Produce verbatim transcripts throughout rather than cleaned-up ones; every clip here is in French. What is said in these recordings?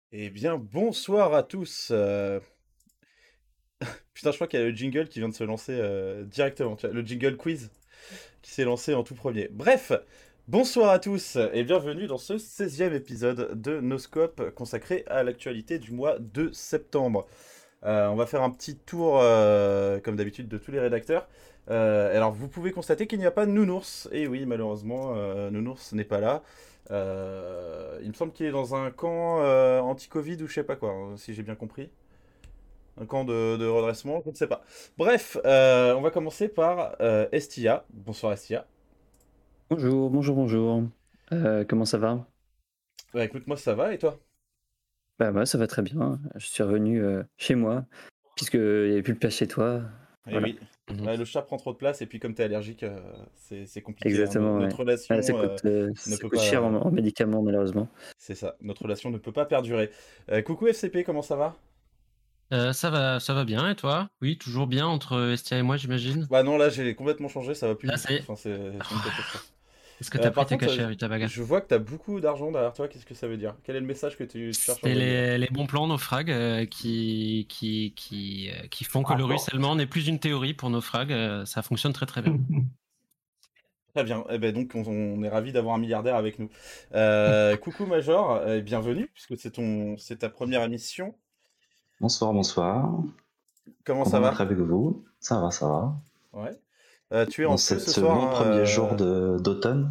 Eh bien, bonsoir à tous. euh, Putain, je crois qu'il y a le jingle qui vient de se lancer euh, directement. Tu vois, le jingle quiz qui s'est lancé en tout premier. Bref, bonsoir à tous et bienvenue dans ce seizième épisode de Noscope consacré à l'actualité du mois de septembre. Euh, on va faire un petit tour, euh, comme d'habitude, de tous les rédacteurs. Euh, alors, vous pouvez constater qu'il n'y a pas de Nounours. Et oui, malheureusement, euh, Nounours n'est pas là. Euh, il me semble qu'il est dans un camp euh, anti-Covid ou je sais pas quoi, hein, si j'ai bien compris. Un camp de, de redressement, je ne sais pas. Bref, euh, on va commencer par euh, Estia. Bonsoir Estia. Bonjour, bonjour, bonjour. Euh, comment ça va? Bah écoute, moi ça va et toi? Bah moi ça va très bien. Je suis revenu euh, chez moi puisqu'il n'y avait plus de place chez toi. Eh Voilà, oui. Mhm. Ouais, le chat prend trop de place et puis comme t'es allergique, euh, c'est c'est compliqué, hein. No- exactement. Ouais. Notre Ah, ça relation euh, coûte, euh, ne ça peut coûte cher en, pas. en médicaments malheureusement. C'est ça, notre relation ne peut pas perdurer. Euh, coucou F C P, comment ça va? Euh, ça va, ça va bien et toi? Oui, toujours bien entre Estia et moi, j'imagine. Bah non, là j'ai complètement changé, ça va plus Ah, du ça tout. y est. Enfin, c'est c'est une catastrophe. Est-ce que Euh, t'as pris par tes contre, cachets euh, avec ta bagarre? je vois que t'as beaucoup d'argent derrière toi, qu'est-ce que ça veut dire? Quel est le message que tu tu cherches à C'est envoyer là? les, les bons plans naufrag euh, qui, qui, qui, euh, qui font que le ruissellement n'est plus une théorie pour naufrag. Euh, ça fonctionne très très bien. Très bien, eh ben donc on, on est ravi d'avoir un milliardaire avec nous. Euh, coucou Major, et bienvenue, puisque c'est ton, c'est ta première émission. Bonsoir, bonsoir. Comment ça Content va? d'être avec vous. Ça va, ça va. Ouais. Euh, tu es en Dans feu cette, ce ce soir, bon hein, premier jour euh, de- d'automne.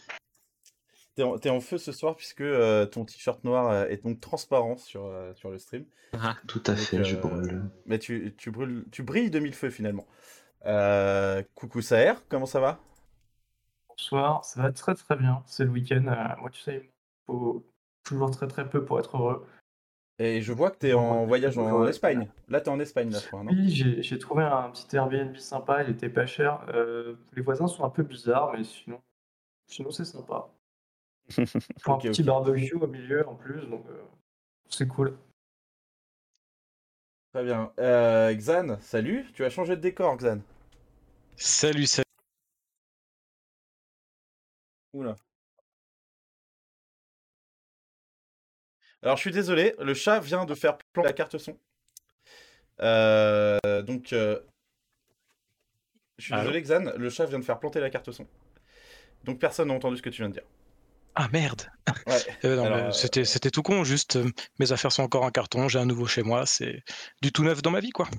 t'es en, t'es en feu ce soir puisque euh, ton t-shirt noir euh, est donc transparent sur, euh, sur le stream. Ah, Tout à Donc, fait, je euh, brûle. mais tu, tu brûles, tu brilles de mille feux finalement. Euh, coucou Saher, comment ça va? Bonsoir, ça va très très bien. C'est le week-end. euh, moi, tu sais, il faut toujours très très peu pour être heureux. Et je vois que t'es en Vendredi, voyage en bonjour. Espagne. Là, t'es en Espagne, là, je crois, non? Oui, j'ai j'ai trouvé un petit Airbnb sympa, il était pas cher. Euh, les voisins sont un peu bizarres, mais sinon, sinon c'est sympa. Pour un Ok, petit ok. barbecue au milieu en plus, donc euh, c'est cool. Très bien. Euh, Xan, salut. Tu as changé de décor, Xan. Salut, salut. Oula. Alors, je suis désolé, le chat vient de faire planter la carte son. Euh, donc, euh, je suis Allô? désolé, Xan, le chat vient de faire planter la carte son. Donc, personne n'a entendu ce que tu viens de dire. Ah merde. Ouais, Euh, non, alors, mais euh, c'était, c'était tout con, juste euh, mes affaires sont encore en carton, j'ai un nouveau chez moi, c'est du tout neuf dans ma vie, quoi.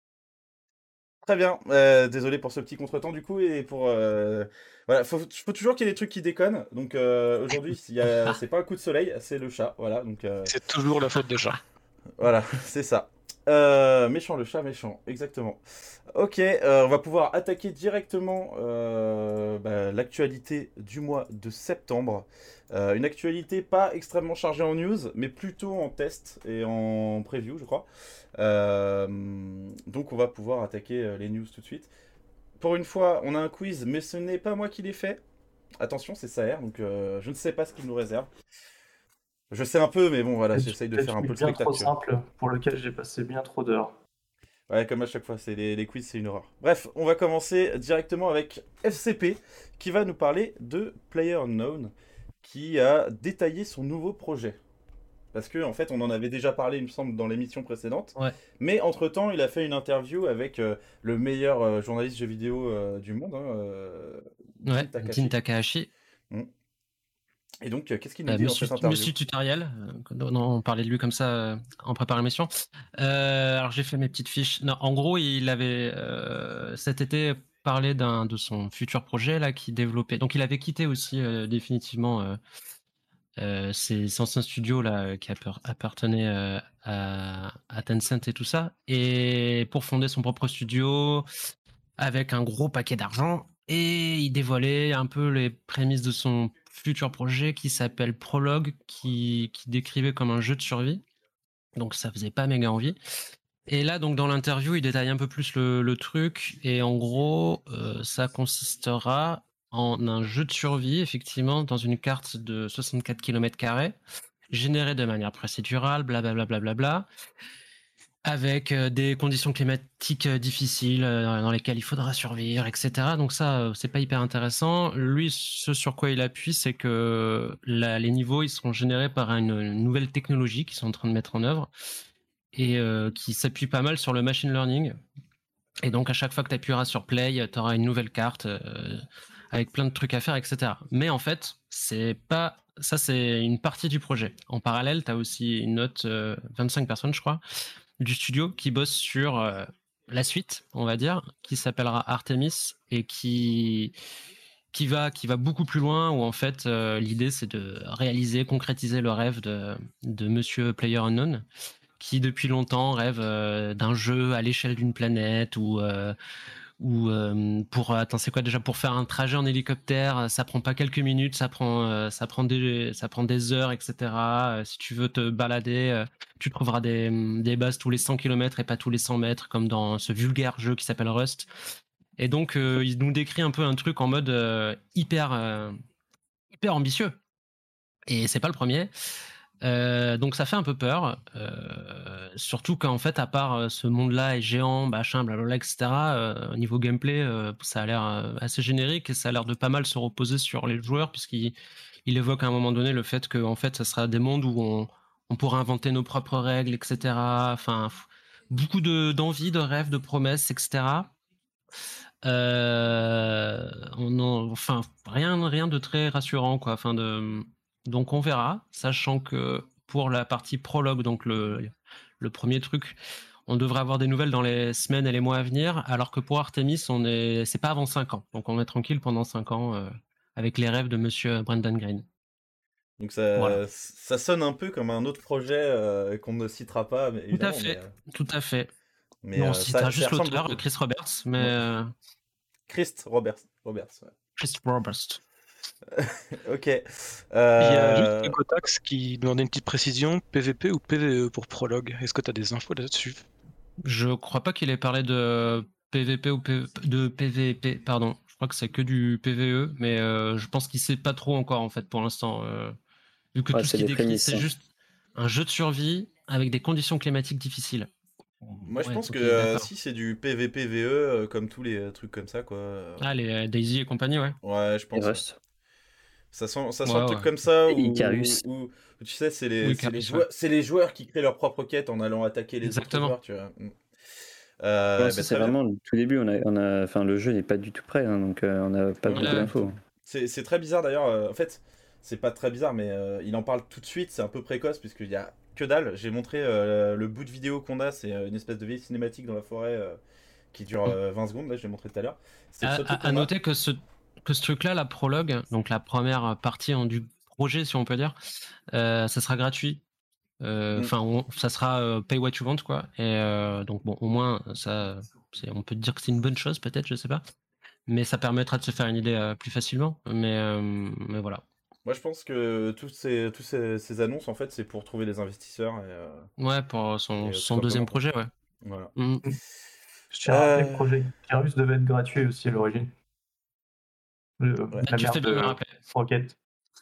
très bien. Euh, désolé pour ce petit contretemps, du coup, et pour. euh, Voilà, faut, faut toujours qu'il y ait des trucs qui déconnent. Donc, euh, aujourd'hui, s'il y a- c'est pas un coup de soleil, c'est le chat. Voilà, donc. euh, C'est toujours la faute des chats. Voilà, c'est ça. Euh, méchant, le chat méchant, exactement. Ok, euh, on va pouvoir attaquer directement euh, bah, l'actualité du mois de septembre. Euh, une actualité pas extrêmement chargée en news, mais plutôt en test et en preview, je crois. Euh, donc on va pouvoir attaquer euh, les news tout de suite. Pour une fois, on a un quiz, mais ce n'est pas moi qui l'ai fait. Attention, c'est Saher, donc euh, je ne sais pas ce qu'il nous réserve. Je sais un peu, mais bon, voilà, C'est j'essaye de des faire un peu trucs le bien spectacle, trop tu vois. simples pour lequel j'ai passé bien trop d'heures. Ouais, comme à chaque fois, c'est les, les quiz, c'est une horreur. Bref, on va commencer directement avec F C P, qui va nous parler de PlayerUnknown, qui a détaillé son nouveau projet. Parce que en fait, on en avait déjà parlé, il me semble, dans l'émission précédente. ouais, Mais entre-temps, il a fait une interview avec euh, le meilleur euh, journaliste jeux vidéo euh, du monde, hein, euh, Jin ouais. Jin Takahashi. Takahashi, Mm. Et donc, euh, qu'est-ce qu'il nous euh, dit dans monsieur, cette interview? monsieur tutoriel. euh, non, non, on parlait de lui comme ça euh, en préparant l'émission. Euh, alors j'ai fait mes petites fiches. Non, en gros, il avait euh, cet été parlé d'un de son futur projet là qui développait. Donc il avait quitté aussi euh, définitivement euh, euh, ses anciens studios là euh, qui appar- appartenaient euh, à, à Tencent et tout ça, et pour fonder son propre studio avec un gros paquet d'argent. Et il dévoilait un peu les prémices de son futur projet qui s'appelle Prologue, qui, qui décrivait comme un jeu de survie. Donc ça faisait pas méga envie. Et là, donc dans l'interview, il détaille un peu plus le, le truc. Et en gros, euh, ça consistera en un jeu de survie, effectivement, dans une carte de soixante-quatre kilomètres carrés, générée de manière procédurale, blablabla. Bla, bla, bla, bla. avec euh, des conditions climatiques euh, difficiles euh, dans lesquelles il faudra survivre, et cetera. Donc ça, euh, c'est pas hyper intéressant. Lui, ce sur quoi il appuie, c'est que la- les niveaux, ils seront générés par une, une nouvelle technologie qu'ils sont en train de mettre en œuvre et euh, qui s'appuie pas mal sur le machine learning. Et donc, à chaque fois que tu appuieras sur Play, tu auras une nouvelle carte euh, avec plein de trucs à faire, et cetera. Mais en fait, c'est pas ça, c'est une partie du projet. En parallèle, tu as aussi une autre euh, vingt-cinq personnes, je crois, du studio qui bosse sur euh, la suite, on va dire, qui s'appellera Artemis et qui qui va qui va beaucoup plus loin. Où en fait, euh, l'idée c'est de réaliser, concrétiser le rêve de de Monsieur PlayerUnknown, qui depuis longtemps rêve euh, d'un jeu à l'échelle d'une planète ou euh, ou euh, pour attends c'est quoi déjà pour faire un trajet en hélicoptère, ça prend pas quelques minutes, ça prend euh, ça prend des ça prend des heures, etc. Euh, si tu veux te balader, euh, tu trouveras des des bases tous les cent kilomètres et pas tous les cent mètres comme dans ce vulgaire jeu qui s'appelle Rust. Et donc euh, il nous décrit un peu un truc en mode euh, hyper euh, hyper ambitieux. Et c'est pas le premier. Euh, donc ça fait un peu peur, euh, surtout qu'en fait, à part euh, ce monde-là est géant, machin, blablabla, et cetera. Euh, au niveau gameplay, euh, ça a l'air euh, assez générique et ça a l'air de pas mal se reposer sur les joueurs, puisqu'il il évoque à un moment donné le fait que en fait, ça sera des mondes où on, on pourra inventer nos propres règles, et cetera. Enfin, f- beaucoup de d'envie, de rêves, de promesses, et cetera. Euh, on en- enfin, rien, rien de très rassurant, quoi. Enfin, de, donc on verra, sachant que pour la partie prologue, donc le, le premier truc, on devrait avoir des nouvelles dans les semaines et les mois à venir, alors que pour Artemis, on est, c'est pas avant cinq ans. Donc on est tranquille pendant cinq ans euh, avec les rêves de Monsieur Brendan Green. Donc Voilà. ça, ça sonne un peu comme un autre projet euh, qu'on ne citera pas, mais- Tout à évidemment, mais, fait, euh, tout à fait. mais Non, on euh, ça, citera ça juste ressemble l'auteur, beaucoup. Chris Roberts, mais Ouais. euh, Christ Roberts. Roberts ouais. Chris Roberts. Ok. Il y a juste Euh, Gotax qui demandait une petite précision, P V P ou P V E pour prologue. Est-ce que tu as des infos là-dessus? Je crois pas qu'il ait parlé de P V P ou P- de P V P, pardon. Je crois que c'est que du P V E, mais euh, je pense qu'il sait pas trop encore en fait pour l'instant. euh, vu que Ouais, tout ce c'est qu'il des décrit, prémices. c'est hein. juste un jeu de survie avec des conditions climatiques difficiles. Moi, je Ouais, pense que ok, euh, d'accord. si c'est du P V P V E, euh, comme tous les euh, trucs comme ça, quoi. euh, Ah, les euh, Daisy et compagnie, ouais. Ouais, je Et pense. Ouais. Rust. Ça sent, ça sent un Ouais, truc ouais. comme ça Et où, Icarus. où- où, tu sais, c'est les, Oui, c'est les Caris, ouais. joueurs, c'est les joueurs qui créent leur propre quête en allant attaquer les autres Exactement. joueurs, tu vois. Mm. Euh, Pour bah, l'instant, c'est très bien. vraiment le tout début. On a, on a, enfin, le jeu n'est pas du tout prêt, hein, donc euh, on n'a pas Ouais, beaucoup Ouais. d'infos. C'est c'est très bizarre d'ailleurs. euh, en fait, c'est pas très bizarre, mais euh, il en parle tout de suite. C'est un peu précoce puisqu'il y a que dalle. J'ai montré euh, le bout de vidéo qu'on a. C'est euh, une espèce de vieille cinématique dans la forêt euh, qui dure euh, vingt secondes. Là, je l'ai montré tout à l'heure. C'est le À, seul truc à- à qu'on a. noter que ce, que ce truc-là, la prologue, donc la première partie en- du projet, si on peut dire, euh, ça sera gratuit. Mm. Enfin, on- ça sera euh, pay what you want, quoi. Et euh, donc, bon, au moins, ça, c'est- on peut dire que c'est une bonne chose, peut-être, je sais pas. Mais ça permettra de se faire une idée euh, plus facilement. Mais, euh, mais voilà. Moi, je pense que tous ces, tous ces, ces annonces, en fait, c'est pour trouver des investisseurs et, euh, Ouais, pour son, et, euh, tout son deuxième simplement, quoi. projet, ouais. Voilà. Mhm. Je tiens à rappeler que Euh, Projet Icarus devait être gratuit aussi à l'origine. Le- Ouais. La Tu fais merde bien de me de rappeler. Rocket.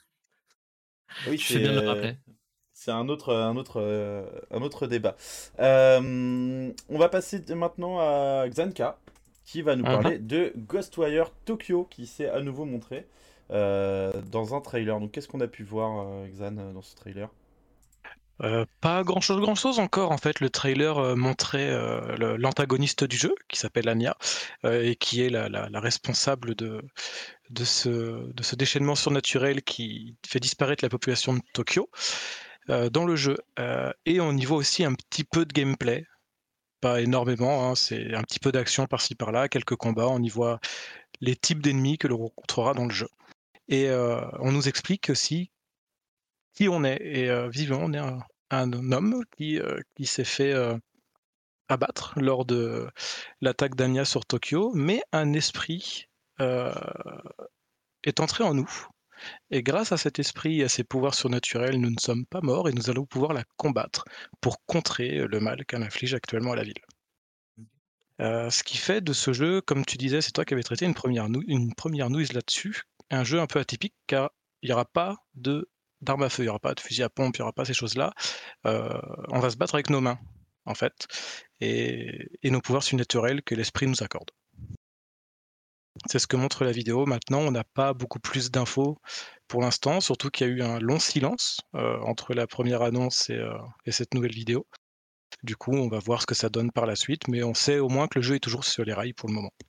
Oui, Tu fais bien de me c'est rappeler. c'est un autre, un autre, euh, un autre débat. Euh, on va passer maintenant à Xanka, qui va nous Mhm. parler de Ghostwire Tokyo, qui s'est à nouveau montré euh, dans un trailer. Donc, qu'est-ce qu'on a pu voir, euh, Xan, euh, dans ce trailer? Euh, pas grand chose, grand chose encore en fait. Le trailer euh, montrait euh, le- l'antagoniste du jeu qui s'appelle Anya euh, et qui est la, la- la responsable de, de, ce, de ce déchaînement surnaturel qui fait disparaître la population de Tokyo euh, dans le jeu. Euh, et on y voit aussi un petit peu de gameplay, pas énormément, hein, c'est un petit peu d'action par-ci par-là, quelques combats. On y voit les types d'ennemis que l'on rencontrera dans le jeu. Et euh, on nous explique aussi qui on est. Et euh, visiblement, on est un, un homme qui, euh, qui s'est fait euh, abattre lors de l'attaque d'Anya sur Tokyo, mais un esprit euh, est entré en nous. Et grâce à cet esprit et à ses pouvoirs surnaturels, nous ne sommes pas morts et nous allons pouvoir la combattre pour contrer le mal qu'elle inflige actuellement à la ville. Euh, ce qui fait de ce jeu, comme tu disais, c'est toi qui avais traité une première, nou- une première news là-dessus, un jeu un peu atypique car il n'y aura pas de d'armes à feu, il n'y aura pas de fusil à pompe, il n'y aura pas ces choses-là. Euh, on va se battre avec nos mains. en fait, et, et nos pouvoirs surnaturels que l'esprit nous accorde. C'est ce que montre la vidéo. Maintenant, on n'a pas beaucoup plus d'infos pour l'instant, surtout qu'il y a eu un long silence euh, entre la première annonce et, euh, et cette nouvelle vidéo. Du coup, on va voir ce que ça donne par la suite, mais on sait au moins que le jeu est toujours sur les rails pour le moment.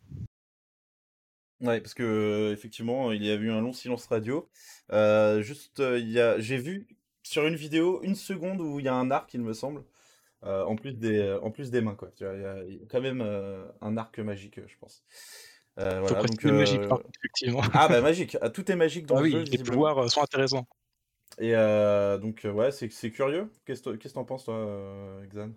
Ouais, parce que euh, effectivement, il y a eu un long silence radio. Euh, juste, euh, il y a, j'ai vu sur une vidéo une seconde où il y a un arc, il me semble, euh, en plus des, euh, en plus des mains, quoi. Tu vois, il y a, il y a quand même euh, un arc magique, euh, je pense. Euh, Faut voilà, donc. préciser magique, euh, par contre, effectivement. Ah bah magique, Ah, tout est magique dans Ah le oui, jeu, les visiblement. pouvoirs euh, sont intéressants. Et euh, donc euh, ouais, c'est c'est curieux. Qu'est-ce que qu'est-ce que t'en penses toi, euh, Xan?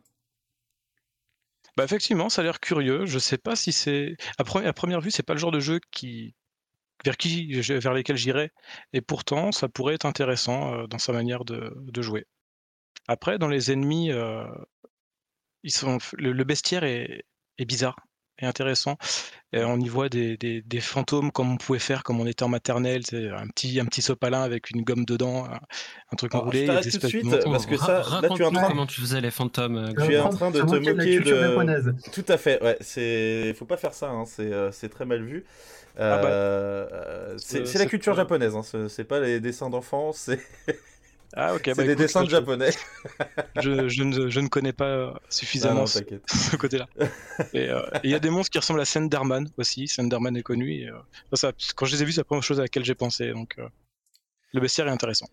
Bah effectivement, ça a l'air curieux. Je sais pas si c'est à, pre- à première vue, c'est pas le genre de jeu qui vers qui je- vers lesquels j'irais, et pourtant ça pourrait être intéressant euh, dans sa manière de, de jouer. Après, dans les ennemis, euh, ils sont le, le bestiaire est, est bizarre et intéressant. Et on y voit des, des, des fantômes comme on pouvait faire comme on était en maternelle, c'est un petit un petit sopalin avec une gomme dedans, un, un truc Alors, je enroulé, il y a des t'arrête tout de espèces de suite mentons. parce que Ra- ça, là, tu es en Raconte-nous train, comment tu faisais les fantômes. euh, Je tu es vais en prendre- train de se te moquer de la moquer culture de. japonaise. Tout à fait, ouais. C'est, faut pas faire ça, hein, c'est euh, c'est très mal vu. Ah bah, Euh, euh, c'est c'est c'est la c'est culture pas- japonaise, hein, c'est c'est pas les dessins d'enfants, c'est Ah ok, c'est bah des écoute, dessins de je, japonais. je, je ne, je ne connais pas Non, suffisamment non, ce, t'inquiète. ce côté-là. Et euh, et il y a des monstres qui ressemblent à Senderman aussi. Senderman est connu. Et, euh, ça, quand je les ai vus, c'est la première chose à laquelle j'ai pensé. Donc euh, le bestiaire est intéressant.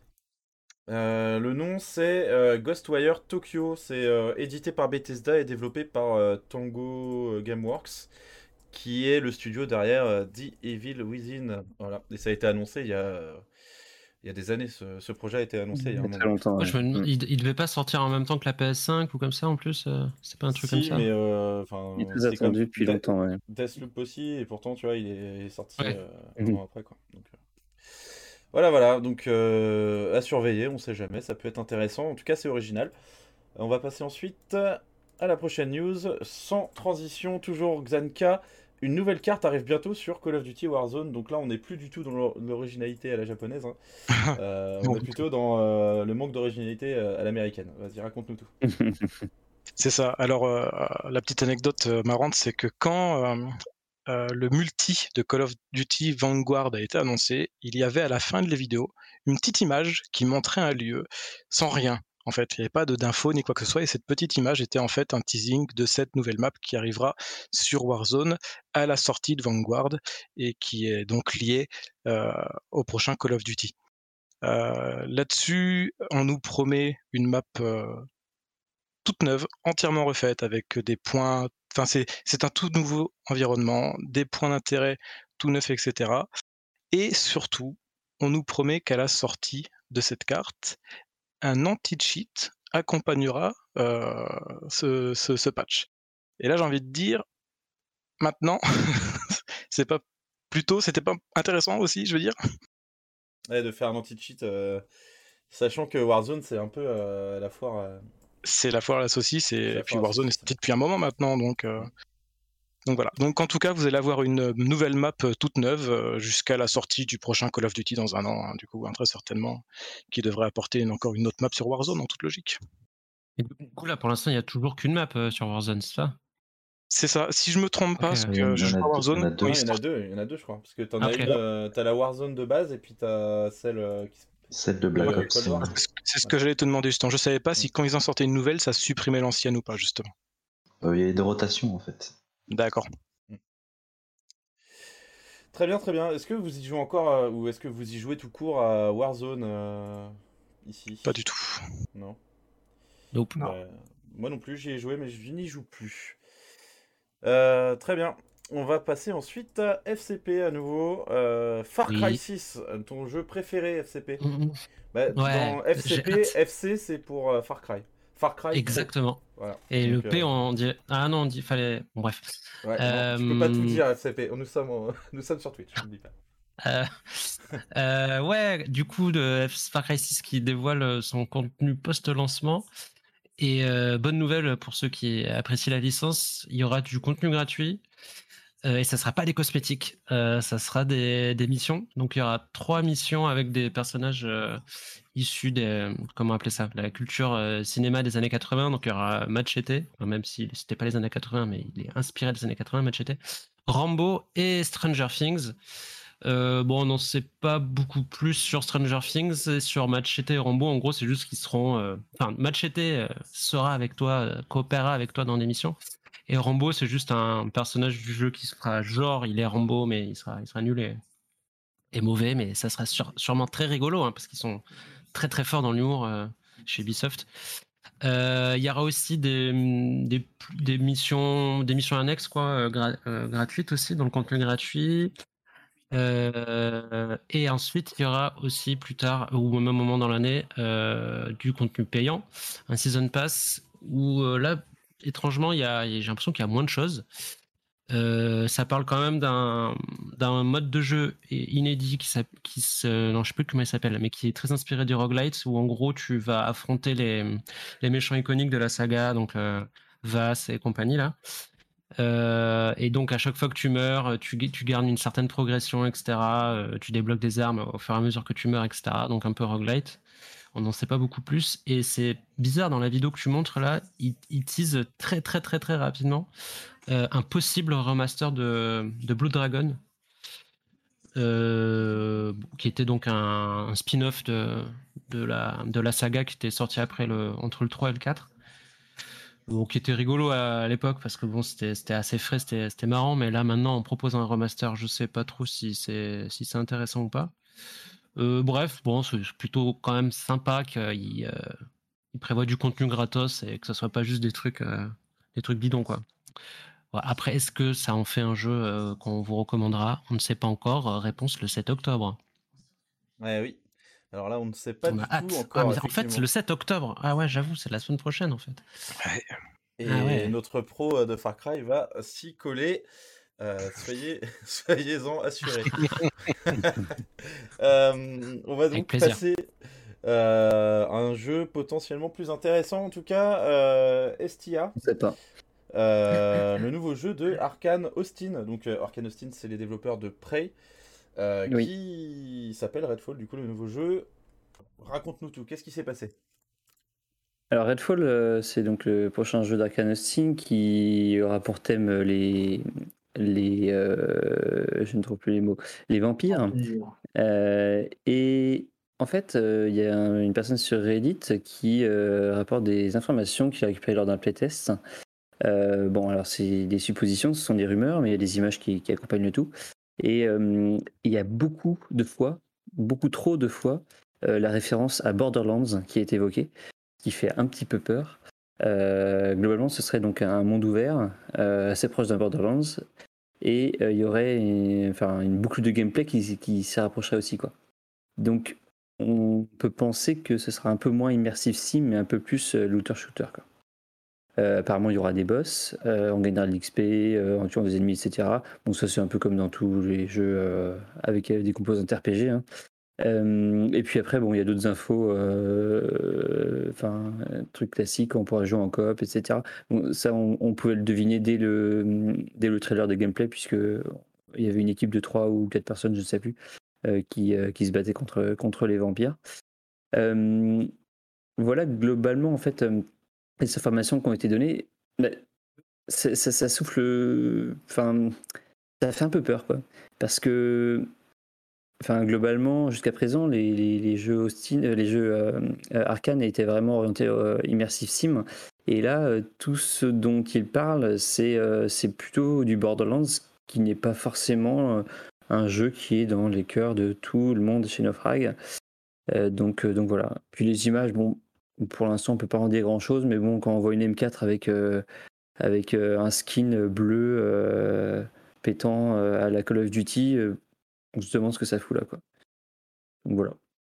Euh, le nom c'est euh, Ghostwire Tokyo, c'est euh, édité par Bethesda et développé par euh, Tango euh, Gameworks, qui est le studio derrière euh, The Evil Within. Voilà, et ça a été annoncé il y a, euh, il y a des années. Ce, ce projet a été annoncé il y a un Il y a très moment. longtemps. Moi, ouais. je me demande- Mm. il, il devait pas sortir en même temps que la P S cinq ou comme ça en plus. euh, c'est pas un truc comme Si, ça. mais euh, enfin, Il est très c'est comme attendu depuis De- longtemps. Ouais. Deathloop aussi, et pourtant, tu vois, il est, il est sorti Ouais. euh, un Mhm. an après, quoi. Donc, euh, voilà, voilà. Donc, euh, à surveiller, on sait jamais, ça peut être intéressant. En tout cas, c'est original. On va passer ensuite à la prochaine news. Sans transition, toujours Xanka. Une nouvelle carte arrive bientôt sur Call of Duty Warzone. Donc là, on n'est plus du tout dans l'or- l'originalité à la japonaise, hein. Euh, on Non, est plutôt dans euh, le manque d'originalité euh, à l'américaine. Vas-y, raconte-nous tout. C'est ça. Alors euh, la petite anecdote euh, marrante, c'est que quand euh, euh, le multi de Call of Duty Vanguard a été annoncé, il y avait à la fin de la vidéo une petite image qui montrait un lieu sans rien. En fait, il n'y avait pas de- d'infos ni quoi que ce soit, et cette petite image était en fait un teasing de cette nouvelle map qui arrivera sur Warzone à la sortie de Vanguard et qui est donc liée euh, au prochain Call of Duty. Euh, là-dessus, on nous promet une map euh, toute neuve, entièrement refaite, avec des points. Enfin, c'est, c'est un tout nouveau environnement, des points d'intérêt tout neufs, et cetera. Et surtout, on nous promet qu'à la sortie de cette carte, un anti-cheat accompagnera euh, ce, ce, ce patch. Et là, j'ai envie de dire, maintenant, c'est pas plutôt, c'était pas intéressant aussi, je veux dire. Ouais, de faire un anti-cheat, euh, sachant que Warzone, c'est un peu euh, la foire. euh, C'est la foire à la saucisse, C'est et la puis foire à Warzone est saucisse. sorti depuis un moment maintenant, donc. Euh... Donc voilà. Donc en tout cas, vous allez avoir une nouvelle map euh, toute neuve euh, jusqu'à la sortie du prochain Call of Duty dans un an, hein, du coup, hein, très certainement, qui devrait apporter une- encore une autre map sur Warzone en toute logique. Et du coup, là, pour l'instant, il y a toujours qu'une map euh, sur Warzone, c'est ça? C'est ça. Si je me trompe Ok. pas, parce Il y en que a je joue deux- à il y Warzone en a quand deux. Non, il il y en a sort. deux, il y en a deux, je crois. Parce que t'en Ah, as ok. une, euh, t'as la Warzone de base et puis t'as celle euh, qui. Celle de Black Euh, Ops. Cold War. euh, C'est ce- c'est ce que j'allais te demander justement. Je savais pas si Mm. quand ils en sortaient une nouvelle, ça supprimait l'ancienne ou pas, justement. euh, Il y a des rotations en fait. D'accord. Très bien, très bien. Est-ce que vous y jouez encore euh, ou est-ce que vous y jouez tout court à Warzone euh, ici? Pas du tout. Non. Nope. Non. Bah, moi non plus, j'y ai joué, mais je n'y joue plus. Euh, très bien. On va passer ensuite à F C P à nouveau. Euh, Far Cry Oui. six, ton jeu préféré F C P. Mhm. Bah, Ouais, dans F C j'ai P, hâte. F C c'est pour euh, Far Cry. Far Cry Pro. Exactement. Voilà. Et Donc, le P, euh, on dit. Ah non, on dit. Fallait. Bon, bref. Ouais, non, tu peux pas tout Euh, dire F C P. Nous sommes, en- nous sommes sur Twitch, je ne dis pas. Euh, euh, ouais, du coup, de Far Cry six qui dévoile son contenu post-lancement. Et euh, bonne nouvelle pour ceux qui apprécient la licence, il y aura du contenu gratuit. Euh, et ça sera pas des cosmétiques, euh, ça sera des, des missions. Donc il y aura trois missions avec des personnages euh, issus des, comment appeler ça, de la culture euh, cinéma des années quatre-vingts. Donc il y aura Machete, enfin, même si c'était pas les années quatre-vingts, mais il est inspiré des années quatre-vingts, Machete, Rambo et Stranger Things. Euh, bon, on n'en sait pas beaucoup plus sur Stranger Things et sur Machete et Rambo. En gros, c'est juste qu'ils seront. euh, Enfin, Machete euh, sera avec toi, euh, coopérera avec toi dans des missions. Et Rambo, c'est juste un personnage du jeu qui sera genre, il est Rambo, mais il sera, il sera nul et, et mauvais. Mais ça sera sûre- sûrement très rigolo, hein, parce qu'ils sont très très forts dans l'humour euh, chez Ubisoft. Euh, Il y aura aussi des, des, des missions, des missions annexes, quoi, euh, gra- euh, gratuites aussi, dans le contenu gratuit. Euh, et ensuite, il y aura aussi plus tard, ou au même moment dans l'année, euh, du contenu payant, un season pass où euh, là, étrangement, il y a, j'ai l'impression qu'il y a moins de choses. Euh, ça parle quand même d'un d'un mode de jeu inédit qui, s'app- qui se, non, je sais plus comment il s'appelle, mais qui est très inspiré du roguelite où en gros tu vas affronter les, les méchants iconiques de la saga, donc euh, Vaas et compagnie là. Euh, et donc à chaque fois que tu meurs, tu, tu gardes une certaine progression, et cetera. Euh, tu débloques des armes au fur et à mesure que tu meurs, et cetera. Donc un peu roguelite. On n'en sait pas beaucoup plus. Et c'est bizarre, dans la vidéo que tu montres là, il, il tease très très très très rapidement euh, un possible remaster de, de Blue Dragon. Euh, qui était donc un, un spin-off de, de, la, de la saga qui était sorti après le, entre le trois et le quatre. Bon, qui était rigolo à l'époque parce que bon, c'était c'était assez frais, c'était c'était marrant, mais là maintenant on propose un remaster, je sais pas trop si c'est si c'est intéressant ou pas. Euh, bref, bon, c'est plutôt quand même sympa qu'il euh, il prévoit du contenu gratos et que ce soit pas juste des trucs euh, des trucs bidons quoi. Voilà. Après, est-ce que ça en fait un jeu euh, qu'on vous recommandera? On ne sait pas encore. Euh, Réponse le sept octobre. Ouais, oui. Alors là, on ne sait pas On a du tout hâte. Ah, encore, mais en fait, effectivement. le sept octobre. Ah ouais, j'avoue, c'est la semaine prochaine en fait. Ouais. Et Ah ouais. notre pro euh, de Far Cry va s'y coller. Euh, soyez, soyez-en assurés. Euh, on va Avec donc plaisir. passer euh, à un jeu potentiellement plus intéressant, en tout cas, euh, Estia, Je sais pas. euh, le nouveau jeu de Arkane Austin. Donc euh, Arkane Austin, c'est les développeurs de Prey, euh, Oui. qui s'appelle Redfall, du coup, le nouveau jeu. Raconte-nous tout, qu'est-ce qui s'est passé? Alors Redfall, euh, c'est donc le prochain jeu d'Arkane Austin qui aura pour thème les les euh, je ne trouve plus les mots, les vampires. Euh, et en fait, euh, il y a un- une personne sur Reddit qui euh, rapporte des informations qu'il a récupérées lors d'un playtest. Euh, bon, alors c'est des suppositions, ce sont des rumeurs, mais il y a des images qui, qui accompagnent le tout. Et euh, il y a beaucoup de fois, beaucoup trop de fois, euh, la référence à Borderlands qui est évoquée, qui fait un petit peu peur. Euh, globalement, ce serait donc un monde ouvert, euh, assez proche d'un Borderlands, et euh, il y aurait une, enfin, une boucle de gameplay qui, qui s'y rapprocherait aussi, quoi. Donc, on peut penser que ce sera un peu moins immersif sim, mais un peu plus euh, looter-shooter, quoi. Euh, apparemment, il y aura des boss, euh, on gagnera de l'X P euh, en tuant des ennemis, et cetera. Bon, ça, c'est un peu comme dans tous les jeux euh, avec euh, des composantes R P G, hein. Euh, et puis après, bon, il y a d'autres infos, euh, enfin, euh, trucs classiques, on pourra jouer en coop, et cetera. Bon, ça, on, on pouvait le deviner dès le, dès le trailer de gameplay, puisque il y avait une équipe de trois ou quatre personnes, je ne sais plus, euh, qui, euh, qui se battait contre, contre les vampires. Euh, voilà, globalement, en fait, euh, les informations qui ont été données, bah, ça, ça, ça souffle, enfin, ça fait un peu peur, quoi. Parce que, enfin, globalement, jusqu'à présent, les, les, les jeux Austin, euh, les jeux euh, euh, Arkane étaient vraiment orientés euh, immersive sim. Et là, euh, tout ce dont ils parlent, c'est euh, c'est plutôt du Borderlands, qui n'est pas forcément euh, un jeu qui est dans les cœurs de tout le monde chez Naufrag. Euh, donc, euh, donc voilà. Puis les images, bon, pour l'instant, on peut pas en dire grand-chose, mais bon, quand on voit une M quatre avec, euh, avec euh, un skin bleu euh, pétant euh, à la Call of Duty, euh, on se demande ce que ça fout là, quoi. Donc voilà.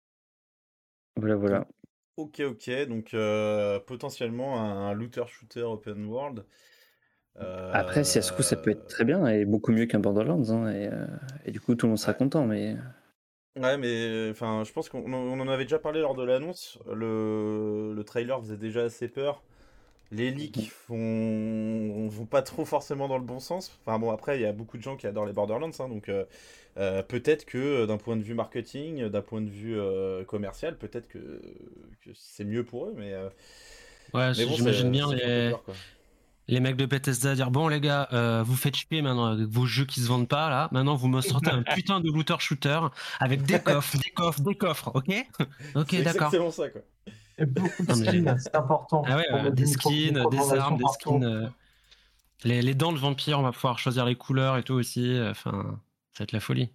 Voilà, voilà. Ok, ok, donc euh, potentiellement un, un looter-shooter open world. Après, si ça se trouve, ça peut Euh, être très bien et beaucoup mieux qu'un Borderlands, hein, et, euh, et du coup, tout le monde sera Ouais, content, mais... ouais, mais enfin, je pense qu'on on en avait déjà parlé lors de l'annonce. Le, le trailer faisait déjà assez peur. les leaks font... vont pas trop forcément dans le bon sens. Enfin bon, après, il y a beaucoup de gens qui adorent les Borderlands, hein, donc euh, euh, peut-être que euh, d'un point de vue marketing, d'un point de vue euh, commercial, peut-être que, que c'est mieux pour eux, mais, euh, Ouais, mais bon, j'imagine c'est- bien ça fait un peu les, peur, quoi. les mecs de Bethesda dire bon les gars, euh, vous faites chier maintenant avec vos jeux qui se vendent pas là. Maintenant vous me sortez un putain de looter shooter avec des coffres, des coffres, des coffres, ok? Ok, C'est d'accord. exactement ça, quoi. Et beaucoup de Non, mais- skins, c'est important. Ah ouais, Pour euh, mettre des micro- skins, des microtransactions armes, des partout. skins. euh, les, les dents de vampire, on va pouvoir choisir les couleurs et tout aussi. Enfin, ça va être la folie.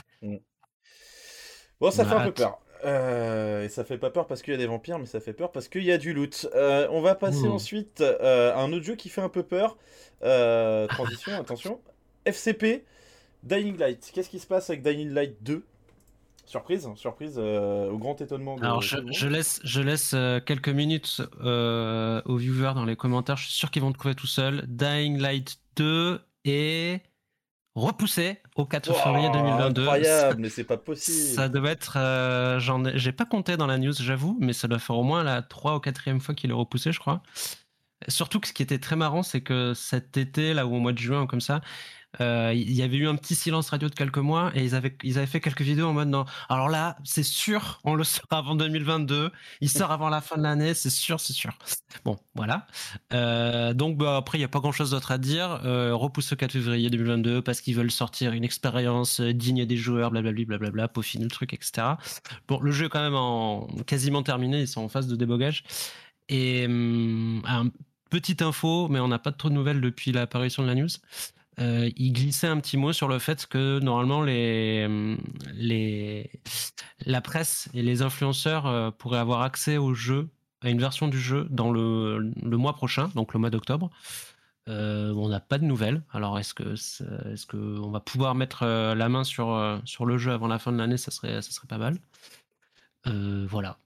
Bon, ça On a fait un peu hâte. peur. Euh, et ça fait pas peur parce qu'il y a des vampires, mais ça fait peur parce qu'il y a du loot. Euh, on va passer Mmh. ensuite euh, à un autre jeu qui fait un peu peur. Euh, transition, attention. F C P, Dying Light. Qu'est-ce qui se passe avec Dying Light deux? Surprise, surprise, euh, au grand étonnement de Alors tout je, le monde. je laisse, je laisse euh, quelques minutes euh, aux viewers dans les commentaires. Je suis sûr qu'ils vont trouver tout seuls. Dying Light deux est repoussé au quatre février deux mille Wow, vingt-deux. incroyable, mais c'est pas Ça possible. devait être, euh, j'en ai, j'ai pas compté dans la news, j'avoue, mais ça doit faire au moins la trois ou quatrième fois qu'il est repoussé, je crois. Surtout que ce qui était très marrant, c'est que cet été, là, ou au mois de juin, ou comme ça, euh, il y avait eu un petit silence radio de quelques mois et ils avaient, ils avaient fait quelques vidéos en mode non. Alors là, c'est sûr, on le sort avant deux mille vingt-deux, il sort avant la fin de l'année, c'est sûr, c'est sûr. Bon, voilà. Euh, donc bah, après, il n'y a pas grand chose d'autre à dire. Euh, repousse au quatre février deux mille vingt-deux parce qu'ils veulent sortir une expérience digne des joueurs, blablabla, blablabla, peaufiner le truc, et cetera. Bon, le jeu est quand même en, quasiment terminé, ils sont en phase de débogage. Et hum, un petite info, mais on n'a pas trop de nouvelles depuis l'apparition de la news. Euh, il glissait un petit mot sur le fait que normalement les, les, la presse et les influenceurs euh, pourraient avoir accès au jeu, à une version du jeu dans le, le mois prochain, donc le mois d'octobre. Euh, on n'a pas de nouvelles. Alors est-ce que c'est- est-ce que on va pouvoir mettre euh, la main sur euh, sur le jeu avant la fin de l'année? Ça serait ça serait pas mal. Euh, voilà.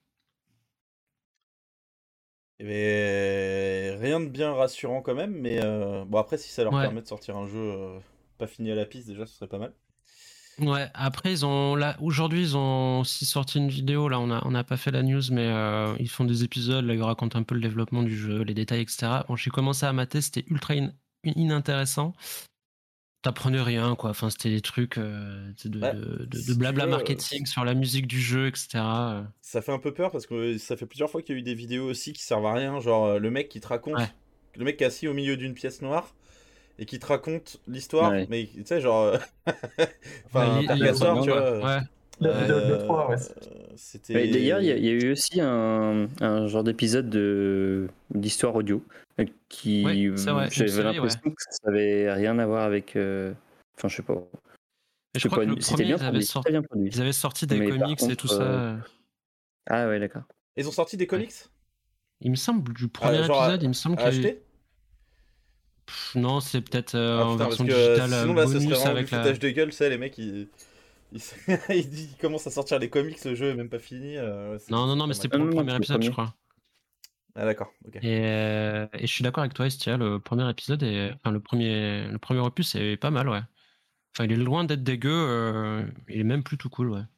Et rien de bien rassurant quand même, mais euh, bon après si ça leur Ouais. permet de sortir un jeu euh, pas fini à la piste déjà, ce serait pas mal. Ouais, après ils ont là aujourd'hui ils ont aussi sorti une vidéo, là on a on n'a pas fait la news, mais euh, ils font des épisodes, là ils racontent un peu le développement du jeu, les détails, et cetera. Bon, j'ai commencé à mater, c'était ultra in- inintéressant. T'apprenais rien, quoi. Enfin, c'était des trucs euh, de, Ouais, de, de, de si tu blabla veux, marketing sur la musique du jeu, et cetera. ça fait un peu peur parce que ça fait plusieurs fois qu'il y a eu des vidéos aussi qui servent à rien, genre euh, le mec qui te raconte, Ouais. le mec qui est assis au milieu d'une pièce noire et qui te raconte l'histoire, Ouais. mais tu sais genre, euh, enfin Ouais, Père li- Castor, li- tu vois, Ouais. La vidéo de euh, l'E trois, ouais. c'était. Ouais, D'ailleurs, il y, a- il y a eu aussi un, un genre d'épisode de- d'histoire audio euh, qui, Ouais, c'est vrai, une j'avais série, l'impression que ça avait rien à voir avec. euh, Enfin, je sais pas. Et je C'est crois pas que le une- C'était premier, bien ils avaient, produit, sorti, très bien produit. ils avaient sorti des Mais par comics et contre, tout ça. euh, Ah ouais, d'accord. Ils ont sorti des comics Il me semble, du premier Ah, genre à- épisode, il me semble à qu'il y a eu- acheter. Pff, non, c'est peut-être euh, Ah en putain, parce version que digitale sinon euh, là, ce serait bonus vraiment du avec la. foutage de gueule, tu sais, les mecs ils. Ils, ils, ils commencent à sortir les comics, le jeu est même pas fini. euh, ouais, c'est- Non, non, c'est non, pas mais mal. c'était Ah pour non, le non, premier c'est le épisode, je premier. crois. Ah d'accord, ok. Et, euh, et je suis d'accord avec toi, Estia, le premier épisode, est... enfin, le, premier... le premier opus est pas mal, ouais. Enfin, il est loin d'être dégueu, euh, il est même plutôt cool, ouais.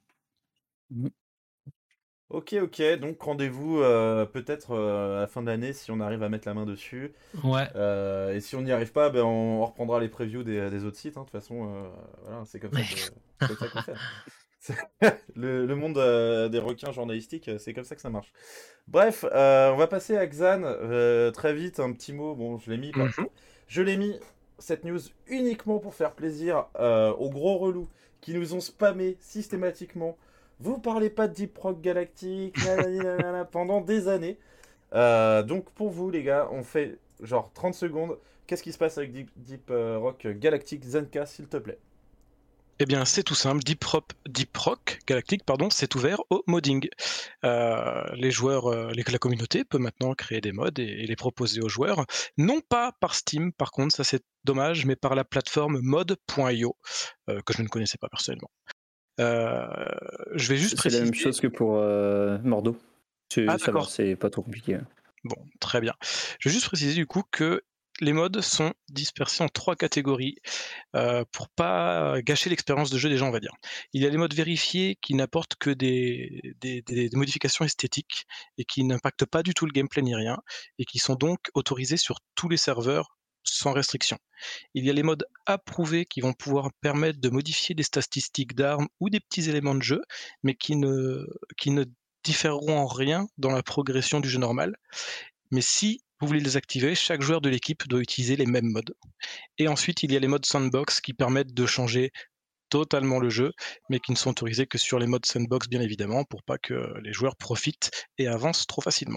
Ok, ok, donc rendez-vous euh, peut-être euh, à la fin de l'année si on arrive à mettre la main dessus. Ouais, Euh, et si on n'y arrive pas, ben, on reprendra les previews des, des autres sites. hein. De toute façon, euh, voilà, c'est comme ça que- c'est comme ça qu'on fait. C'est- le, le monde euh, des requins journalistiques, euh, c'est comme ça que ça marche. Bref, euh, on va passer à Xan. Euh, très vite, un petit mot. Bon, je l'ai mis. pas- Mhm. Je l'ai mis cette news uniquement pour faire plaisir euh, aux gros relous qui nous ont spammé systématiquement. Vous parlez pas de Deep Rock Galactic nanana, pendant des années. Euh, donc pour vous les gars, on fait genre trente secondes. Qu'est-ce qui se passe avec Deep, Deep euh, Rock Galactic? Zenka, s'il te plaît. Eh bien, c'est tout simple. Deep Rock, Deep Rock Galactic, pardon, c'est ouvert au modding. Euh, les joueurs, euh, les- la communauté peut maintenant créer des mods et, et les proposer aux joueurs, non pas par Steam, par contre, ça c'est dommage, mais par la plateforme mod point i o euh, que je ne connaissais pas personnellement. Euh, je vais juste C'est la préciser. même chose que pour euh, Mordo. C'est- Ah, ça va, d'accord. c'est pas trop compliqué. Bon, très bien. Je vais juste préciser du coup que les modes sont dispersés en trois catégories euh, pour pas gâcher l'expérience de jeu des gens, on va dire. Il y a les modes vérifiés qui n'apportent que des, des, des- des modifications esthétiques et qui n'impactent pas du tout le gameplay ni rien, et qui sont donc autorisés sur tous les serveurs sans restriction. Il y a les modes approuvés qui vont pouvoir permettre de modifier des statistiques d'armes ou des petits éléments de jeu, mais qui ne, qui ne différeront en rien dans la progression du jeu normal. Mais si vous voulez les activer, chaque joueur de l'équipe doit utiliser les mêmes modes. Et ensuite, il y a les modes sandbox qui permettent de changer totalement le jeu, mais qui ne sont autorisés que sur les modes sandbox, bien évidemment, pour pas que les joueurs profitent et avancent trop facilement.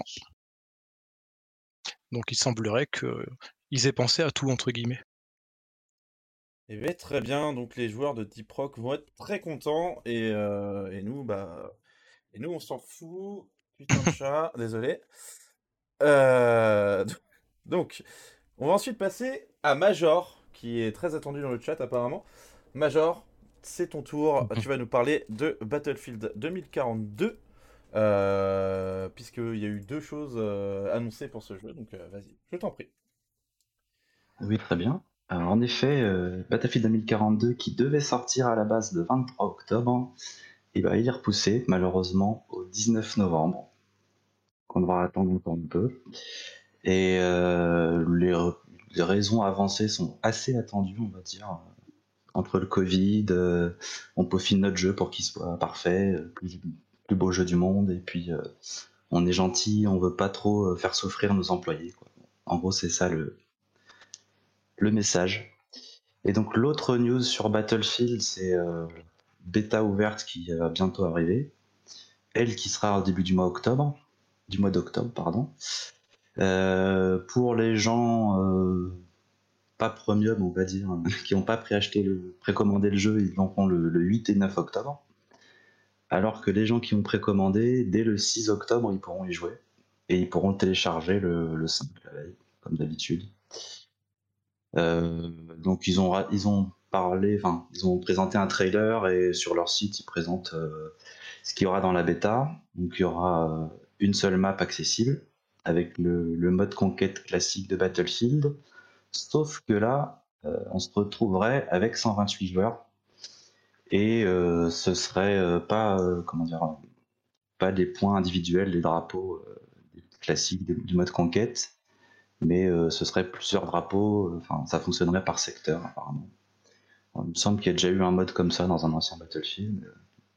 Donc il semblerait qu'ils aient pensé à tout, entre guillemets. Eh bien, très bien, donc les joueurs de Deep Rock vont être très contents, et, euh, et nous, bah... Et nous, on s'en fout. Putain de chat, désolé. Euh, Donc, on va ensuite passer à Major, qui est très attendu dans le chat apparemment. Major, c'est ton tour. Tu vas nous parler de Battlefield deux mille quarante-deux, euh, puisqu'il y a eu deux choses euh, annoncées pour ce jeu. Donc, euh, vas-y, je t'en prie. Oui, très bien. Alors, en effet, euh, Battlefield deux mille quarante-deux, qui devait sortir à la base le vingt-trois octobre, et ben, il est repoussé malheureusement au dix-neuf novembre, qu'on devra attendre encore un peu. Et euh, les, les raisons avancées sont assez attendues, on va dire. Entre le Covid, euh, on peaufine notre jeu pour qu'il soit parfait, le plus, plus beau jeu du monde, et puis euh, on est gentil, on veut pas trop faire souffrir nos employés, quoi. En gros, c'est ça le, le message. Et donc l'autre news sur Battlefield, c'est euh, bêta ouverte qui va bientôt arriver. Elle qui sera au début du mois octobre, du mois d'octobre, pardon. Euh, pour les gens euh, pas premium, on va dire, qui n'ont pas préacheté le, précommandé le jeu, ils l'auront le, le huit et neuf octobre. Alors que les gens qui ont précommandé, dès le six octobre, ils pourront y jouer. Et ils pourront le télécharger le, le cinq, la veille, comme d'habitude. Euh, donc ils ont, ils ont parlé, enfin, ils ont présenté un trailer, et sur leur site, ils présentent euh, ce qu'il y aura dans la bêta. Donc il y aura euh, une seule map accessible, avec le, le mode conquête classique de Battlefield. Sauf que là, euh, on se retrouverait avec cent vingt-huit joueurs. Et euh, ce serait euh, pas, euh, comment dire, pas des points individuels, des drapeaux euh, des classiques du, du mode conquête, mais euh, ce serait plusieurs drapeaux, enfin ça fonctionnerait par secteur apparemment. Alors, il me semble qu'il y a déjà eu un mode comme ça dans un ancien Battlefield.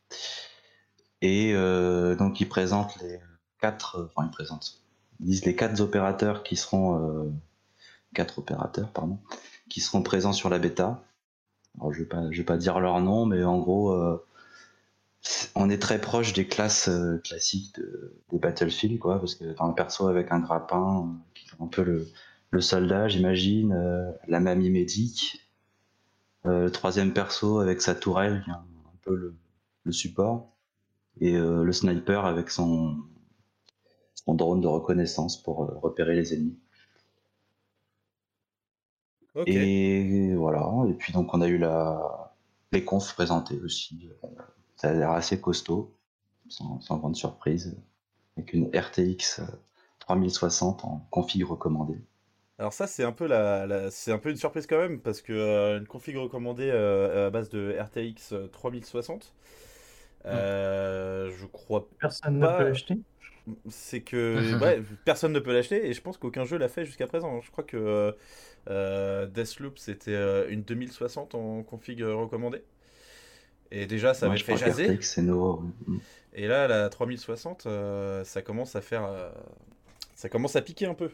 Et euh, donc ils présentent les quatre, enfin ils présentent, ils disent les quatre opérateurs qui seront, euh, quatre opérateurs pardon, qui seront présents sur la bêta. Alors je vais pas, je vais pas dire leur nom, mais en gros, euh, on est très proche des classes euh, classiques de, des Battlefield, quoi, parce que un perso avec un grappin, euh, qui est un peu le, le soldat, j'imagine, euh, la mamie médic, euh, le troisième perso avec sa tourelle, qui est un, un peu le, le support, et euh, le sniper avec son, son drone de reconnaissance pour euh, repérer les ennemis. Ok. Et voilà, et puis donc on a eu la, les confs présentés aussi. Ça a l'air assez costaud, sans, sans grande surprise, avec une R T X trois mille soixante en config recommandée. Alors ça, c'est un peu la, la- c'est un peu une surprise quand même, parce que euh, une config recommandée euh, à base de R T X trois mille soixante, euh, je crois Personne ne pas. peut l'acheter. C'est que ouais, personne ne peut l'acheter, et je pense qu'aucun jeu l'a fait jusqu'à présent. Je crois que euh, Deathloop, c'était euh, une deux mille soixante en config recommandée. Et déjà, ça Ouais, avait je fait crois que jaser. R T X c'est nouveau. Et là, la trois mille soixante, euh, ça commence à faire. euh, ça commence à piquer un peu.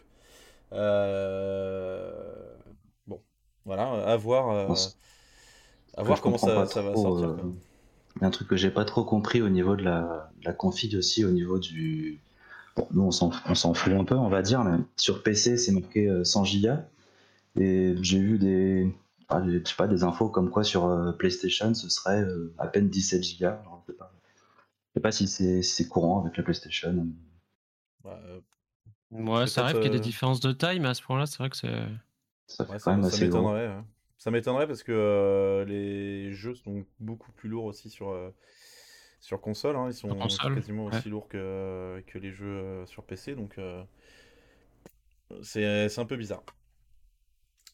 Euh, Bon, voilà, à voir, euh, Bon, ce à que voir je comment comprends ça, pas ça va trop, sortir, euh, quoi. il y a un truc que j'ai pas trop compris au niveau de la, de la config aussi, au niveau du. Bon, nous on s'en, on s'en fout un peu, on va dire, mais sur P C c'est marqué euh, cent gigas, et j'ai vu des. Ah, je sais pas, des infos comme quoi sur euh, PlayStation ce serait euh, à peine dix-sept gigas. Alors, je sais pas, je sais pas si c'est, si c'est courant avec la PlayStation. Bah, euh, Ouais, ça peut-être. arrive qu'il y ait des euh, différences de taille, mais à ce point-là, c'est vrai que c'est. Ça fait Ouais, quand ça, même ça assez gros. m'étonnerait. Ouais. Ça m'étonnerait parce que euh, les jeux sont beaucoup plus lourds aussi sur, euh, sur console, hein. Ils En sont console. quasiment Ouais. aussi lourds que, que les jeux euh, sur P C, donc euh, c'est c'est un peu bizarre.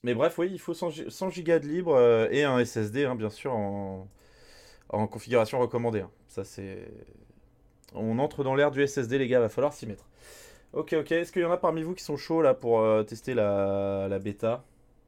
mais bref, oui, il faut cent, cent gigas de libre euh, et un S S D, hein, bien sûr, en, en configuration recommandée. Hein. Ça, c'est... On entre dans l'ère du S S D, les gars, va falloir s'y mettre. Ok, ok. Est-ce qu'il y en a parmi vous qui sont chauds là pour euh, tester la, la bêta?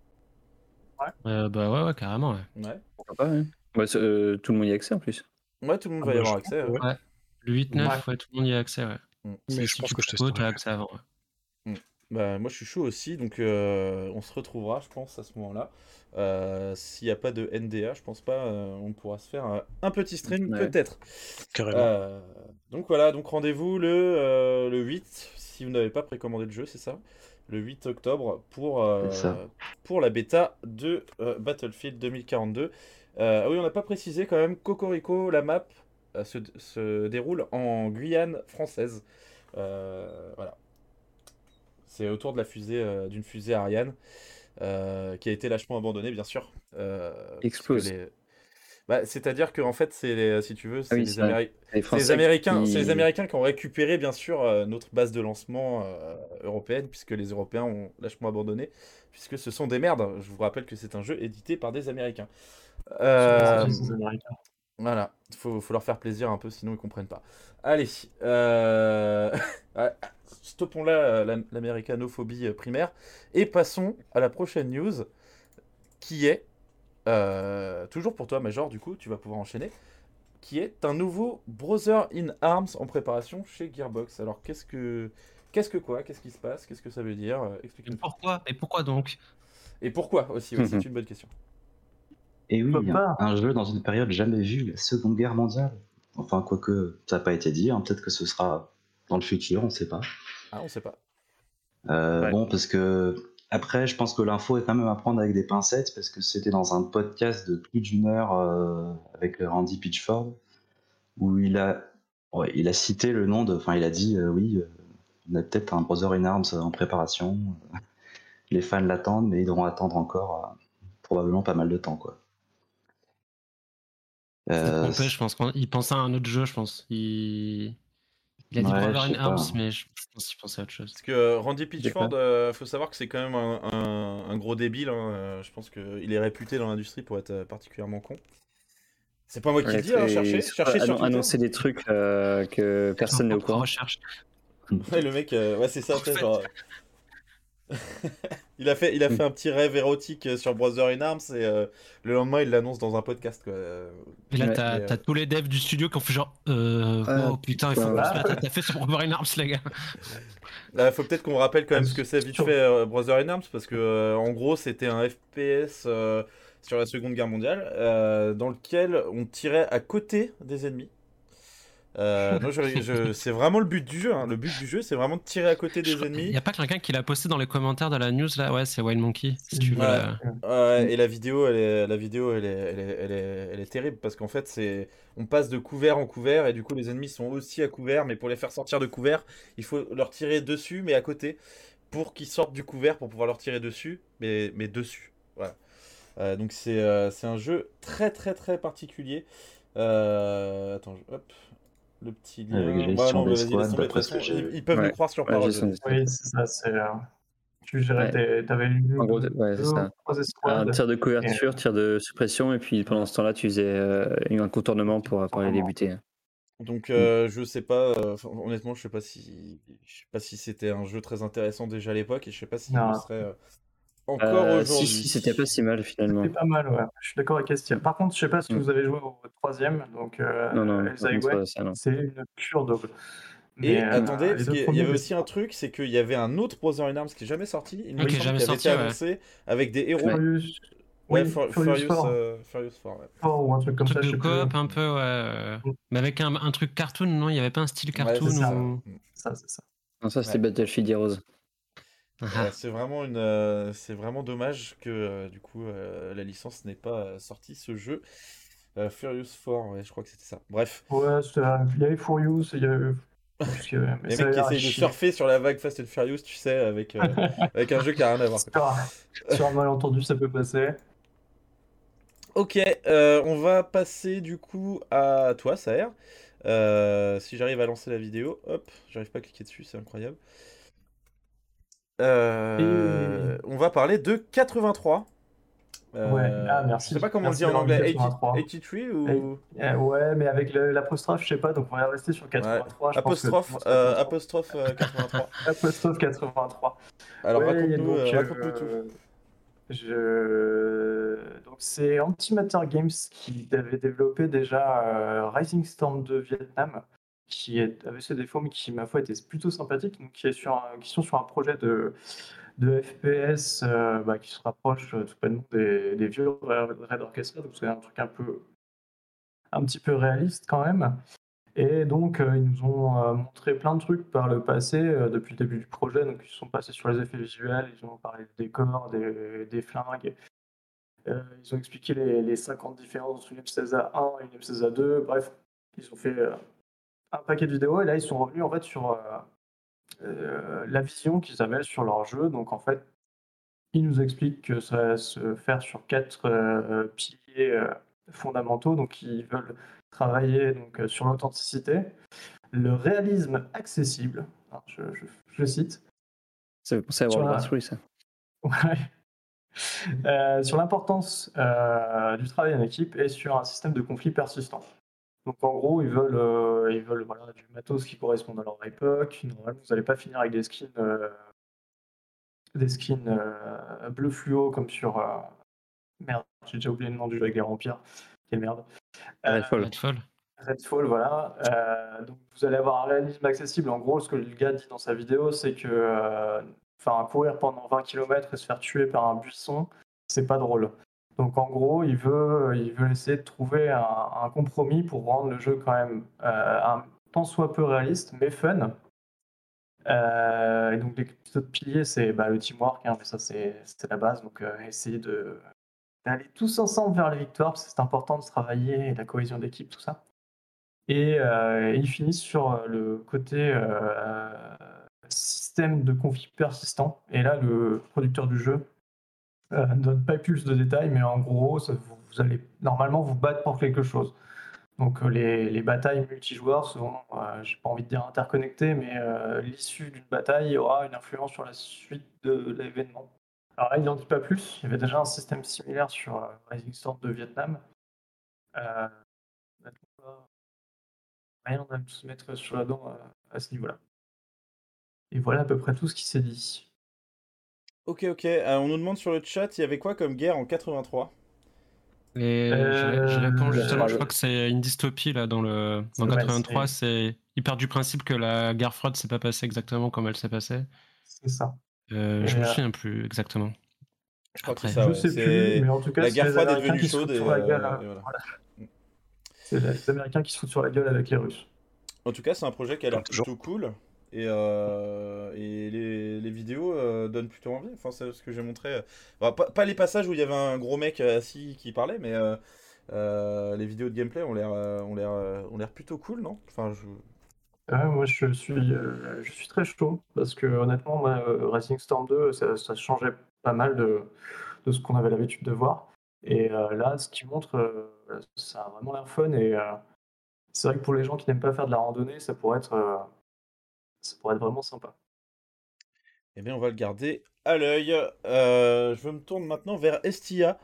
Euh, bah ouais, ouais, carrément. Ouais. Ouais. Pourquoi pas, ouais. Ouais, c'est, euh, tout le monde y a accès en plus. Ouais, tout le monde Ah va y bah, avoir je accès. pense, ouais. ouais. Ouais. Le huit neuf, Ouais. ouais, tout le monde y a accès, ouais. Mm. Mais Si, je si pense tu que je peux go, testerai. t'as accès avant. Ouais. Bah, moi je suis chaud aussi, donc euh, on se retrouvera, je pense, à ce moment-là. Euh, S'il n'y a pas de N D A, je pense pas, euh, on pourra se faire un, un petit stream, Ouais. peut-être. Carrément. Euh, donc voilà, donc rendez-vous le, euh, le huit, si vous n'avez pas précommandé le jeu, c'est ça? Le huit octobre pour, euh, C'est ça. pour la bêta de euh, Battlefield deux mille quarante-deux. Euh, ah oui, on n'a pas précisé quand même, Cocorico, la map euh, se, se déroule en Guyane française. Euh, voilà. C'est autour de la fusée, euh, d'une fusée Ariane, euh, qui a été lâchement abandonnée, bien sûr. euh, parce que Explose. les- Bah, c'est-à-dire que en fait, c'est les- si tu veux, c'est Ah oui, les, c'est vrai. Améri- Les c'est les Français Américains, c'est les qui... Américains qui ont récupéré, bien sûr, euh, notre base de lancement euh, européenne, puisque les Européens ont lâchement abandonné, puisque ce sont des merdes. Je vous rappelle que c'est un jeu édité par des Américains. Euh, C'est ces Américains. voilà, faut, faut leur faire plaisir un peu, sinon ils comprennent pas. Allez, euh... ah, stoppons là euh, la- l'américanophobie euh, primaire et passons à la prochaine news qui est, euh, toujours pour toi Major, du coup tu vas pouvoir enchaîner, qui est un nouveau Brother in Arms en préparation chez Gearbox. Alors qu'est-ce que... Qu'est-ce que quoi? Qu'est-ce qui se passe? Qu'est-ce que ça veut dire? Euh, Et Explique-nous. pourquoi Et pourquoi donc Et pourquoi aussi, ouais, c'est une bonne question. Et oui, Pourquoi un, pas un jeu dans une période jamais vue, la Seconde Guerre mondiale. Enfin, quoique, ça n'a pas été dit, hein, peut-être que ce sera dans le futur, on ne sait pas. Ah, on sait pas. Euh, Ouais. Bon, parce que après, je pense que l'info est quand même à prendre avec des pincettes, parce que c'était dans un podcast de plus d'une heure euh, avec Randy Pitchford, où il a, ouais, il a cité le nom de. Enfin, il a dit euh, oui, euh, on a peut-être un Brother in Arms en préparation. Les fans l'attendent, mais ils devront attendre encore euh, probablement pas mal de temps, quoi. C'est Euh, trompé, je pense qu'il pensait à un autre jeu, je pense. Il, il a dit Ouais, Brother je in sais Arms, pas. mais je pense qu'il pensait à autre chose. Parce que euh, Randy D'accord. Pitchford, euh, faut savoir que c'est quand même un, un- un gros débile. Hein, euh, je pense qu'il est réputé dans l'industrie pour être euh, particulièrement con. C'est pas moi qui le Ouais, dis, hein, et cherchez, surtout cherchez sur annon- Twitter. annoncer des trucs euh, que personne n'est au Propre courant. recherche. Ouais, le mec, euh, ouais, c'est ça, En tu sais, fait. genre. il a fait, il a fait un petit rêve érotique euh, sur Brother in Arms et euh, le lendemain il l'annonce dans un podcast, quoi. Euh, Et là, Ouais, t'as mais, t'as euh, tous les devs du studio qui ont fait genre euh, Ah, oh putain, il faut putain, qu'on se ouais. mette à taffer sur Brother in Arms, les gars. là, faut peut-être qu'on rappelle quand même Ouais, ce que c'est vite sur- fait euh, Brother in Arms parce que euh, en gros c'était un F P S euh, sur la Seconde Guerre mondiale euh, dans lequel on tirait à côté des ennemis. Euh, non, je, je- c'est vraiment le but du jeu. Hein. Le but du jeu, c'est vraiment de tirer à côté des Il ennemis. y a pas quelqu'un qui l'a posté dans les commentaires de la news là? Ouais, c'est Wild Monkey. Si tu veux. Ouais. la- Ouais, et la vidéo, elle est, la vidéo, elle est, elle est, elle est, elle est terrible parce qu'en fait, c'est, on passe de couvert en couvert et du coup, les ennemis sont aussi à couvert, mais pour les faire sortir de couvert, il faut leur tirer dessus, mais à côté, pour qu'ils sortent du couvert pour pouvoir leur tirer dessus, mais, mais dessus. Voilà. Euh, donc c'est, euh, c'est un jeu très, très, très particulier. Euh, attends, je- hop. Le petit lien. Avec Ouais, gestion non, mais des vas-y, laisse squads, tomber. De d'après toute ce que façon, j'ai ils, vu. ils peuvent nous Ouais. croire sur Ouais, parole. gestion je- des squads. Oui, c'est ça. C'est, euh, tu gérais Ouais. tes- t'avais une, En gros, ouais, c'est deux, ça. trois Un escouades. tir de Et, couverture, tir de suppression, et puis pendant ce temps-là, tu faisais euh, un contournement pour, pour aller les buter. Donc euh, je sais pas, euh, enfin, honnêtement je sais pas si je sais pas si c'était un jeu très intéressant déjà à l'époque et je sais pas s'il Non. le serait euh, encore Euh, aujourd'hui. si, si, c'était pas si mal finalement. c'est pas mal, ouais. Je suis d'accord avec Estienne. Par contre, je sais pas si Mm. vous avez joué au troisième, donc euh, Non, non, Elsa par contre, Highway, ça, ça, non. c'est une pure double. Et Mais, euh, attendez, les parce deux qu'il y premiers, avait mais aussi c'est un truc, c'est qu'il y avait un autre Brother in Arms qui est jamais sorti, il me Ok, semble, jamais qui avait sorti, été ouais. annoncé avec des héros. Ouais. Furious, Ouais, oui, Fur- Furious Furious, four, euh, Furious four, ouais. four ou un truc comme Truc ça, je de sais plus. coop un peu, ouais. euh, Mm. Mais avec un, un truc cartoon, non? Il y avait pas un style Ouais, cartoon c'est ça. ou. Mm. Ça, c'est ça. Non, ça c'était Ouais. Battlefield Heroes. Ah, Euh, c'est vraiment une, euh, c'est vraiment dommage que euh, du coup euh, la licence n'ait pas euh, sorti ce jeu. Euh, Furious four, ouais, je crois que c'était ça. Bref, Ouais, c'était- il y avait Furious, il y avait. je sais plus ce qu'il y avait, mais les ça mecs qui avait l'air à essayent de chier. surfer sur la vague Fast and Furious, tu sais, avec, euh, avec un jeu qui a rien à voir. quoi. Sur, sur un malentendu, ça peut passer. Ok, euh, on va passer du coup à toi, Saher. Euh, si j'arrive à lancer la vidéo, hop, j'arrive pas à cliquer dessus, c'est incroyable. Euh, Et- On va parler de quatre-vingt-trois. Euh, Ouais, ah, merci. Je sais pas comment Merci on le dit en d'avoir anglais. mis quatre-vingt-trois. quatre-vingt-trois ou... Eh, ouais, mais avec le- l'apostrophe, je sais pas, donc on va rester sur Ouais. quatre-vingt-trois. Je pense que tout le Apostrophe, monde euh, s'apostrophe. apostrophe euh, quatre-vingt-trois. Apostrophe quatre-vingt-trois. Alors Ouais, il y a raconte-nous donc, euh, raconte-nous tout. euh, je... donc c'est Antimatter Games qui avait développé déjà euh, Rising Storm deux Vietnam, qui est, avait ses défauts, mais qui, ma foi, était plutôt sympathique, donc qui, est sur un- qui sont sur un projet de, de F P S euh, bah, qui se rapproche euh, tout bonnement des, des vieux Red Orchestra, donc c'est un truc un peu un petit peu réaliste quand même. Et donc, euh, ils nous ont euh, montré plein de trucs par le passé, euh, depuis le début du projet. Donc, ils sont passés sur les effets visuels, ils ont parlé des décors, des, des flingues. Euh, ils ont expliqué les, les cinquante différences entre une M seize A un et une M seize A deux. Bref, ils ont fait euh, un paquet de vidéos. Et là, ils sont revenus en fait sur euh, euh, la vision qu'ils avaient sur leur jeu. Donc, en fait, ils nous expliquent que ça va se faire sur quatre euh, piliers euh, fondamentaux. Donc, ils veulent travailler donc, euh, sur l'authenticité, le réalisme accessible, hein, je, je- je cite, Ça fait penser à sur, World la- War trois, ça. ouais. Euh, sur l'importance euh, du travail en équipe et sur un système de conflit persistant. Donc en gros, ils veulent, euh, ils veulent voilà, du matos qui correspond à leur époque. Normalement, vous n'allez pas finir avec des skins, euh, des skins euh, bleu fluo comme sur... euh, Merde, j'ai déjà oublié le nom du jeu avec les vampires. Quelle merde. Euh, Redfall. Redfall. Redfall, voilà. Euh, donc vous allez avoir un réalisme accessible. En gros, ce que le gars dit dans sa vidéo, c'est que euh, enfin, courir pendant vingt kilomètres et se faire tuer par un buisson, c'est pas drôle. Donc en gros, il veut, il veut essayer de trouver un, un compromis pour rendre le jeu quand même euh, un tant soit peu réaliste, mais fun. Euh, et donc les autres piliers, c'est bah, le teamwork, hein, mais ça c'est c'est la base. Donc euh, essayer de d'aller tous ensemble vers la victoire, parce que c'est important de travailler, et la cohésion d'équipe, tout ça. Et euh, ils finissent sur le côté euh, système de conflit persistant. Et là, le producteur du jeu euh, ne donne pas plus de détails, mais en gros, ça, vous, vous allez normalement vous battre pour quelque chose. Donc euh, les, les batailles multijoueurs sont, euh, j'ai pas envie de dire interconnectées, mais euh, l'issue d'une bataille aura une influence sur la suite de l'événement. Alors là, il n'en dit pas plus. Il y avait déjà un système similaire sur euh, Rising Storm de Vietnam. Euh, rien à se mettre sur la dent à, à ce niveau-là. Et voilà à peu près tout ce qui s'est dit. Ok, ok. Euh, on nous demande sur le chat, il y avait quoi comme guerre en quatre-vingt-trois? Et je, Euh, je réponds justement, euh, je crois que c'est une dystopie là dans le dans Ouais, quatre-vingt-trois. c'est- C'est ils partent du principe que la guerre froide s'est pas passée exactement comme elle s'est passée. C'est ça. Euh, Et, je me euh, souviens plus exactement. Je crois que c'est Après, ça, je ouais. sais plus, C'est... mais en tout cas, La c'est guerre les froide est Américains devenue qui se chaude foutent et, sur la gueule. euh, euh, et voilà. voilà. C'est les Américains qui se foutent sur la gueule avec les Russes. En tout cas, c'est un projet qui a l'air Comme toujours. plutôt cool. Et, euh, et les, les vidéos euh, donnent plutôt envie. Enfin, c'est ce que j'ai montré. Enfin, pas, pas les passages où il y avait un gros mec assis qui parlait, mais euh, euh, les vidéos de gameplay ont l'air, euh, ont l'air, euh, ont l'air plutôt cool, non? Enfin, je... Ouais, moi, je suis, euh, je suis très chaud parce que honnêtement, moi, euh, Racing Storm deux, ça, ça changeait pas mal de, de ce qu'on avait l'habitude de voir. Et euh, là, ce qui montre, euh, ça a vraiment l'air fun. Et euh, c'est vrai que pour les gens qui n'aiment pas faire de la randonnée, ça pourrait être, euh, ça pourrait être vraiment sympa. Eh bien, on va le garder à l'œil. Euh, je me tourne maintenant vers Estia.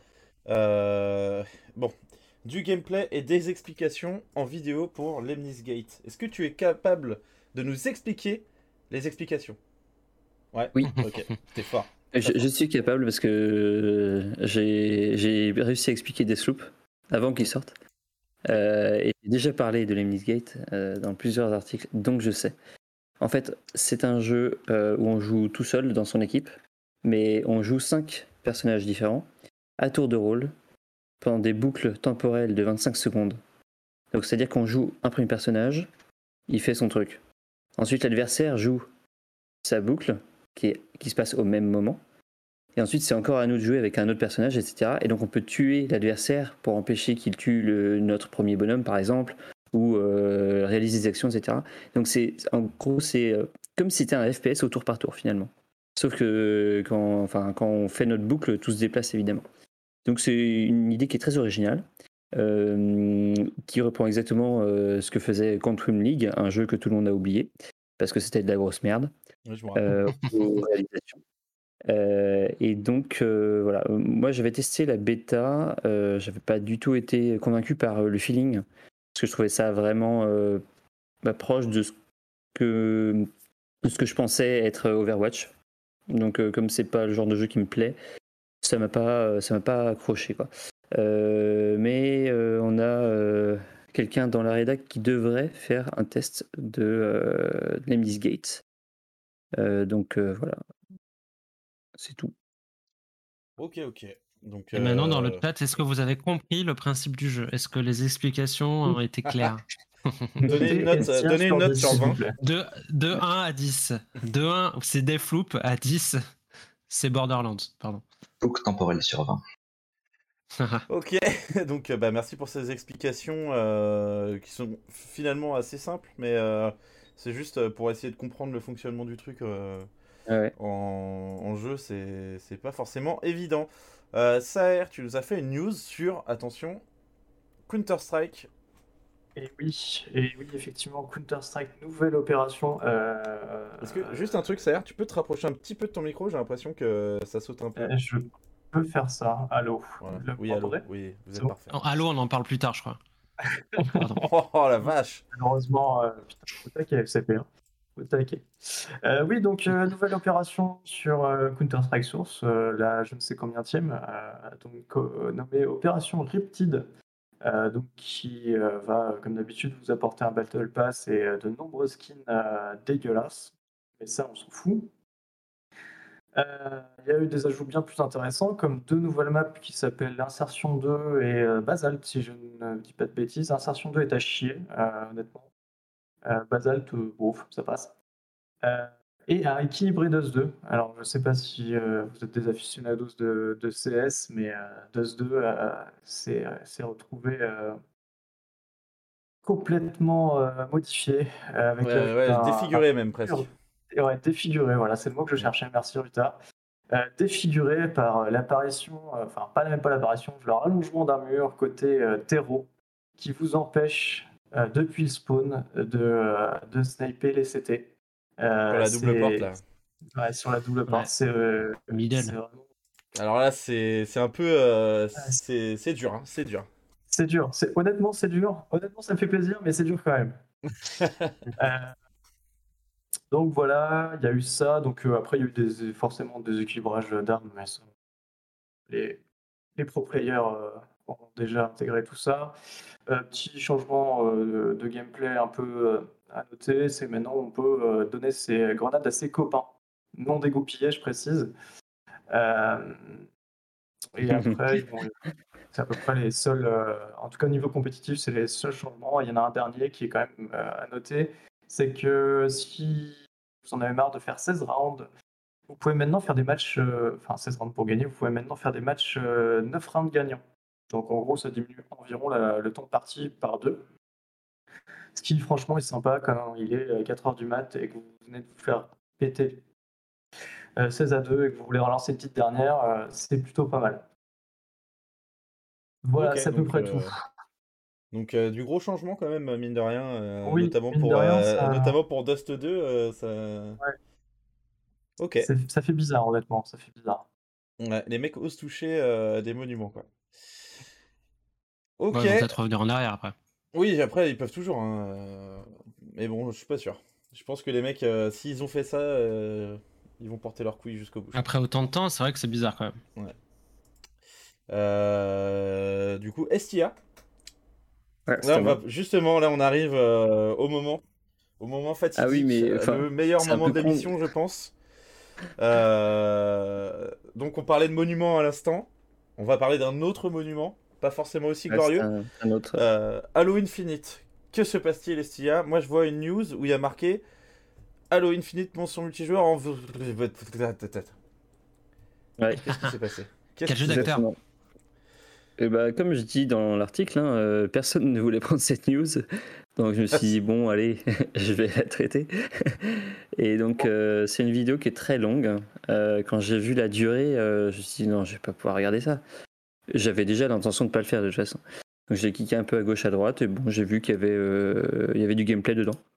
Euh, Bon, du gameplay et des explications en vidéo pour Lemnis Gate. Est-ce que tu es capable de nous expliquer les explications? Ouais, Oui. ok, t'es fort. Je, je suis capable parce que euh, j'ai j'ai réussi à expliquer Deathloop avant qu'il sorte. Euh, et j'ai déjà parlé de Lemnis Gate euh, dans plusieurs articles, donc je sais. En fait, c'est un jeu euh, où on joue tout seul dans son équipe, mais on joue cinq personnages différents, à tour de rôle, pendant des boucles temporelles de vingt-cinq secondes. Donc c'est-à-dire qu'on joue un premier personnage, il fait son truc. Ensuite, l'adversaire joue sa boucle, qui, est, qui se passe au même moment. Et ensuite, c'est encore à nous de jouer avec un autre personnage, et cetera. Et donc, on peut tuer l'adversaire pour empêcher qu'il tue le, notre premier bonhomme, par exemple, ou euh, réaliser des actions, et cetera. Donc, c'est, en gros, c'est euh, comme si c'était un F P S au tour par tour, finalement. Sauf que quand, enfin, quand on fait notre boucle, tout se déplace, évidemment. Donc, c'est une idée qui est très originale, euh, qui reprend exactement euh, ce que faisait Quantum League, un jeu que tout le monde a oublié. parce que c'était de la grosse merde Ouais, je me rappelle. euh, aux réalisations. Euh, et donc euh, voilà, moi j'avais testé la bêta, euh, j'avais pas du tout été convaincu par le feeling, parce que je trouvais ça vraiment euh, bah, proche de ce que de ce que je pensais être Overwatch. Donc euh, comme c'est pas le genre de jeu qui me plaît, ça m'a pas ça m'a pas accroché quoi. Euh, mais euh, on a euh, quelqu'un dans la rédac qui devrait faire un test de euh, Lemnis Gate. Euh, donc euh, voilà, c'est tout. Ok, ok. Donc, Et maintenant, dans le euh, chat, est-ce que vous avez compris le principe du jeu? Est-ce que les explications ont été claires? donnez une note, Notez donnez une note dix, sur s'il vous vingt. plaît. De, de un à dix. De un, c'est Deathloop. À dix, c'est Borderlands. Pardon. Boucle temporelle sur vingt. Ok, donc euh, bah, merci pour ces explications euh, qui sont finalement assez simples, mais euh, c'est juste euh, pour essayer de comprendre le fonctionnement du truc euh, Ouais. en, en jeu, c'est c'est pas forcément évident. Euh, Saer, tu nous as fait une news sur, attention, Counter-Strike. Et oui, et oui, effectivement, Counter-Strike, nouvelle opération. Euh, Est-ce que, juste un truc, Saer, tu peux te rapprocher un petit peu de ton micro? J'ai l'impression que ça saute un peu. euh, je peux faire ça. Allô? Voilà. Là, vous Oui, allô, m'entendez? oui, vous C'est êtes bon parfait. Oh, allô, on en parle plus tard, je crois. Pardon. Oh la vache! Malheureusement, euh, putain, au taquet F C P. Hein. Au taquet. Euh, oui, donc, euh, nouvelle opération sur euh, Counter-Strike Source, euh, la je ne sais combienième, euh, donc, euh, nommée Opération Riptide. Euh, donc, qui euh, va, comme d'habitude, vous apporter un Battle Pass et euh, de nombreux skins euh, dégueulasses. Mais ça, on s'en fout. Euh, Il y a eu des ajouts bien plus intéressants, comme deux nouvelles maps qui s'appellent Insertion deux et euh, Basalt, si je ne dis pas de bêtises. Insertion deux est à chier, euh, honnêtement. Euh, Basalt, euh, ouf, ça passe. Euh, et un Equilibridus deux. Alors, je ne sais pas si euh, vous êtes des aficionados de, de C S, mais euh, Dust deux euh, s'est s'est retrouvé euh, complètement euh, modifié, euh, avec Ouais, l'ajout ouais, d'un défiguré même d'un presque. mur. Et ouais, défiguré, voilà, c'est le mot que je cherchais, merci Ruta. Euh, défiguré par euh, l'apparition, euh, enfin pas même pas l'apparition, le rallongement d'un mur côté euh, terreau qui vous empêche euh, depuis le spawn de, euh, de sniper les C T. Euh, Sur la double porte c'est là. ouais, sur la double porte, Ouais. c'est euh, Middle. c'est vraiment Alors là, c'est c'est un peu. euh, Ah, c'est- c'est c'est dur, hein, c'est dur. c'est dur. C'est honnêtement c'est dur. Honnêtement ça me fait plaisir, mais c'est dur quand même. Euh, donc voilà, il y a eu ça. Donc euh, après il y a eu des, forcément des équilibrages d'armes, mais ça, les les pro players euh, ont déjà intégré tout ça. Euh, petit changement euh, de gameplay un peu euh, à noter, c'est maintenant on peut euh, donner ses grenades à ses copains, non dégoupillés, je précise. Euh, et après, bon, c'est à peu près les seuls, euh, en tout cas au niveau compétitif, c'est les seuls changements. Il y en a un dernier qui est quand même euh, à noter, c'est que si vous en avez marre de faire seize rounds, vous pouvez maintenant faire des matchs, euh, enfin seize rounds pour gagner, vous pouvez maintenant faire des matchs euh, neuf rounds gagnants. Donc en gros, ça diminue environ la- le temps de partie par deux. Ce qui, franchement, est sympa quand il est quatre heures du mat et que vous venez de vous faire péter euh, seize à deux et que vous voulez relancer une petite dernière, euh, c'est plutôt pas mal. Voilà, Ok, c'est à peu donc, près euh, tout. Donc euh, du gros changement quand même, mine de rien, euh, Oui, notamment, mine de pour, rien, euh, ça, notamment pour Dust deux, euh, ça... Ok. c'est- ça fait bizarre, honnêtement, ça fait bizarre. Ouais, les mecs osent toucher euh, des monuments, quoi. Ok. Ouais, ils vont peut-être revenir en arrière après. Oui, après, ils peuvent toujours, hein, euh, mais bon, je suis pas sûr. Je pense que les mecs, euh, s'ils ont fait ça, euh, ils vont porter leurs couilles jusqu'au bout. Après autant de temps, c'est vrai que c'est bizarre quand même. Ouais. Euh, du coup, Estia. Ouais, Là, c'était on va, moi. justement, là, on arrive euh, au moment, au moment fatidique, Ah oui, mais, enfin, le meilleur c'est un moment peu de con. l'émission, je pense. Euh, donc, on parlait de monument à l'instant. On va parler d'un autre monument, pas forcément aussi Ouais, c'est glorieux. un, un autre. Euh, Halo Infinite. Que se passe-t-il, Estia? Moi, je vois une news où il y a marqué Halo Infinite, mention multijoueur en. Ouais, Qu'est-ce qui s'est passé? Qu'est-ce Quel qui jeu s'est d'acteur? passé exactement. Et bah, comme je dis dans l'article, hein, euh, personne ne voulait prendre cette news. Donc je me suis dit, bon, allez, je vais la traiter. Et donc, euh, c'est une vidéo qui est très longue. Euh, quand j'ai vu la durée, euh, je me suis dit, non, je vais pas pouvoir regarder ça. J'avais déjà l'intention de ne pas le faire de toute façon. Donc j'ai cliqué un peu à gauche, à droite, et bon, j'ai vu qu'il y avait, euh, il y avait du gameplay dedans.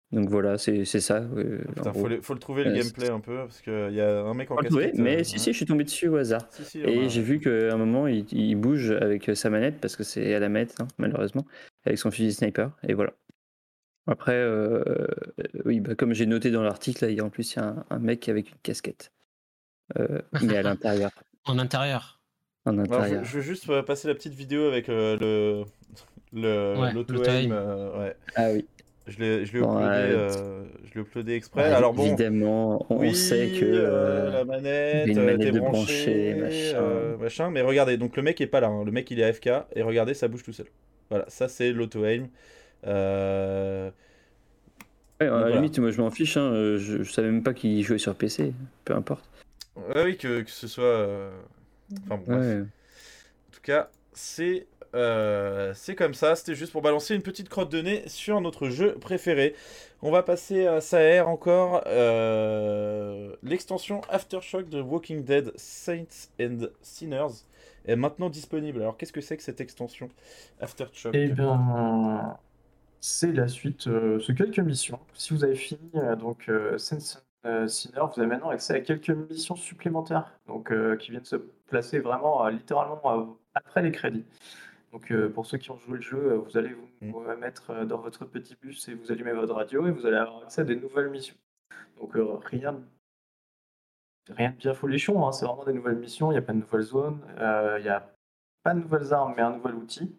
donc voilà, c'est c'est ça. euh, en Putain, faut, gros. le, faut le trouver le Euh, gameplay un peu, parce qu'il y a un mec en Pas le trouver, casquette. mais euh, si, ouais. si, je suis tombé dessus au hasard. Si, si, on a- Et j'ai vu qu'à un moment, il, il bouge avec sa manette, parce que c'est à la manette, hein, malheureusement, avec son fusil sniper, et voilà. Après, euh, euh, oui, bah, comme j'ai noté dans l'article, là, il y a en plus il y a un, un mec avec une casquette, euh, mais à l'intérieur. En intérieur. En Alors, je, intérieur. je veux juste euh, passer la petite vidéo avec euh, le le Ouais, l'auto-aim. l'auto-aim. euh, ouais. Ah oui. Je l'ai je l'ai Bon, uploadé, euh, euh, je l'ai uploadé exprès. ouais, Alors bon, évidemment, on, on oui, sait que euh, euh, la il y a manette une euh, manette t'es de branché, brancher, machin. euh, machin. Mais regardez, donc le mec est pas là, hein. Le mec il est A F K et regardez, ça bouge tout seul. Voilà, ça c'est l'auto-aim. Euh, Ouais, à donc la voilà. limite, moi je m'en fiche, hein, euh, je, je savais même pas qu'il jouait sur P C, peu importe. Ouais, oui, que, que ce soit. euh, Enfin bon, bref. Ouais. En tout cas, c'est euh, c'est comme ça. C'était juste pour balancer une petite crotte de nez sur notre jeu préféré. On va passer à Saer encore. Euh, L'extension Aftershock de Walking Dead Saints and Sinners est maintenant disponible. Alors, qu'est-ce que c'est que cette extension Aftershock? Eh bien, c'est la suite, euh, c'est quelques missions. Si vous avez fini euh, donc euh, Saints and Sinner, vous avez maintenant accès à quelques missions supplémentaires, donc euh, qui viennent se placer vraiment euh, littéralement euh, après les crédits. Donc euh, pour ceux qui ont joué le jeu, euh, vous allez vous, Mm. vous mettre euh, dans votre petit bus et vous allumez votre radio et vous allez avoir accès à des nouvelles missions. Donc euh, rien, de- rien de bien folichon, hein, c'est vraiment des nouvelles missions. Il n'y a pas de nouvelles zones, euh, il n'y a pas de nouvelles armes, mais un nouvel outil.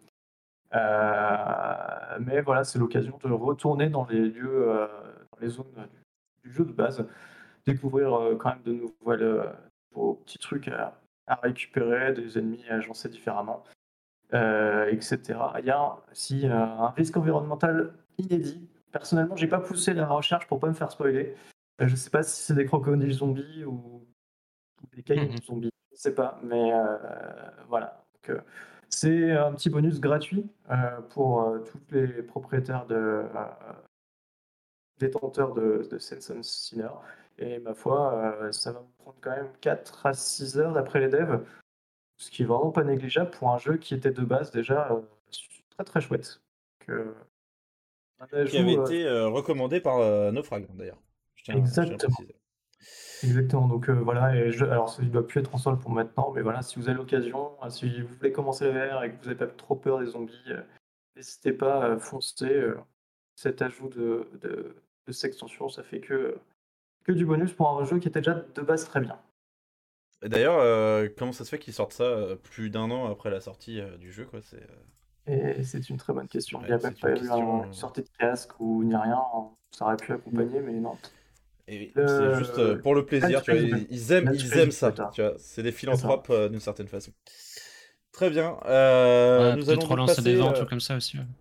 Euh, mais voilà, c'est l'occasion de retourner dans les lieux, euh, dans les zones du, du jeu de base, découvrir euh, quand même de nouvelles, euh, nouveaux petits trucs à, à récupérer, des ennemis agencés différemment, euh, et cetera. Il y a aussi euh, un risque environnemental inédit. Personnellement, j'ai pas poussé la recherche pour pas me faire spoiler. Euh, je sais pas si c'est des crocodiles zombies ou, ou des caïmans Mhm. zombies, je sais pas, mais euh, voilà. Donc, euh, c'est un petit bonus gratuit euh, pour euh, tous les propriétaires de euh, détenteurs de, de Saints and Sinner. Et ma foi, euh, ça va me prendre quand même quatre à six heures d'après les devs, ce qui est vraiment pas négligeable pour un jeu qui était de base déjà euh, très très chouette. Donc, euh, un Qui ajout, avait euh, été euh, recommandé par euh, Naufrag, d'ailleurs. Je tiens, je tiens à exactement. préciser. Exactement, donc euh, voilà, et je, alors ça, il ne doit plus être en solde pour maintenant, mais voilà, si vous avez l'occasion, euh, si vous voulez commencer le V R et que vous n'avez pas trop peur des zombies, euh, n'hésitez pas à foncer. euh, cet ajout de, de, de cette extension, ça fait que, que du bonus pour un jeu qui était déjà de base très bien. Et d'ailleurs, euh, comment ça se fait qu'ils sortent ça euh, plus d'un an après la sortie euh, du jeu, quoi? C'est euh, Et c'est une très bonne question. Ouais, Il n'y a même c'est pas une eu question, un- une euh. sortie de casque ou ni rien, ça aurait pu accompagner, mais non. Et Le- c'est juste euh, pour le plaisir, tu vois, Catchphrase, ils, ils aiment, ils catchphrase aiment ça, plus tard. tu vois, c'est des philanthropes euh, d'une certaine façon. Très bien, euh, Ouais, nous peut-être allons donc relancer passer... des ventes euh, ou comme ça aussi. ouais.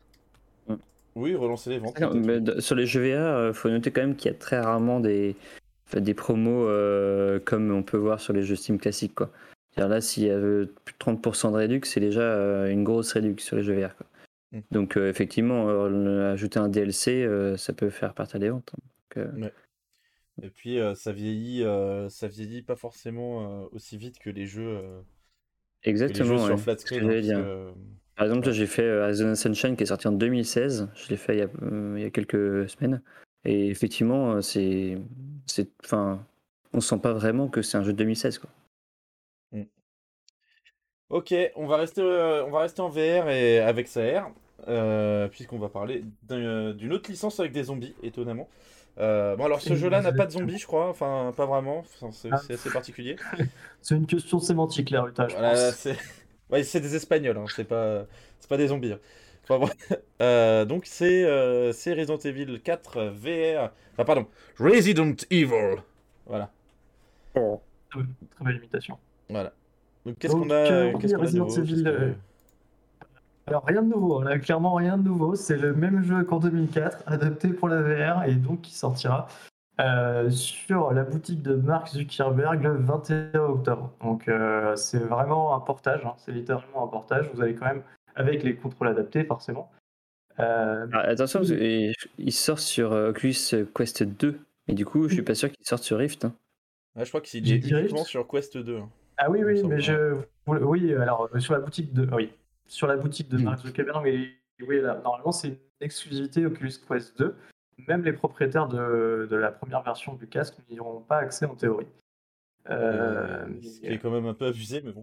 Oui, relancer les ventes, D'accord, peut-être. mais oui. de- sur les jeux V R, il faut noter quand même qu'il y a très rarement des, enfin, des promos euh, comme on peut voir sur les jeux Steam classiques, quoi. C'est-à-dire là, s'il y a euh, plus de trente pour cent de réduc, c'est déjà euh, une grosse réduc sur les jeux V R, quoi. Mm. Donc euh, effectivement, euh, le- ajouter un D L C, euh, ça peut faire partie des ventes, hein. Donc, euh, Ouais. Et puis, euh, ça vieillit, euh, ça vieillit pas forcément euh, aussi vite que les jeux, euh, que les jeux exactement, sur ouais. flat C'est ce que screen, hein, j'allais parce dire. que... Par exemple, voilà. j'ai fait euh, Arizona Sunshine qui est sorti en deux mille seize. Je l'ai fait il y a, euh, il y a quelques semaines. Et effectivement, euh, c'est, c'est, enfin, on sent pas vraiment que c'est un jeu de deux mille seize, quoi. Mm. Ok, on va rester, euh, on va rester en V R et avec Saer, euh, puisqu'on va parler d'un- d'une autre licence avec des zombies, étonnamment. Euh, bon, alors ce jeu-là n'a pas de zombies, je crois, enfin, pas vraiment, enfin, c'est Ah. c'est assez particulier. C'est une question sémantique, là, Ruta, je Voilà, pense. c'est ouais, c'est des Espagnols, hein, c'est pas, c'est pas des zombies, hein. Enfin, bref. Euh, donc c'est euh, c'est Resident Evil quatre V R, enfin pardon, Resident Evil, voilà, Très, très belle imitation. voilà. Donc qu'est-ce qu'on Donc, a, euh, qu'est-ce qu'on a de Resident nouveau? Evil, Qu'est-ce que- euh, Alors rien de nouveau, on a clairement rien de nouveau, c'est le même jeu qu'en deux mille quatre, adapté pour la V R et donc qui sortira euh, sur la boutique de Mark Zuckerberg le vingt et un octobre. Donc euh, c'est vraiment un portage, hein, c'est littéralement un portage, vous allez quand même avec les contrôles adaptés forcément. Euh, Ah, attention, oui. parce qu'il il sort sur euh, Oculus Quest deux. Et du coup, je suis pas sûr qu'il sorte sur Rift, hein. Ouais, je crois qu'il J'ai est dit uniquement Rift. sur Quest deux. hein. Ah oui, Il me oui, semble, mais ouais. je. Oui, alors euh, sur la boutique de. Oui, sur la boutique de Hmm. Mark Zuckerberg, mais oui, là, normalement c'est une exclusivité Oculus Quest deux. même les propriétaires de, de la première version du casque n'y auront pas accès en théorie. Euh, Et mais, Ce qui est quand même un peu abusé, mais bon.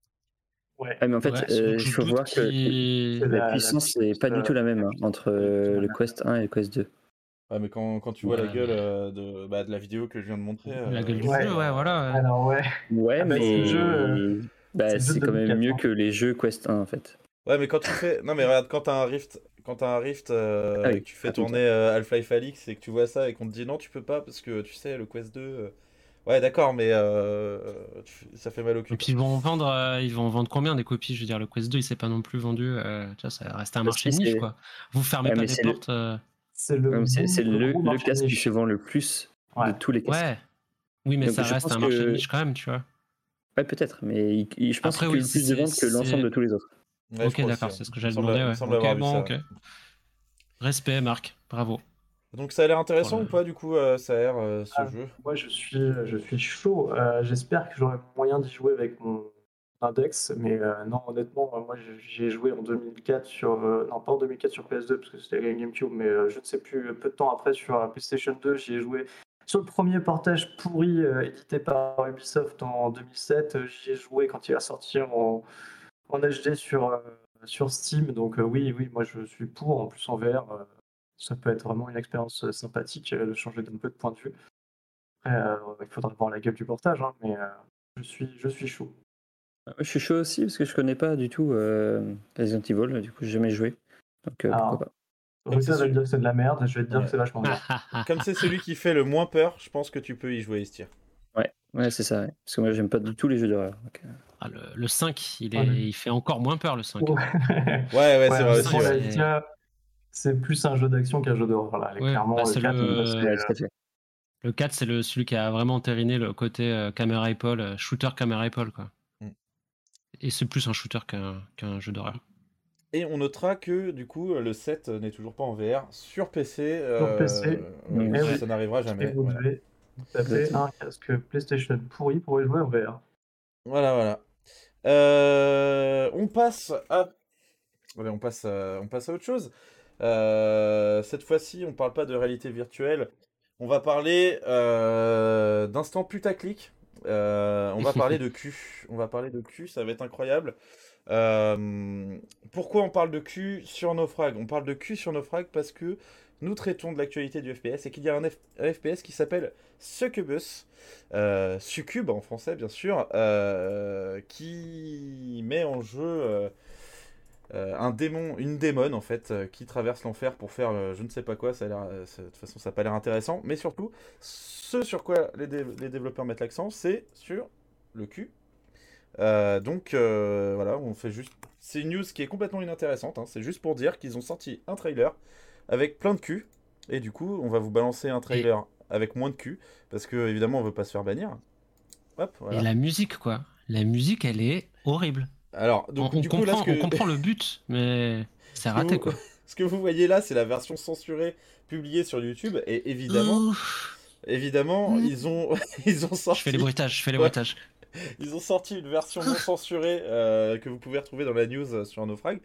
ouais, Ah, mais en fait, Ouais, euh, donc il je faut doute voir que qu'il- c'est la la, la puissance n'est puissance, pas du tout la euh, même la hein, puissance entre pas du tout euh, la le même. Quest un et le Quest deux. Ouais, mais quand, quand tu vois la Ouais, gueule mais- euh, de, bah, de la vidéo que je viens de montrer. La gueule du Ouais. jeu, ouais, voilà. ouais. Alors ouais, Ouais, Ah bah, mais c'est le jeu, euh, bah, c'est le jeu c'est de quand même deux mille quatre, mieux hein. que les jeux Quest un en fait. Ouais, mais quand tu fais. Non, mais regarde, quand t'as un Rift, quand t'as un Rift euh, Ah et oui, que tu fais pas comme tourner euh, Half-Life Alyx et que tu vois ça et qu'on te dit non, tu peux pas parce que tu sais, le Quest deux. euh, Ouais, d'accord, mais euh, tu- ça fait mal au cul. Et puis ils vont vendre, euh, ils vont vendre combien des copies? Je veux dire, le Quest deux, il s'est pas non plus vendu. euh, tu vois, ça reste un Bah, marché si, de niche, c'est- quoi. Vous fermez Ouais, pas mais des c'est le- portes. euh, C'est le, Ouais, mais c'est bon- c'est le le, gros le marché de casque qui niche. se vend le plus de Ouais. tous les casques. Ouais. Oui, mais Donc, ça je reste pense un marché de que- niche quand même, tu vois. Ouais, peut-être, mais il- il- je pense Après, qu'il fait oui, le plus c'est- de ventes que c'est- l'ensemble de tous les autres. Ouais, je Ok, crois d'accord, aussi, c'est ce que hein. Il me j'allais semble- demander. Il me Ouais. semble Ok, avoir vu bon, ça. ok. Respect, Marc. Bravo. Donc ça a l'air intéressant Pour ou le- pas, du coup, euh, ça a l'air euh, ce Ah, jeu? Moi, je suis, je suis chaud. Euh, j'espère que j'aurai moyen d'y jouer avec mon index, mais euh, non, honnêtement, euh, moi, j'ai- j'ai joué en deux mille quatre sur, euh, non, pas en deux mille quatre sur P S deux parce que c'était la GameCube, mais euh, je ne sais plus, peu de temps après sur la PlayStation deux, j'y ai joué sur le premier portage pourri euh, édité par Ubisoft en deux mille sept. euh, J'y ai joué quand il va sortir en, en H D sur, euh, sur Steam. Donc euh, oui, oui, moi, je suis pour. En plus, en V R, euh, ça peut être vraiment une expérience euh, sympathique euh, de changer d'un peu de point de vue. Après, euh, il faudra voir la gueule du portage, hein, mais euh, je, suis, je suis chaud. Je suis chaud aussi parce que je connais pas du tout euh, Resident Evil, du coup j'ai jamais joué. Donc euh, Ah. pourquoi pas. Comme Ruta c'est va te celui- dire que c'est de la merde et je vais te dire Ouais. que c'est vachement bien. Comme c'est celui qui fait le moins peur, je pense que tu peux y jouer, Estir. Ouais, ouais c'est ça. Ouais. Parce que moi j'aime pas du tout les jeux d'horreur. donc, euh, Ah, le, le cinq, il, est, Ouais. il fait encore moins peur, le cinq. Ouais, Ouais, ouais, c'est vrai mais aussi. pour ouais. la Ouais. Vita, c'est plus un jeu d'action qu'un jeu d'horreur. Là. Ouais, Clairement, bah, le c'est quatre, le- c'est, ouais, euh, tout à fait. Le quatre, c'est le, celui qui a vraiment entériné le côté euh, caméra épaule, euh, shooter caméra épaule, quoi. Mm. Et c'est plus un shooter qu'un qu'un jeu d'horreur. Et on notera que du coup le sept n'est toujours pas en V R sur P C. euh, P C. ouais, Eh ça, oui. ça n'arrivera et jamais. vous Voilà, devez taper un casque PlayStation pourri pour y jouer en V R. voilà. voilà. Euh, on passe à. Allez, on passe à... on passe à autre chose. Euh, Cette fois-ci, on parle pas de réalité virtuelle. On va parler euh, d'instant putaclic. Euh, on va parler de cul. On va parler de cul, ça va être incroyable. Euh, pourquoi on parle de cul sur Naufrag? On parle de cul sur Naufrag parce que nous traitons de l'actualité du F P S et qu'il y a un, F- un F P S qui s'appelle Succubus, euh, Succube en français bien sûr, euh, qui met en jeu euh, euh, un démon, une démone en fait, euh, qui traverse l'enfer pour faire euh, je ne sais pas quoi. Ça a l'air, euh, ça- de toute façon, ça n'a pas l'air intéressant, mais surtout, ce sur quoi les, dé- les développeurs mettent l'accent, c'est sur le cul. Euh, donc euh, voilà, on fait juste. C'est une news qui est complètement inintéressante. Hein. C'est juste pour dire qu'ils ont sorti un trailer avec plein de cul. Et du coup, on va vous balancer un trailer avec moins de cul. Parce que évidemment, on veut pas se faire bannir. Hop, voilà. Et la musique, quoi. La musique, elle est horrible. Alors, donc, on, on du coup, comprend, là, ce que... on comprend le but, mais c'est ce que raté, vous- quoi. ce que vous voyez là, c'est la version censurée publiée sur YouTube. Et évidemment, Ouh, évidemment, Mm. ils ont, ils ont sorti. je fais les bruitages, je fais les Ouais. bruitages. Ils ont sorti une version non censurée euh, que vous pouvez retrouver dans la news euh, sur Naufrag,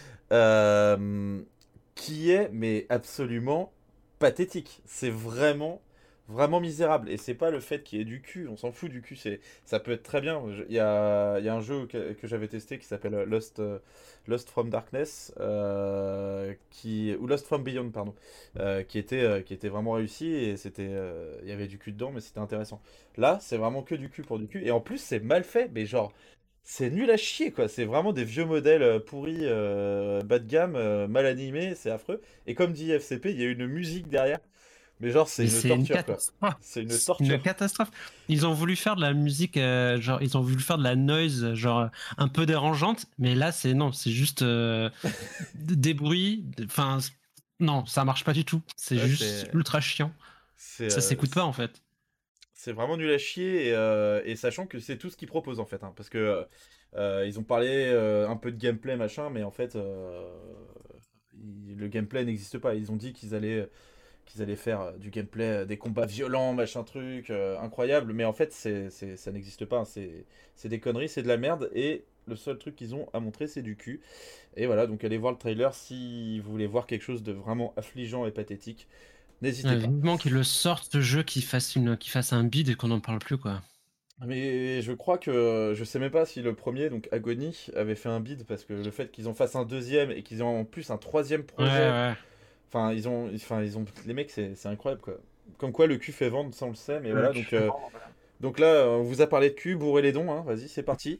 euh, qui est mais absolument pathétique. C'est vraiment vraiment misérable. Et c'est pas le fait qu'il y ait du cul, on s'en fout du cul. C'est ça peut être très bien. Je- Il y a, il y a un jeu que, que j'avais testé qui s'appelle Lost euh, Lost from Darkness, euh, qui ou Lost from Beyond pardon, euh, qui était euh, qui était vraiment réussi et c'était euh, il y avait du cul dedans mais c'était intéressant. Là, c'est vraiment que du cul pour du cul. Et en plus, c'est mal fait, mais genre, c'est nul à chier, quoi. C'est vraiment des vieux modèles euh, pourris, euh, bas de gamme, euh, mal animés, c'est affreux. Et comme dit F C P, il y a une musique derrière. Mais genre, c'est Mais une c'est une torture, quoi. catastrophe. C'est une C'est torture. une catastrophe. Ils ont voulu faire de la musique, euh, genre, ils ont voulu faire de la noise, genre, euh, un peu dérangeante, mais là, c'est non, c'est juste euh, des bruits. Enfin, non, ça marche pas du tout. C'est Ouais, juste c'est- ultra chiant. C'est Ça euh, s'écoute pas, en fait. c'est vraiment nul à chier, et, euh, et sachant que c'est tout ce qu'ils proposent, en fait. Hein, parce que euh, ils ont parlé euh, un peu de gameplay, machin, mais en fait, euh, il- le gameplay n'existe pas. Ils ont dit qu'ils allaient. qu'ils allaient faire euh, du gameplay, euh, des combats violents, machin truc, euh, incroyable, mais en fait, c'est, c'est, ça n'existe pas, hein. c'est, c'est des conneries, c'est de la merde, et le seul truc qu'ils ont à montrer, c'est du cul. Et voilà, donc allez voir le trailer si vous voulez voir quelque chose de vraiment affligeant et pathétique. N'hésitez Ouais, pas. vivement qu'il le sorte, ce jeu, qu'il fasse, une... qu'il fasse un bid et qu'on n'en parle plus, quoi. Mais je crois que je sais même pas si le premier, donc Agony, avait fait un bid parce que le fait qu'ils en fassent un deuxième et qu'ils ont en plus un troisième Ouais, projet, ouais. enfin ils ont, enfin ils ont, les mecs c'est c'est incroyable quoi. Comme quoi le cul fait vendre, ça on le sait, mais voilà donc euh, donc là on vous a parlé de cul, bourrez les dons, hein, vas-y c'est parti.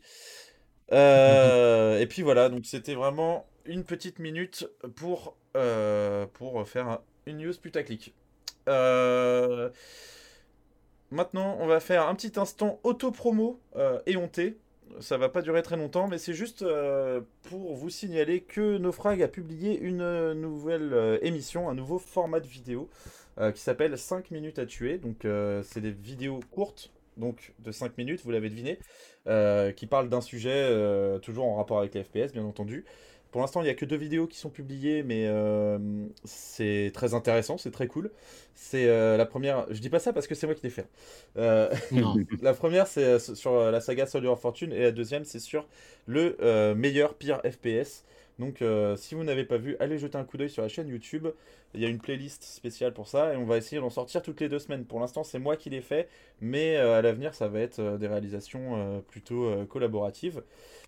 Euh, et puis voilà donc c'était vraiment une petite minute pour euh, pour faire un- une news putaclic. Euh, Maintenant, on va faire un petit instant auto-promo euh, éhonté. Ça va pas durer très longtemps, mais c'est juste euh, pour vous signaler que Naufrag a publié une euh, nouvelle euh, émission, un nouveau format de vidéo euh, qui s'appelle cinq minutes à tuer. Donc, euh, c'est des vidéos courtes, donc de cinq minutes, vous l'avez deviné, euh, qui parlent d'un sujet euh, toujours en rapport avec les F P S, bien entendu. Pour l'instant, il n'y a que deux vidéos qui sont publiées, mais euh, c'est très intéressant, c'est très cool. C'est euh, la première, je dis pas ça parce que c'est moi qui l'ai fait. Euh, Non. la première, c'est euh, sur euh, la saga Soldier of Fortune, et la deuxième, c'est sur le euh, meilleur pire F P S. Donc, euh, si vous n'avez pas vu, allez jeter un coup d'œil sur la chaîne YouTube. Il y a une playlist spéciale pour ça, et on va essayer d'en sortir toutes les deux semaines. Pour l'instant, c'est moi qui l'ai fait, mais euh, à l'avenir, ça va être euh, des réalisations euh, plutôt euh, collaboratives.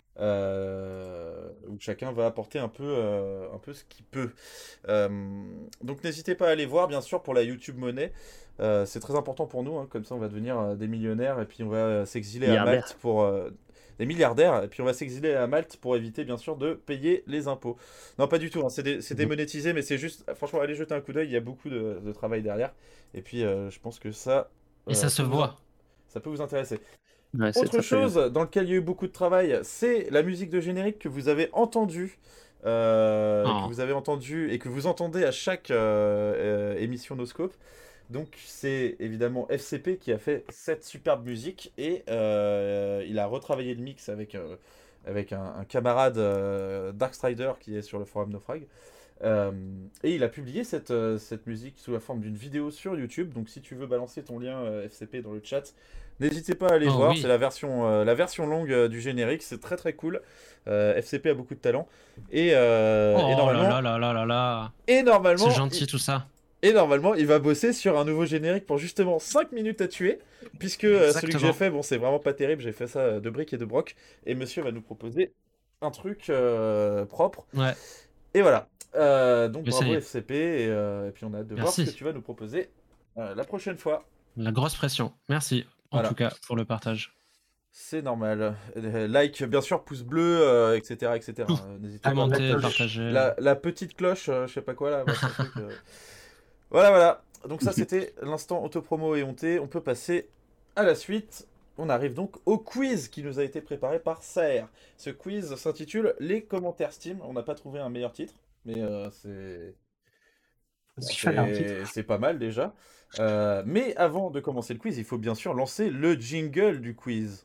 Euh, où chacun va apporter un peu, euh, un peu ce qu'il peut. Euh, donc n'hésitez pas à aller voir, bien sûr, pour la YouTube monnaie. Euh, c'est très important pour nous, hein, comme ça on va devenir euh, des millionnaires et puis on va euh, s'exiler à Milliardaires. Malte pour... euh, des milliardaires, et puis on va s'exiler à Malte pour éviter, bien sûr, de payer les impôts. Non, pas du tout, hein, c'est dé- c'est démonétisé, mais c'est juste... Franchement, allez jeter un coup d'œil, il y a beaucoup de, de travail derrière. Et puis euh, je pense que ça... Et ça euh, se peut vous in- voit. Ça peut vous intéresser. Ouais, c'est Autre très, très bien. chose dans lequel il y a eu beaucoup de travail, c'est la musique de générique que vous avez entendue, euh, Oh. que vous avez entendu et que vous entendez à chaque euh, euh, émission Noscope. Donc c'est évidemment F C P qui a fait cette superbe musique et euh, il a retravaillé le mix avec, euh, avec un, un camarade euh, Darkstrider qui est sur le forum Naufrag. Euh, et il a publié cette, euh, cette musique sous la forme d'une vidéo sur YouTube. Donc si tu veux balancer ton lien euh, F C P dans le chat, n'hésitez pas à aller Oh, voir. oui. C'est la version, euh, la version longue euh, du générique. C'est très très cool. Euh, F C P a beaucoup de talent. Et, euh, Oh et normalement, là là là là là. et normalement, C'est gentil tout ça. et normalement, il va bosser sur un nouveau générique pour justement cinq minutes à tuer. Puisque euh, celui que Exactement. j'ai fait, bon, c'est vraiment pas terrible. J'ai fait ça de briques et de broc. Et monsieur va nous proposer un truc euh, propre. Ouais. Et voilà. Euh, donc Mais ça bravo y est. F C P. Et, euh, et puis on a hâte de voir ce Merci. que tu vas nous proposer euh, la prochaine fois. La grosse pression. Merci, en Voilà. tout cas, pour le partage. C'est normal. Euh, Like, bien sûr, pouce bleu, euh, et cetera, et cetera. Tout. Euh, N'hésitez pas. Commenter, cloche. partager. La, la petite cloche, euh, je sais pas quoi là. machin truc, euh. Voilà, voilà. Donc ça, c'était l'instant autopromo et honté. On peut passer à la suite. On arrive donc au quiz qui nous a été préparé par Saer. Ce quiz s'intitule Les commentaires Steam. On n'a pas trouvé un meilleur titre, mais euh, c'est Parce qu'il fallait un titre. c'est c'est pas mal déjà. Euh, mais avant de commencer le quiz, il faut bien sûr lancer le jingle du quiz.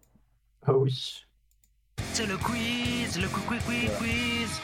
Ah oui. C'est le quiz, le quiz, quiz, quiz.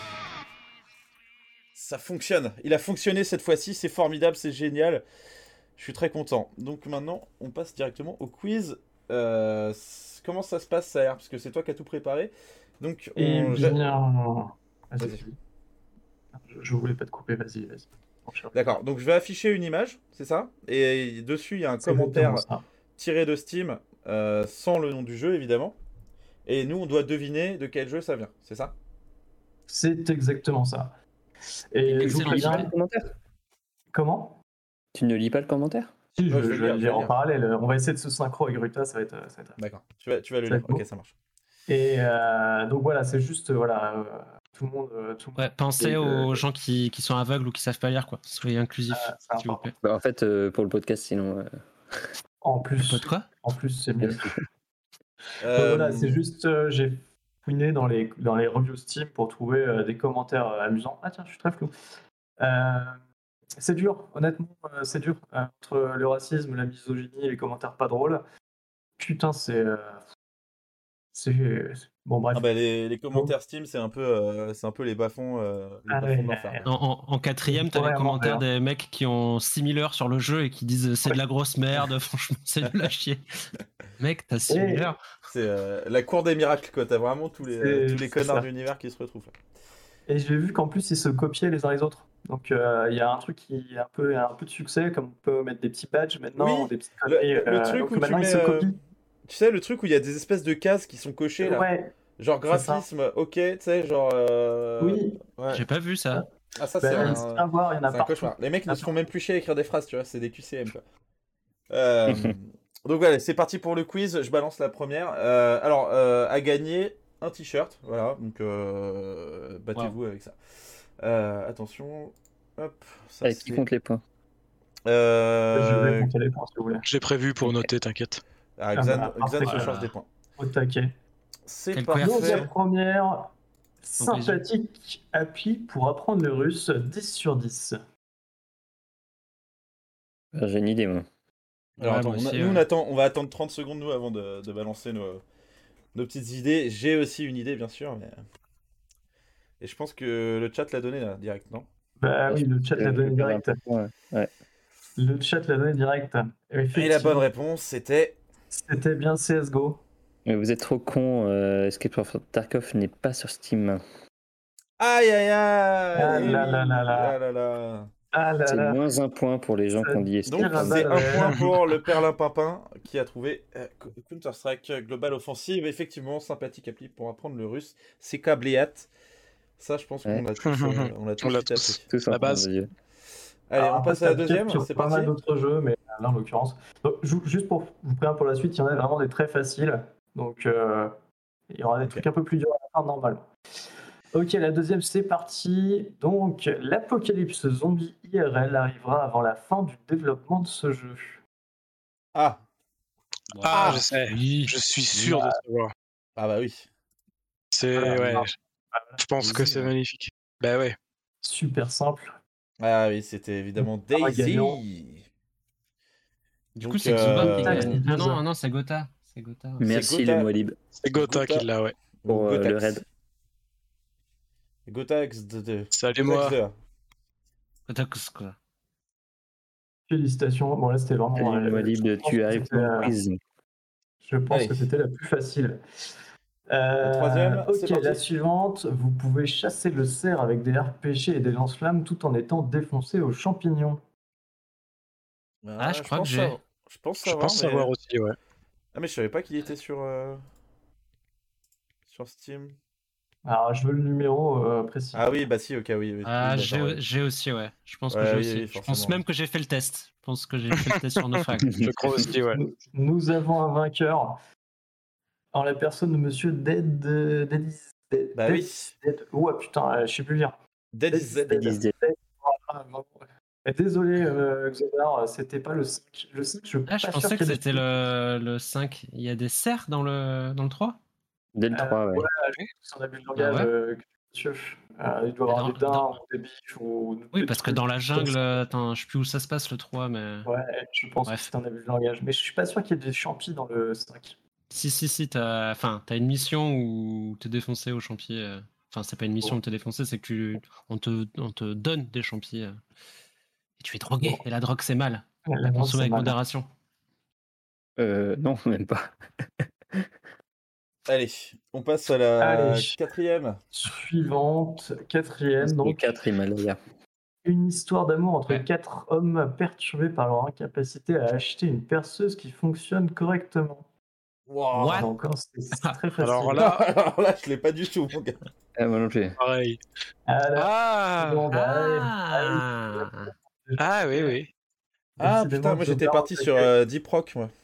Ça fonctionne. Il a fonctionné cette fois-ci. C'est formidable, c'est génial. Je suis très content. Donc maintenant, on passe directement au quiz. Euh, c- comment ça se passe, Saer? Parce que c'est toi qui as tout préparé. Donc, Et on... bien. Vas-y. Vas-y. Je, je voulais pas te couper, vas-y, vas-y. D'accord. Donc, je vais afficher une image, c'est ça? Et dessus, il y a un C'est commentaire exactement ça. tiré de Steam, euh, sans le nom du jeu, évidemment. Et nous, on doit deviner de quel jeu ça vient. C'est ça? C'est exactement ça. Et je vous Excellent. Tu lis pas préviens. le commentaire? Comment? Tu ne lis pas le commentaire? Si, je, Ouais, je vais je le lire, vais le je vais dire le en lire. parallèle. On va essayer de se synchro avec Ruta, ça va être. Ça va être... D'accord. Tu vas, tu vas le Ça va lire. être beau. Ok, ça marche. Et euh, donc voilà, c'est juste, euh, voilà, euh, tout le monde. euh, Tout le Ouais, monde pensez Et, aux euh, gens qui, qui sont aveugles ou qui savent pas lire, quoi. Soyez inclusifs, Ah, c'est s'il vous important. plaît. Bah, en fait, euh, pour le podcast, sinon. euh, En plus, Pas de quoi? en plus, c'est mieux. Donc Euh, voilà, c'est juste, euh, j'ai fouiné dans les, dans les reviews Steam pour trouver euh, des commentaires euh, amusants. Ah tiens, je suis très flou. Euh, c'est dur, honnêtement, euh, c'est dur. Euh, entre le racisme, la misogynie et les commentaires pas drôles. Putain, c'est. euh, c'est. Bon, bref. Ah bah, les, les commentaires Steam, c'est un peu, euh, c'est un peu les bas-fonds, euh, les Ah bas-fonds ouais, de l'enfer. ouais, En, en- en quatrième, t'as Ouais, les vraiment, commentaires ouais. des mecs qui ont six mille heures sur le jeu et qui disent c'est de la grosse merde, franchement, c'est de la chier. Mec, t'as six mille Et- heures. C'est euh, la cour des miracles, quoi. T'as vraiment tous les, euh, C'est- tous les c'est connards ça. de l'univers qui se retrouvent. Et j'ai vu qu'en plus, ils se copiaient les uns les autres. Donc euh, il y a un truc qui est un peu, un peu de succès, comme on peut mettre des petits badges maintenant, Oui, ou des petites le, conneries. le- le euh, truc donc où tu maintenant ils mets. se euh, copient. Tu sais, le truc où il y a des espèces de cases qui sont cochées là. Ouais, Genre c'est ça. graphisme, ok, tu sais, genre. euh, Oui. Ouais. J'ai pas vu ça. Ah, ça, Ben, c'est n'hésite pas un. à voir, il y en a C'est un partout. cauchemar. Les mecs Il y en ne a se font même plus chier à écrire des phrases, tu vois, c'est des Q C M quoi. Euh, Donc voilà, c'est parti pour le quiz. Je balance la première. Euh, alors, euh, à gagner un t-shirt, voilà. Donc, euh, battez-vous avec ça. Euh, attention. Hop, ça Allez, qui c'est. compte les points? Je vais Euh... compter les points si vous voulez. J'ai prévu pour Ok. noter, t'inquiète. Ah, Ah Xan, bah, Xan parfait. se Voilà. charge des points. Au taquet. C'est Quelle parfait. Donc la couverture. première, Donc, les yeux. sympathique appli pour apprendre le russe, dix sur dix. Alors, j'ai une idée, moi. Alors Ouais, attends, moi on a- aussi, nous on ouais. attend, on va attendre trente secondes nous avant de, de balancer nos, nos petites idées. J'ai aussi une idée bien sûr, mais... Et je pense que le chat l'a donné là, direct, non? Bah oui, le chat l'a donné Je perds un direct. peu de points, ouais. Ouais. Le chat l'a donné direct. Et la bonne Effectivement, réponse c'était... c'était bien C S G O. Mais vous êtes trop con. Euh, Escape of Tarkov n'est pas sur Steam. Aïe aïe aïe. Ah Eh là oui. là là là. Ah là là. Ah là C'est là. moins un point pour les gens Ça qui ont dit Escape. Donc tire à from c'est balles un réelles. point pour le Perlimpinpin qui a trouvé euh, Counter-Strike Global Offensive. Effectivement, sympathique appli pour apprendre le russe. C'est Kabléat. Ça, je pense qu'on Ouais. a tous, euh, on a tous On l'a vite appris. tous. Tous La en base. yeux. Allez, Alors on après, passe à la ça deuxième. sur C'est pas parti. mal d'autres jeux, mais là en l'occurrence. Donc, ju- juste pour vous prévenir pour la suite, il y en a vraiment des très faciles. Donc euh, il y aura des Ok. trucs un peu plus durs à la fin normalement. Ok, la deuxième, c'est parti. Donc, l'apocalypse zombie I R L arrivera avant la fin du développement de ce jeu. Ah. Ah, Ah. je sais. Oui. Je suis sûr de savoir. Ah bah oui. C'est Ah, ouais. non. je- Je pense que Easy, c'est hein. magnifique. Bah ouais. Super simple. Ah oui, c'était évidemment Un gagnant. Daisy. Du coup, Donc, c'est Xoba qui euh, gagne. Ah non, Gaza. ah non, c'est Gotha. C'est Gotha. ouais. Merci Gotha. les Moalib C'est Gotha Gotha. qui l'a, ouais. pour Ou euh, le Gotax. raid. Gotax de... de... Salut-moi. Gotax de- Gotha, quoi. Félicitations. Bon, là, c'était vraiment. Salut euh, les Moalib, je pense tu que arrives c'était, pour euh, le quiz. Je pense Allez. que c'était la plus facile. La troisième, Euh, c'est ok, parti. la suivante. Vous pouvez chasser le cerf avec des R P G et des lance-flammes tout en étant défoncé aux champignons. Ah, je crois que pense j'ai. savoir- Je pense Je savoir, pense mais... savoir aussi, ouais. Ah mais je savais pas qu'il était sur... euh, sur Steam. Alors, je veux le numéro euh, précis. Ah oui, bah si, ok, oui. oui, Ah, oui, j'ai d'accord, ouais. j'ai aussi, ouais. Je pense que Ouais, j'ai oui, aussi. oui, je pense forcément. même que j'ai fait le test. Je pense que j'ai fait le test sur Naufrag. Je crois aussi, ouais. Nous, nous avons un vainqueur en la personne de Monsieur Dead. euh, Dead is Dead. Bah Dead oui. is Dead. Oh putain, euh, je sais plus lire. Dead is Z. Dead. Dead is Dead. Ah, vraiment. Eh, Désolé, euh, Xavier, c'était pas le cinq. Le cinq, je suis Ah, je pas pensais sûr que qu'il y ait c'était des- le, le cinq. Il y a des cerfs dans le, dans le trois? Dès le Euh, trois, ouais. lui, son abus de langage, Ah ouais euh, monsieur. Euh, il doit Mais avoir dans- des daims dans- ou des biches ou. Oui, des parce que trucs dans la comme jungle, ça. attends, je sais plus où ça se passe le trois, mais. Ouais, je pense Bref. que c'est un abus de langage. Mais je suis pas sûr qu'il y ait des champis dans le cinq. Si, si, si, t'as enfin, t'as une mission où t'es défoncé au champi. euh, Enfin, c'est pas une mission où t'es défoncé, c'est que tu... on, te... on te donne des champis. euh, Et tu es drogué. Bon. Et la drogue, c'est mal. La À drogue, consommer c'est avec mal. modération. Euh, non, même pas. Allez, on passe à la Allez. quatrième. Suivante, quatrième, Le donc. quatre Himalaya. Une histoire d'amour entre Ouais. quatre hommes perturbés par leur incapacité à acheter une perceuse qui fonctionne correctement. Wow. What Là encore, c'est c'est très facile. Alors là, Alors là, je l'ai pas du tout, mon gars. Ah, moi non plus. pareil. Ah, là, Ah bon, bah, allez, Ah allez. Ah oui, oui. Ah Décidément, putain, moi j'étais Xavier, parti c'est sur que- euh, Deep Rock, moi.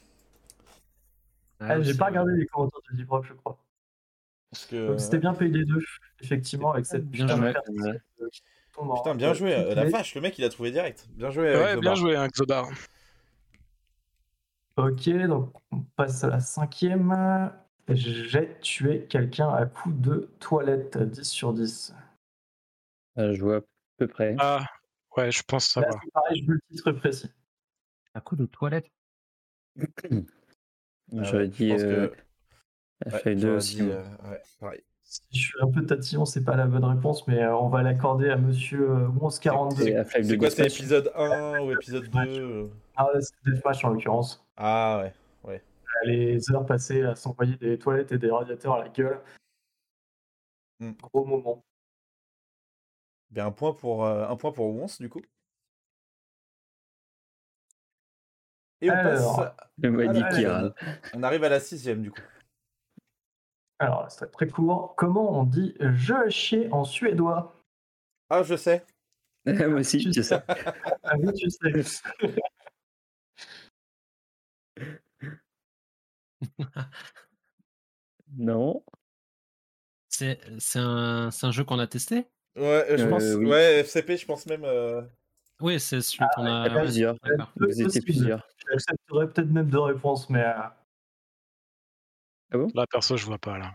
Ah, j'ai c'est- pas regardé les commentaires de Deep Rock, je crois. Parce que... Donc c'était bien P D deux, effectivement, avec cette Bien putain de joué. perceuse Ouais. qui tombe en- Putain, bien euh, joué. toutes euh, La les- vache, le mec, il a trouvé direct. Bien joué, Ouais, avec bien Zobar. joué, hein, Xobar. Ok, donc on passe à la cinquième. J'ai tué quelqu'un à coup de toilette, dix sur dix. Euh, je vois à peu près. Ah, ouais, je pense Là, savoir. c'est pareil, je veux le titre précis. Un coup de toilette. Ah J'aurais ouais, je dit pense euh, que... la ouais, feuille deux j'aurais aussi. dit, moi. euh, ouais, pareil. Si je suis un peu tatillon, c'est pas la bonne réponse, mais euh, on va l'accorder à monsieur euh, onze quarante-deux. C'est Half-Life C'est deux quoi, c'est Dispatch. épisode un ou épisode Ouais. deux euh Ah, là, c'est Deathmatch en l'occurrence. Ah ouais, ouais. Les heures passées à s'envoyer des toilettes et des radiateurs à la gueule. Hmm. Gros moment. Bien, un point pour, euh, un point pour Wons, du coup. Et on Alors, passe. Le Madi à la qui sixième. râle. On arrive à la sixième, du coup. alors c'est très court. Comment on dit je chier en suédois? Ah, je sais. Moi aussi, Tu je sais. Ah oui, tu sais. Non. C'est c'est un, c'est un jeu qu'on a testé? Ouais, je Euh, pense. oui. Ouais, F C P, je pense même. euh, Oui, c'est celui qu'on Il y a. a ouais, plusieurs. d'accord. Deux Vous étiez possibles. plusieurs. J'accepterais peut-être même deux réponses, mais euh, Ah bon? Là, perso, je vois pas là.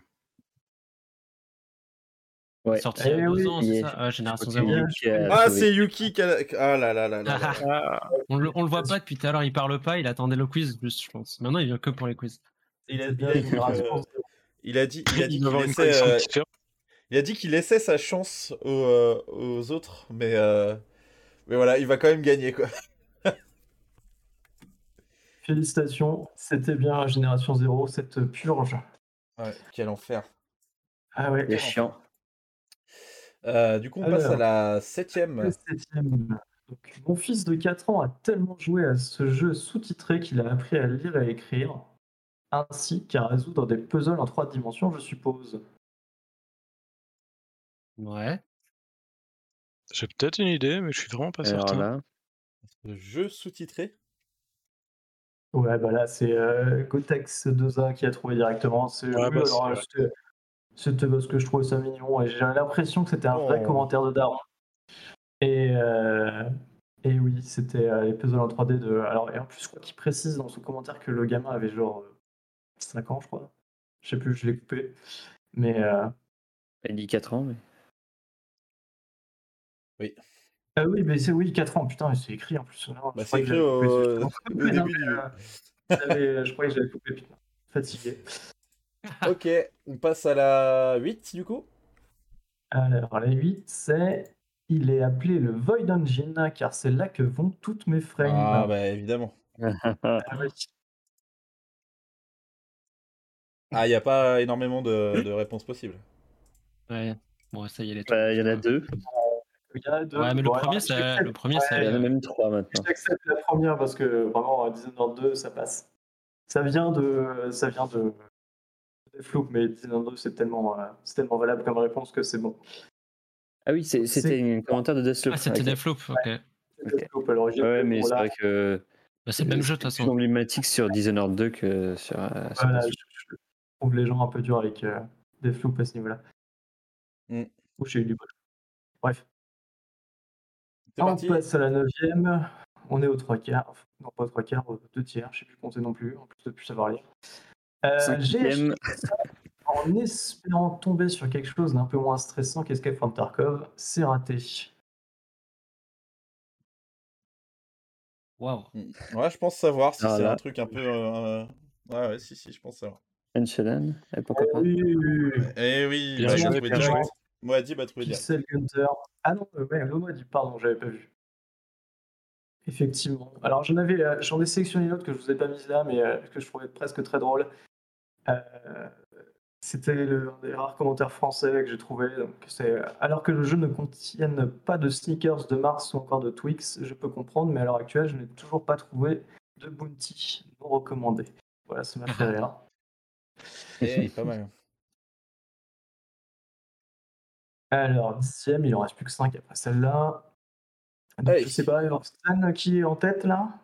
Ouais. Sorti il y a Eh deux oui, ans, il y c'est est- ça? Ouais, je Génération crois que zéro. Yuki a Ah, trouvé. c'est Yuki qui a. Ah là là là là. là. Ah, On le, on le voit pas depuis tout à l'heure, il parle pas, il attendait le quiz, juste, je pense. Maintenant, il vient que pour les quiz. Il a, c'est il bien a dit Génération que- zéro. il a dit, il a il dit va qu'il avoir une laissait. connexion euh, différente. Il a dit qu'il laissait sa chance aux, euh, aux autres, mais euh, mais voilà, il va quand même gagner quoi. Félicitations, c'était bien Génération zéro, cette purge. Ouais, quel enfer. Ah ouais. C'est chiant. Euh, du coup, on passe à Alors, la septième. le septième. Donc, mon fils de quatre ans a tellement joué à ce jeu sous-titré qu'il a appris à lire et à écrire, ainsi qu'à résoudre des puzzles en trois dimensions, je suppose. Ouais. J'ai peut-être une idée, mais je suis vraiment pas Alors certain. là, Le jeu sous-titré. Ouais, bah là, c'est euh, Gotex deux A qui a trouvé directement. C'est Ouais, oui, bah, alors, c'est- c'était c'était parce que je trouvais ça mignon et j'ai l'impression que c'était un vrai Oh. commentaire de Daron. Et, euh, et oui, c'était euh, les puzzles en trois D de. Alors, et en plus, je crois qu'il précise dans son commentaire que le gamin avait genre euh, cinq ans, je crois. Je sais plus, je l'ai coupé. Mais euh, elle dit quatre ans, mais. Oui. ah oui, mais c'est oui, quatre ans, putain, c'est écrit en plus. Non, Bah, je c'est croyais que écrit j'avais coupé, au, justement. au Oui, non, début mais, du. euh, j'avais- je croyais que j'avais coupé, putain. Fatigué. Ok, on passe à la huit du coup. Alors, la huit, c'est. Il est appelé le Void Engine, car c'est là que vont toutes mes frames. Ah bah évidemment. Ah oui. Ah, il n'y a pas énormément de, de réponses possibles. Ouais. Bon, ça y est, les Bah, il y en a deux. Il y en a deux. Ouais, mais le Bon, premier, alors, ça- j'accepte- le premier, ouais, ça- Il y en a même trois maintenant. J'accepte la première parce que vraiment, Dishonored deux, ça passe. Ça vient de. Ça vient de. Deathloop, mais Dishonored deux, c'est tellement, euh, c'est tellement valable comme réponse que c'est bon. Ah oui, c'est- C'est- c'était un commentaire de Deathloop. Ah, c'était ok. Deathloop, ok. C'est Ok. Deathloop, alors j'ai Ouais, fait mais pour c'est là. vrai que Bah, c'est le même jeu, de toute c'est plus façon. emblématique sur Dishonored deux que sur. euh, sur Voilà, je, Deathloop. je trouve les gens un peu durs avec euh, Deathloop à ce niveau-là. Mm. Ou j'ai eu du bol. Bref. C'est On parti. passe à la neuvième. On est aux trois quarts. Enfin, non, pas aux trois quarts, aux deux tiers. Je sais plus compter non plus. En plus de plus savoir lire. Euh, j'ai Cinquième. acheté ça en espérant tomber sur quelque chose d'un peu moins stressant qu'Escape from Tarkov. C'est raté. Waouh. Mm. Ouais, je pense savoir si Ah c'est là. un truc un peu. euh, Ouais, ouais, si, si, je pense savoir. Enchelen, et pourquoi pas. Oui, oui, oui. Eh oui, Bien bah, il a joué, trouvé bien direct. joué. Moadi va trouver direct. Pixel Gunter. Ah non, euh, ouais, Lomo a dit pardon, j'avais pas vu. Effectivement. Alors j'en avais, euh, j'en ai sélectionné une autre que je vous ai pas mise là, mais euh, que je trouvais presque très drôle. Euh, C'était le, un des rares commentaires français que j'ai trouvé. Donc, c'est, alors que le jeu ne contienne pas de sneakers, de Mars ou encore de Twix, je peux comprendre, mais à l'heure actuelle, je n'ai toujours pas trouvé de bounty non recommandé. Voilà, ça m'a fait rire. Eh, pas mal. Alors, dixième, il en reste plus que cinq après celle-là. Donc, Allez. je sais pas, Stan qui est en tête là?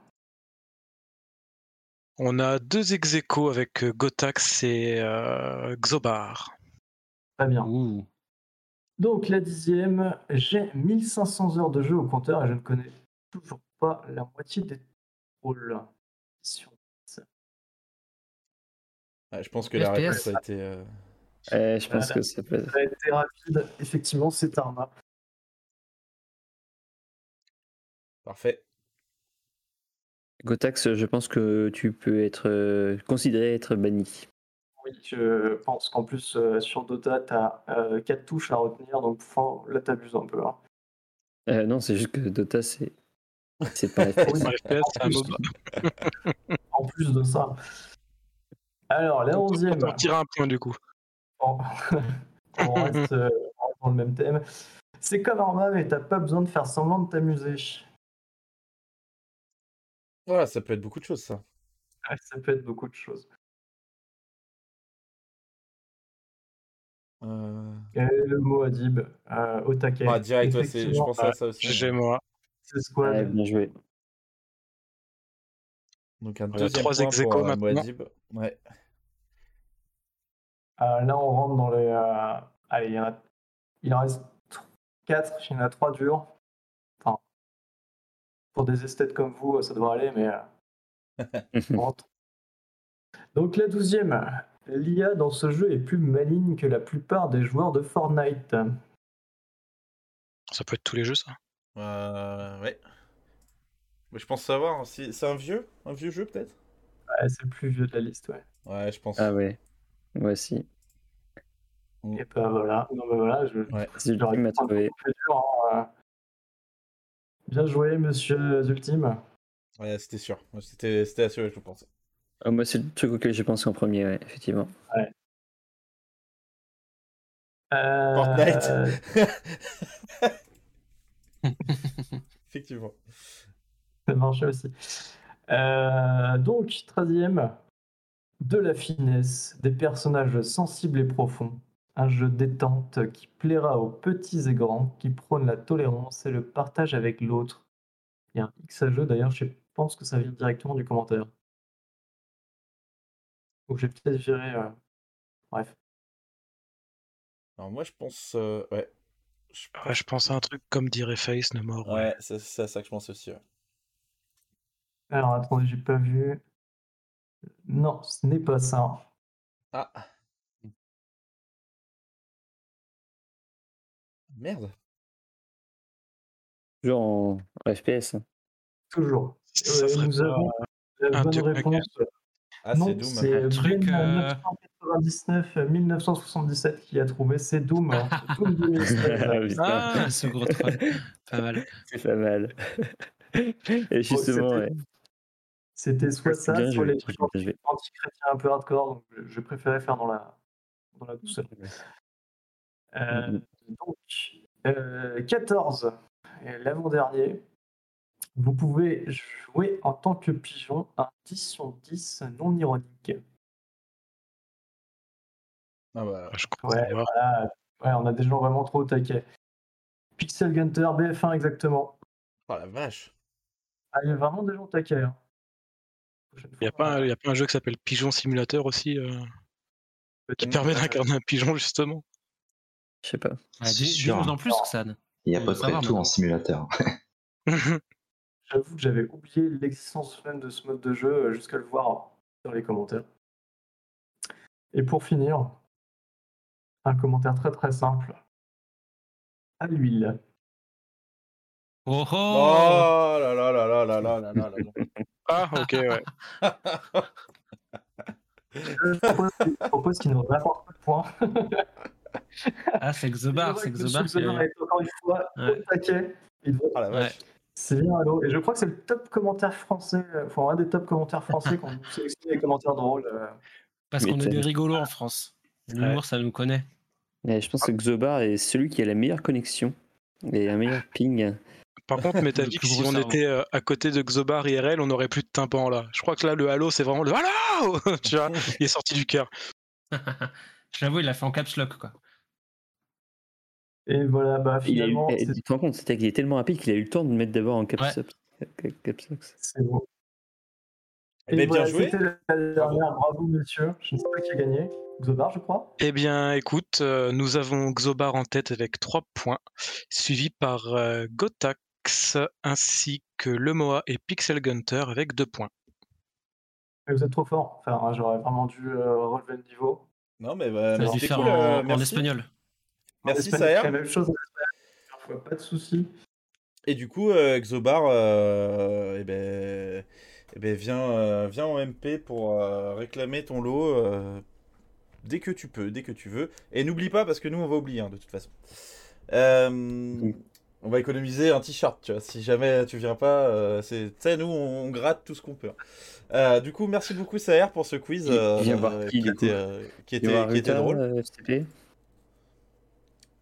On a deux ex aequo avec euh, Gotax et euh, Xobar. Très bien. Ouh. Donc, la dixième, j'ai mille cinq cents heures de jeu au compteur et je ne connais toujours pas la moitié des rôles. Ah, je pense que F la P S. réponse a été. euh, Ouais, je pense Voilà. que ça peut être. Ça a été rapide, effectivement, c'est Arma. Parfait. Gotax, je pense que tu peux être euh, considéré être banni. Oui, je pense qu'en plus, euh, sur Dota, tu as quatre touches à retenir, donc enfin, là, t'abuses un peu. Hein. Euh, non, c'est juste que Dota, c'est. C'est pas F P S. Oui, F P S, en c'est un plus. MOBA. En plus de ça. Alors, la Donc, onzième. on tire un point du coup. Bon. on, reste, euh, on reste dans le même thème. C'est comme Arma, mais t'as pas besoin de faire semblant de t'amuser. Voilà, ça peut être beaucoup de choses, ça. Ouais, ça peut être beaucoup de choses. Euh... Et le mot Adib, euh, au taquet. Ah, direct, ouais, c'est... je Effectivement, pensais à ça aussi. G G moi. c'est Squad. Ouais, bien joué. Donc un Il y a deuxième trois point ex aequo pour euh, maintenant. Muad'Dib. Ouais. Euh, là, on rentre dans les. euh, Allez, il y en a. Il en reste quatre, il y en a trois durs. Enfin, pour des esthètes comme vous, ça devrait aller, mais. euh, on rentre. Donc, la douzième. L'I A dans ce jeu est plus maligne que la plupart des joueurs de Fortnite. Ça peut être tous les jeux, ça. Euh... Ouais. Mais je pense savoir. Si... C'est un vieux Un vieux jeu, peut-être? Ouais, c'est le plus vieux de la liste, ouais. Ouais, je pense. Ah ouais, moi aussi. Mm. Et bah voilà. Non, bah voilà, je. Ouais, c'est j'aurais Ultime à pu prendre trouver. beaucoup plus dur, hein. Bien joué, monsieur Ultime. Ouais, c'était sûr. C'était c'était assuré, je pense. Ah, moi, c'est le truc auquel j'ai pensé en premier, ouais, effectivement. Ouais. Euh... Fortnite. Effectivement. Ça marchait aussi. Euh, donc, treizième, de la finesse, des personnages sensibles et profonds. Un jeu détente qui plaira aux petits et grands, qui prône la tolérance et le partage avec l'autre. Il y a un X à jeu, d'ailleurs, je pense que ça vient directement du commentaire. Donc, j'ai peut-être viré. Euh... Bref. Alors moi, je pense... euh, Ouais. Je pense... Ouais, je pense à un truc comme dirait Face, No More. Ouais. Ouais, c'est c'est à ça que je pense aussi. Ouais. Alors, attendez, j'ai pas vu. Non, ce n'est pas ça. Ah. Merde. Toujours en en F P S. hein. Toujours. Ça Euh, serait nous pas avons la un bonne Duke Nukem. réponse. Ah, Non, c'est Doom. c'est Un truc, Ben euh, neuf cent quatre-vingt-dix-neuf mille neuf cent soixante-dix-sept qui a trouvé, c'est Doom. hein. Doom deux mille seize. Ah, putain. Ah, ce gros troll. Pas mal. C'est pas mal. Et Bon, justement, c'était- ouais. C'était soit C'est ça, bien soit joué, les c'est trucs bien joué. anti-chrétiens un peu hardcore, donc je, je préférais faire dans la, dans la douceur. Euh, Mhm. donc, euh, quatorze, et l'avant-dernier. Vous pouvez jouer en tant que pigeon un dix sur dix non ironique. Ah bah... Ah, je comprends Ouais, pas. voilà. Ouais, on a des gens vraiment trop au taquet. Pixel Gunter, B F un exactement. Oh la vache. Ah, il y a vraiment des gens au taquet. Hein. Prochaine Il n'y a, fois, pas un- euh, y a pas un jeu qui s'appelle Pigeon Simulator aussi, euh, qui peut-être. permet Euh, d'incarner un pigeon, justement. Je sais pas. Ouais, C'est dis- sûr. Dis-nous en plus, Xan. Il y a On à peu veut près savoir tout maintenant. en simulateur. J'avoue que j'avais oublié l'existence même de ce mode de jeu euh, jusqu'à le voir dans les commentaires. Et pour finir, un commentaire très très simple. À l'huile. Oh oh Oh là là là là là là là là là là. Ah, ok, ouais. Je propose, je propose qu'il ne rapporte pas de points. Ah, c'est Xobar, c'est Xobar. Monsieur qui a Xobar eu. est encore une fois Ouais. au taquet. Il doit- Oh la Ouais. vache. C'est bien, allô. Et je crois que c'est le top commentaire français, euh, enfin un des top commentaires français quand vous sélectionnez les commentaires drôles. euh. Parce qu'on est M'étonne. des rigolos en France. L'humour, ça nous connaît. Ouais, je pense que Xobar est celui qui a la meilleure connexion et un meilleur ping. Par contre, mais t'as Le dit que plus si gros on cerveau. était euh, à côté de Xobar I R L, on aurait plus de tympan là. Je crois que là, le halo, c'est vraiment le halo. Tu vois, il est sorti du cœur. Je l'avoue, il l'a fait en caps lock, quoi. Et voilà, bah Il a eu, finalement, eh, c'est- tu te rends compte, c'était qu'il est tellement rapide qu'il a eu le temps de mettre d'abord en caps Ouais. up- caps lock. c'est bon. Eh ben, bien voilà, joué. c'était la dernière. Bravo, monsieur. Je ne sais pas qui a gagné. Xobar, je crois. Eh bien, écoute, euh, nous avons Xobar en tête avec trois points, suivi par euh, Gotax, ainsi que Lemoa et Pixel Gunter avec deux points. Mais vous êtes trop fort. Enfin, hein, j'aurais vraiment dû euh, relever le niveau. Non mais bah, Ça mais a dû c'était faire cool. en, euh, en merci. espagnol. Merci En espagnol, Saher. c'est la même chose en espagnol. Parfois, pas de soucis. Et du coup, euh, Xobar, euh, eh ben, eh ben, viens, euh, viens en M P pour euh, réclamer ton lot euh, dès que tu peux, dès que tu veux. Et n'oublie pas, parce que nous, on va oublier, hein, de toute façon. Euh, on va économiser un t-shirt, tu vois. Si jamais tu viens pas, euh, c'est, tu sais, nous, on, on gratte tout ce qu'on peut. hein. Euh, du coup, merci beaucoup, Saher, pour ce quiz Il- il euh, vient voir qui, qui, du était, coup euh, qui Il était, va voir qui était Ruta, drôle. euh, s'il te plaît.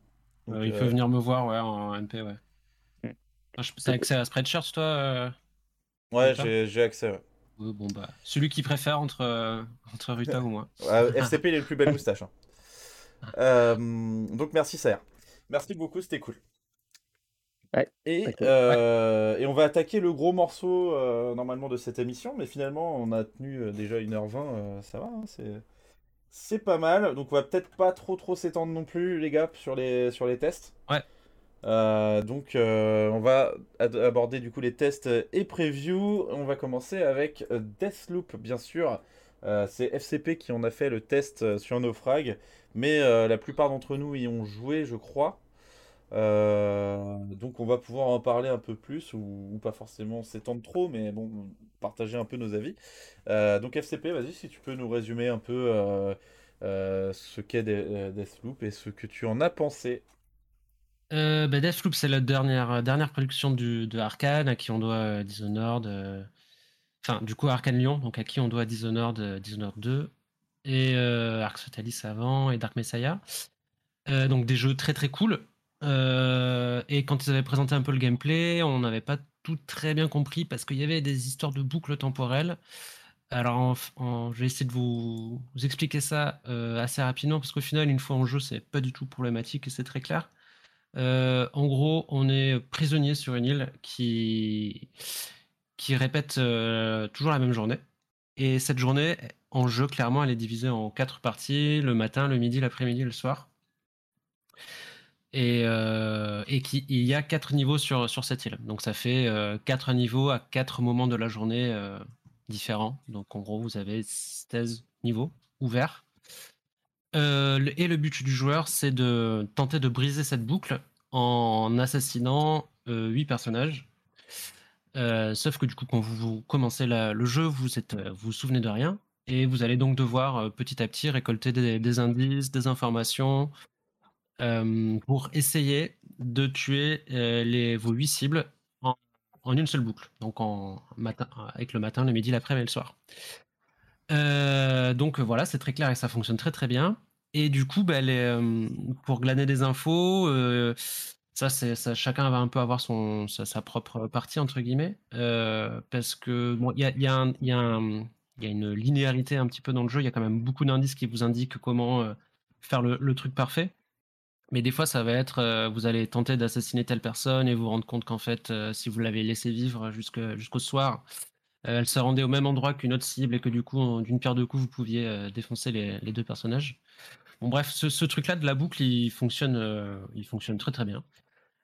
Donc, Euh, il euh, peut venir me voir ouais, en M P, ouais. Mm. Ah, je- T'as accès à Spreadshirt, toi euh, Ouais, Ruta j'ai j'ai accès. Ouais. Ouais, bon, bah, celui qui préfère entre, euh, entre Ruta ou moi. Euh, F C P, il a les plus belles moustaches. Hein. Euh, donc merci Saer. Merci beaucoup, c'était cool. Ouais, Et, très cool. euh, et on va attaquer le gros morceau euh, normalement de cette émission, mais finalement on a tenu euh, déjà une heure vingt, euh, ça va, hein, c'est c'est pas mal. Donc on va peut-être pas trop trop s'étendre non plus les gars sur les, sur les tests. Ouais. Euh, donc euh, on va ad- aborder du coup les tests et previews. On va commencer avec euh, Deathloop bien sûr. Euh, c'est F C P qui en a fait le test euh, sur Naufrag, mais euh, la plupart d'entre nous y ont joué je crois. Euh, donc on va pouvoir en parler un peu plus, ou, ou pas forcément s'étendre trop, mais bon, partager un peu nos avis. Euh, donc F C P, vas-y, si tu peux nous résumer un peu euh, euh, ce qu'est De- euh, Deathloop et ce que tu en as pensé. Euh, bah, Deathloop, c'est la dernière, euh, dernière production du, de Arkane, à qui on doit euh, Dishonored. euh, Enfin, du coup, Arkane Lyon, donc à qui on doit Dishonored, euh, Dishonored deux, et euh, Arx Fatalis avant, et Dark Messiah. Euh, donc des jeux très très cool. Euh, et quand ils avaient présenté un peu le gameplay, on n'avait pas tout très bien compris parce qu'il y avait des histoires de boucles temporelles. Alors, en, en- je vais essayer de vous, vous expliquer ça euh, assez rapidement parce qu'au final, une fois en jeu, c'est pas du tout problématique et c'est très clair. Euh, en gros, on est prisonnier sur une île qui, qui répète euh, toujours la même journée. Et cette journée, en jeu, clairement, elle est divisée en quatre parties, le matin, le midi, l'après-midi et le soir. Et, euh, et qui, il y a quatre niveaux sur, sur cette île. Donc ça fait euh, quatre niveaux à quatre moments de la journée euh, différents. Donc en gros, vous avez seize niveaux ouverts. Euh, le- et le but du joueur, c'est de tenter de briser cette boucle en assassinant euh, huit personnages. Euh, sauf que du coup, quand vous, vous commencez la- le jeu, vous êtes, euh, vous vous souvenez de rien. Et vous allez donc devoir euh, petit à petit récolter des, des indices, des informations, euh, pour essayer de tuer euh, les, vos huit cibles en, en une seule boucle. Donc en matin, avec le matin, le midi, l'après-midi et le soir. Euh, donc euh, voilà, c'est très clair et ça fonctionne très très bien. Et du coup, bah, les, euh, pour glaner des infos, euh, ça, c'est, ça, chacun va un peu avoir son, sa, sa propre partie, entre guillemets. Euh, parce que bon, il y a, il y, a un- il y, a un- il y a une linéarité un petit peu dans le jeu. Il y a quand même beaucoup d'indices qui vous indiquent comment euh, faire le, le truc parfait. Mais des fois, ça va être, euh, vous allez tenter d'assassiner telle personne et vous rendre compte qu'en fait, euh, si vous l'avez laissé vivre jusque- jusqu'au soir, euh, elle se rendait au même endroit qu'une autre cible et que du coup, en- d'une pierre deux coups, vous pouviez euh, défoncer les, les deux personnages. Bon, bref, ce, ce truc-là de la boucle, il fonctionne, euh, il fonctionne très très bien.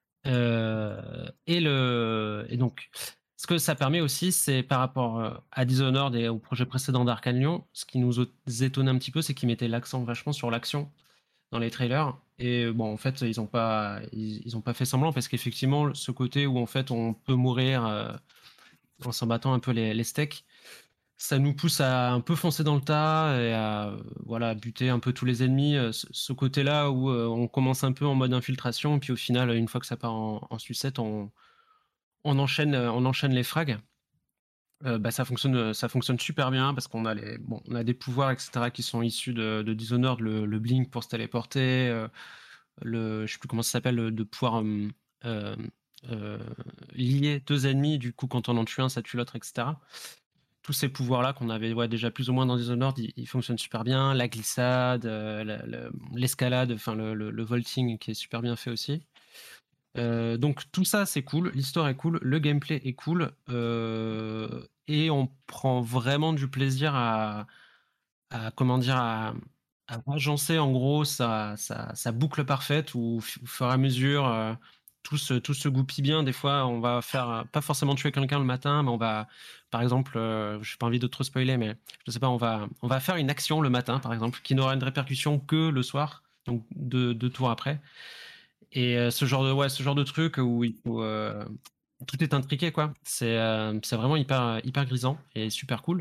Euh, et, le, et donc, ce que ça permet aussi, c'est par rapport euh, à Dishonored et au projet précédent d'Arkane Lyon, ce qui nous étonnait un petit peu, c'est qu'ils mettaient l'accent vachement sur l'action dans les trailers. Et bon, en fait, ils n'ont pas, ils, ils ont pas fait semblant parce qu'effectivement, ce côté où en fait on peut mourir euh, en s'en battant un peu les, les steaks, ça nous pousse à un peu foncer dans le tas et à euh, voilà buter un peu tous les ennemis. Euh, Ce, ce côté-là où euh, on commence un peu en mode infiltration, puis au final, une fois que ça part en, en sucette, on, on enchaîne, euh, on enchaîne les frags. Euh, bah, ça fonctionne, ça fonctionne super bien parce qu'on a les, bon, on a des pouvoirs, et cetera, qui sont issus de, de Dishonored, le, le blink pour se téléporter, euh, le, je sais plus comment ça s'appelle, de pouvoir euh, euh, euh, lier deux ennemis, du coup quand on en tue un, ça tue l'autre, et cetera. Tous ces pouvoirs-là qu'on avait ouais, déjà plus ou moins dans Dishonored, ils, ils fonctionnent super bien. La glissade, euh, la- la- l'escalade, enfin le, le, le vaulting qui est super bien fait aussi. Euh, donc tout ça c'est cool, l'histoire est cool, le gameplay est cool, euh, et on prend vraiment du plaisir à, à comment dire à, à agencer en gros sa, sa, sa boucle parfaite où au fur et à mesure euh, tout se, tout se goupille bien. Des fois on va faire euh, pas forcément tuer quelqu'un le matin, mais on va par exemple, euh, j'ai pas envie de trop spoiler, mais je sais pas, on va, on va faire une action le matin par exemple qui n'aura une répercussion que le soir, donc deux, deux tours après. Et euh, ce genre de ouais, ce genre de truc où il faut, euh, tout est intriqué quoi. C'est euh, c'est vraiment hyper hyper grisant et super cool.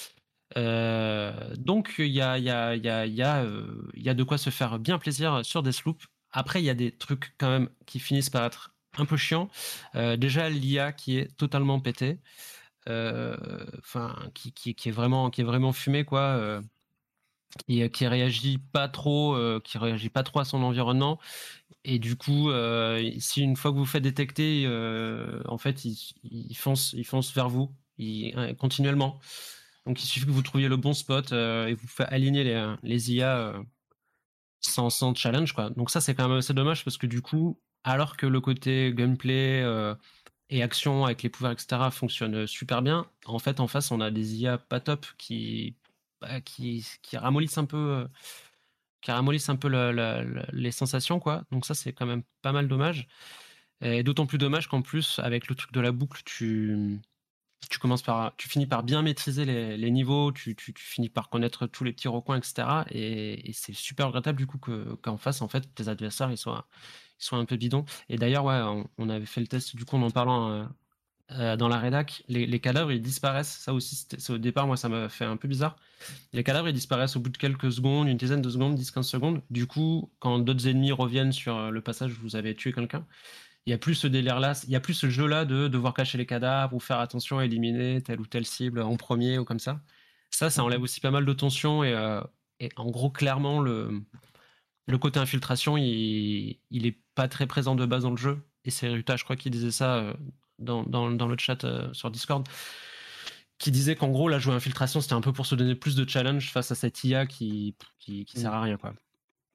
Euh, donc il y a il y a il y a il y a euh, il y a de quoi se faire bien plaisir sur Deathloop. Après il y a des trucs quand même qui finissent par être un peu chiants. Euh, déjà l'I A qui est totalement pété, enfin qui, qui qui est vraiment qui est vraiment fumé quoi. Euh, qui, qui réagit pas trop, euh, qui réagit pas trop à son environnement. Et du coup, euh, si une fois que vous faites détecter, euh, en fait, il, il fonce, il fonce vers vous, il, euh, continuellement. Donc, il suffit que vous trouviez le bon spot euh, et vous faites aligner les, les I A euh, sans, sans challenge, quoi. Donc ça, c'est quand même assez dommage parce que du coup, alors que le côté gameplay euh, et action avec les pouvoirs, et cetera, fonctionne super bien, en fait, en face, on a des I A pas top qui, bah, qui, qui ramollissent un peu. Euh, qui ramollissent un peu la, la, la, les sensations, quoi. Donc ça, c'est quand même pas mal dommage. Et d'autant plus dommage qu'en plus, avec le truc de la boucle, tu, tu commences par, tu finis par bien maîtriser les, les niveaux, tu, tu, tu finis par connaître tous les petits recoins, et cetera. Et, et c'est super regrettable du coup que, qu'en face, en fait, tes adversaires, ils soient, ils soient un peu bidons. Et d'ailleurs, ouais, on, on avait fait le test du coup en en parlant euh, euh, dans la rédac, les, les cadavres, ils disparaissent. Ça aussi, c'est au départ, moi, ça m'a fait un peu bizarre. Les cadavres, ils disparaissent au bout de quelques secondes, une dizaine de secondes, dix quinze secondes. Du coup, quand d'autres ennemis reviennent sur le passage où vous avez tué quelqu'un, il n'y a plus ce délire-là, il n'y a plus ce jeu-là de devoir cacher les cadavres ou faire attention à éliminer telle ou telle cible en premier ou comme ça. Ça, ça enlève aussi pas mal de tension et, euh, et en gros, clairement, le, le côté infiltration, il, il est pas très présent de base dans le jeu. Et c'est Ruta, je crois, qui disait ça euh, dans, dans, dans le chat euh, sur Discord, qui disait qu'en gros, la jouer infiltration, c'était un peu pour se donner plus de challenge face à cette I A qui, qui, qui sert à rien, quoi.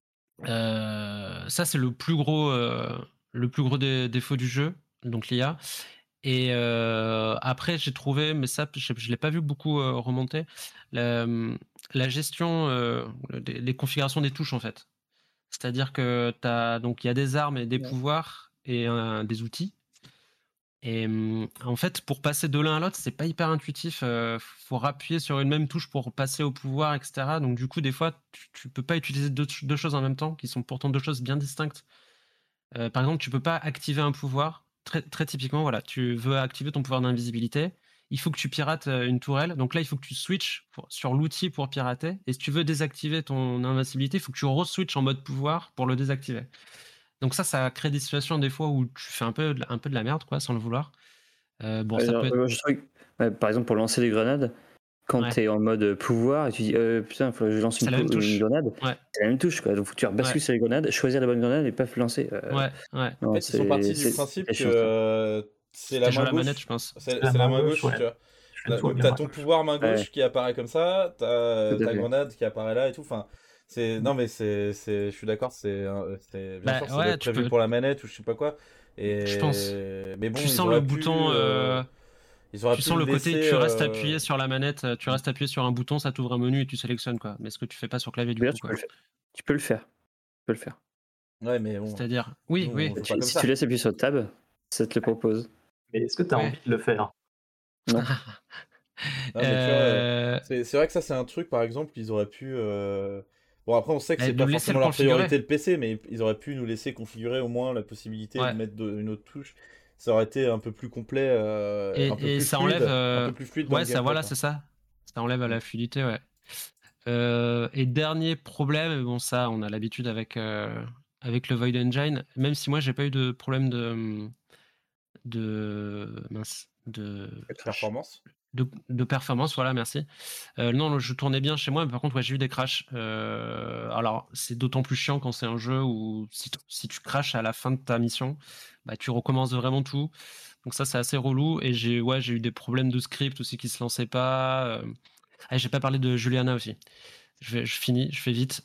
Euh, ça, c'est le plus gros, euh, le plus gros dé- défaut du jeu, donc l'I A. Et euh, après, j'ai trouvé, mais ça, je ne l'ai pas vu beaucoup euh, remonter, la, la gestion, euh, des, les configurations des touches, en fait. C'est-à-dire que t'as, donc, il y a des armes et des Ouais. pouvoirs et euh, des outils. Et hum, en fait, pour passer de l'un à l'autre, c'est pas hyper intuitif. Euh, faut appuyer sur une même touche pour passer au pouvoir, et cetera. Donc du coup, des fois, tu, tu peux pas utiliser deux, deux choses en même temps, qui sont pourtant deux choses bien distinctes. Euh, par exemple, tu peux pas activer un pouvoir. Très, très typiquement, voilà, tu veux activer ton pouvoir d'invisibilité. Il faut que tu pirates euh, une tourelle. Donc là, il faut que tu switches pour- sur l'outil pour pirater. Et si tu veux désactiver ton invincibilité, il faut que tu re-switches en mode pouvoir pour le désactiver. Donc ça, ça crée des situations des fois où tu fais un peu, de- un peu de la merde, quoi, sans le vouloir. Euh, bon, Ouais, ça genre, peut être... moi, je trouve que, ouais, par exemple, pour lancer des grenades, quand Ouais. tu es en mode pouvoir et tu dis euh, putain, faut que je lance C'est une, la même pou- touche. une grenade, Ouais, c'est la même touche, quoi. Donc faut que tu rebascules Ouais. sur les grenades, choisir la bonne grenade et pas lancer. Euh, ouais, ouais. En non, fait, ils sont c'est- partis du c'est- principe c'est que chiant, ça. euh, c'est la C'était jouer à main la manette, gauche. je pense. C'est C'est c'est la main gauche, ouais. tu vois. Tu fais Là, tout donc avec t'as la ton main gauche. pouvoir main gauche Ouais. qui apparaît comme ça, t'as Tout à ta fait. grenade qui apparaît là et tout. Enfin, c'est non mais c'est c'est, je suis d'accord, c'est un- c'est bien Bah sûr ça doit ouais, être tu prévu peux, pour la manette ou je sais pas quoi. je pense. Et mais bon, Tu ils sens le auraient pu bouton, euh, euh, ils auraient tu pu sens le le côté, laisser. tu restes euh, appuyé sur la manette, euh, tu restes appuyé sur un bouton, ça t'ouvre un menu et tu sélectionnes, quoi. Mais ce que tu fais pas sur clavier du D'ailleurs, coup, tu peux quoi. le faire. Tu peux le faire. Tu peux le faire. Ouais, mais bon, C'est-à-dire, nous oui, on oui. joue Tu- pas comme si ça. tu laisses appuyer sur Tab, ça te le propose. Mais est-ce que tu as Ouais. envie de le faire? Non. Non, mais tu vois, euh, Euh, c'est c'est vrai que ça, c'est un truc, par exemple, qu'ils auraient pu. euh, Bon, après, on sait que bah, c'est nous pas laisser forcément le leur configurer. priorité le P C, mais ils auraient pu nous laisser configurer au moins la possibilité Ouais. de mettre de- une autre touche. Ça aurait été un peu plus complet, euh, un peu Et, et plus ça fluide, enlève, un euh, peu plus fluide dans ouais, le ça, gameplay, voilà, quoi. c'est ça. Ça enlève à Mm. la fluidité, ouais. Euh, et dernier problème, bon ça, on a l'habitude avec euh, avec le Void Engine. Même si moi j'ai pas eu de problème de de mince de Performance. de, de performance, voilà, merci. Euh, non, je tournais bien chez moi, mais par contre, ouais, j'ai eu des crashs. Euh, alors, c'est d'autant plus chiant quand c'est un jeu où si, t- si tu crashes à la fin de ta mission, bah, tu recommences vraiment tout. Donc ça, c'est assez relou. Et j'ai ouais, j'ai eu des problèmes de script aussi qui se lançaient pas. Euh... Ah, j'ai pas parlé de Juliana aussi. Je, vais, je finis, je fais vite.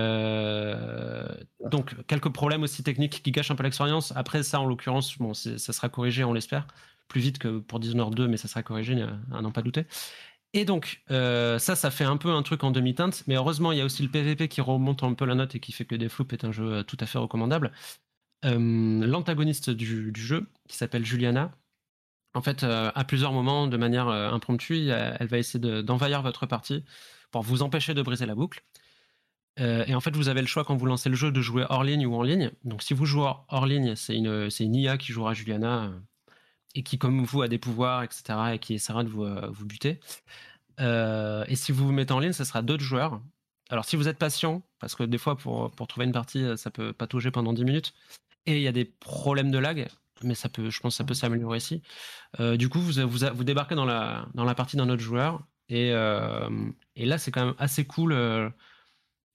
Euh, donc, quelques problèmes aussi techniques qui gâchent un peu l'expérience. Après, ça, en l'occurrence, bon, ça sera corrigé, on l'espère. Plus vite que pour Dishonored deux, mais ça sera corrigé, à n'en pas douter. Et donc, euh, ça, ça fait un peu un truc en demi-teinte. Mais heureusement, il y a aussi le P V P qui remonte un peu la note et qui fait que Deathloop est un jeu tout à fait recommandable. Euh, L'antagoniste du, du jeu, qui s'appelle Juliana, en fait, euh, à plusieurs moments, de manière euh, impromptue, elle, elle va essayer de- d'envahir votre partie pour vous empêcher de briser la boucle. Euh, et en fait, vous avez le choix quand vous lancez le jeu de jouer hors ligne ou en ligne. Donc, si vous jouez hors ligne, c'est une, c'est une I A qui jouera Juliana euh, et qui, comme vous, a des pouvoirs, et cetera, et qui essaiera de vous, euh, vous buter. Euh, et si vous vous mettez en ligne, ce sera d'autres joueurs. Alors, si vous êtes patient, parce que des fois, pour, pour trouver une partie, ça peut patauger pendant dix minutes, et il y a des problèmes de lag, mais ça peut, je pense que ça peut s'améliorer ici. Euh, du coup, vous, vous, vous débarquez dans la, dans la partie d'un autre joueur, et, euh, et là, c'est quand même assez cool. Euh,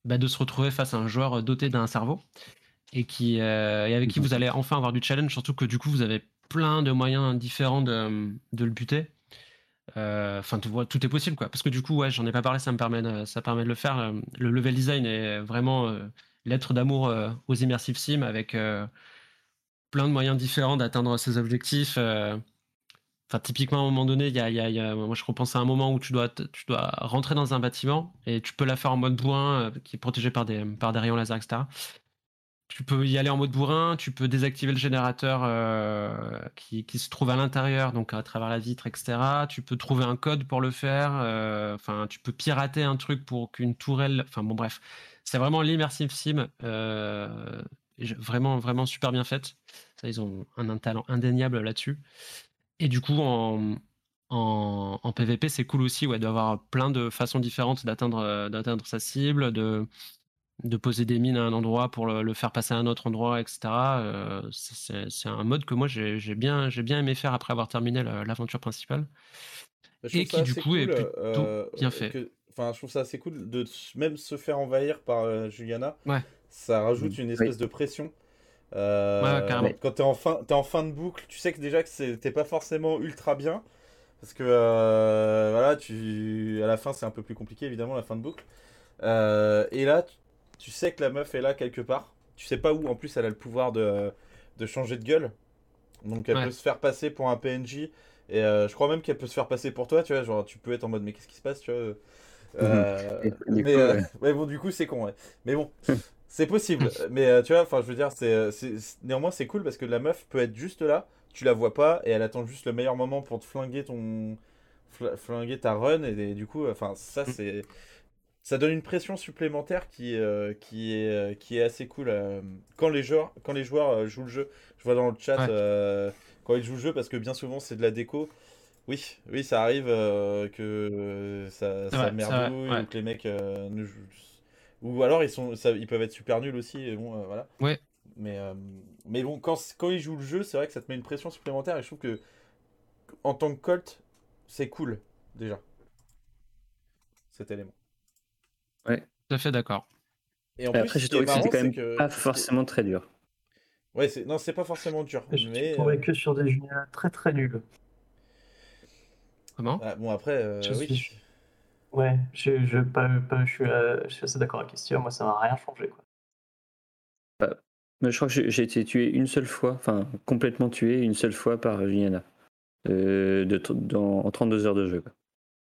bah, de se retrouver face à un joueur doté d'un cerveau et, qui, euh, et avec qui vous allez enfin avoir du challenge, surtout que du coup vous avez plein de moyens différents de, de le buter. Enfin, euh, tout est possible, quoi. Parce que du coup, ouais, j'en ai pas parlé, ça me permet de, ça permet de le faire. Le level design est vraiment euh, lettre d'amour euh, aux immersive sim avec euh, plein de moyens différents d'atteindre ses objectifs. Euh, Enfin, typiquement, à un moment donné, il y a, y a, y a, moi je repense à un moment où tu dois, tu dois rentrer dans un bâtiment et tu peux la faire en mode bourrin, euh, qui est protégé par des, par des rayons laser, et cetera. Tu peux y aller en mode bourrin, tu peux désactiver le générateur euh, qui, qui se trouve à l'intérieur, donc à travers la vitre, et cetera. Tu peux trouver un code pour le faire. Enfin, euh, tu peux pirater un truc pour qu'une tourelle. Enfin bon, bref, c'est vraiment l'immersive sim, euh, vraiment, vraiment super bien faite. Ça, ils ont un, un talent indéniable là-dessus. Et du coup, en, en, en P V P, c'est cool aussi, ouais, d'avoir plein de façons différentes d'atteindre, euh, d'atteindre sa cible, de de poser des mines à un endroit pour le, le faire passer à un autre endroit, et cetera. Euh, c'est, c'est un mode que moi j'ai, j'ai, bien, j'ai bien aimé faire après avoir terminé la, l'aventure principale. Je Et trouve ça qui du assez coup cool, est plutôt euh, bien fait. que, enfin, je trouve ça assez cool de même se faire envahir par euh, Juliana. Ouais. Ça rajoute Mmh. une espèce Oui. de pression. Euh, Ouais, carrément. Quand t'es en fin, t'es en fin de boucle, tu sais que déjà que c'est, t'es pas forcément ultra bien. Parce que euh, voilà, tu, à la fin c'est un peu plus compliqué évidemment la fin de boucle. Euh, et là, tu, tu sais que la meuf est là quelque part. Tu sais pas où. En plus, elle a le pouvoir de, de changer de gueule. Donc elle Ouais. peut se faire passer pour un P N J. Et euh, je crois même qu'elle peut se faire passer pour toi. Tu vois, genre tu peux être en mode mais qu'est-ce qui se passe, tu vois. Euh, Et du mais, coup, euh, ouais. mais bon, du coup c'est con. Ouais. Mais bon, c'est possible. Mais euh, tu vois, enfin je veux dire, c'est, c'est, c'est- néanmoins c'est cool parce que la meuf peut être juste là. Tu la vois pas et elle attend juste le meilleur moment pour te flinguer ton fl- flinguer ta run et, et du coup enfin ça c'est ça donne une pression supplémentaire qui, euh, qui, est, euh, qui est assez cool euh, quand les joueurs, quand les joueurs euh, jouent le jeu. Je vois dans le chat Ouais. euh, quand ils jouent le jeu parce que bien souvent c'est de la déco. Oui, oui, ça arrive euh, que euh, ça, C'est ça vrai, c'est vrai, merdouille ouais. ou que les mecs euh, ne jouent. Ou alors ils, sont, ça- ils peuvent être super nuls aussi. Et bon, euh, voilà. Ouais. Mais, euh, mais bon, quand, quand ils jouent le jeu, c'est vrai que ça te met une pression supplémentaire et je trouve que en tant que Colt, c'est cool déjà cet élément. Ouais. Tout à fait d'accord. Et en Et plus, après, ce j'ai qui est trouvé que c'était marrant, quand c'est même que pas ce qui est- forcément très dur. Ouais, c'est... non, c'est pas forcément dur, Je suis mais tombé euh, que sur des Juliana très très nuls. Comment? ah, bon après, Je euh, oui. suis. Ouais, je, je, pas, pas- je, suis, euh, je suis assez d'accord avec Estia, moi ça m'a rien changé. Quoi. Bah, mais je crois que j'ai, j'ai été tué une seule fois, enfin complètement tué une seule fois par Juliana. Euh, de, dans, en trente-deux heures de jeu. Quoi.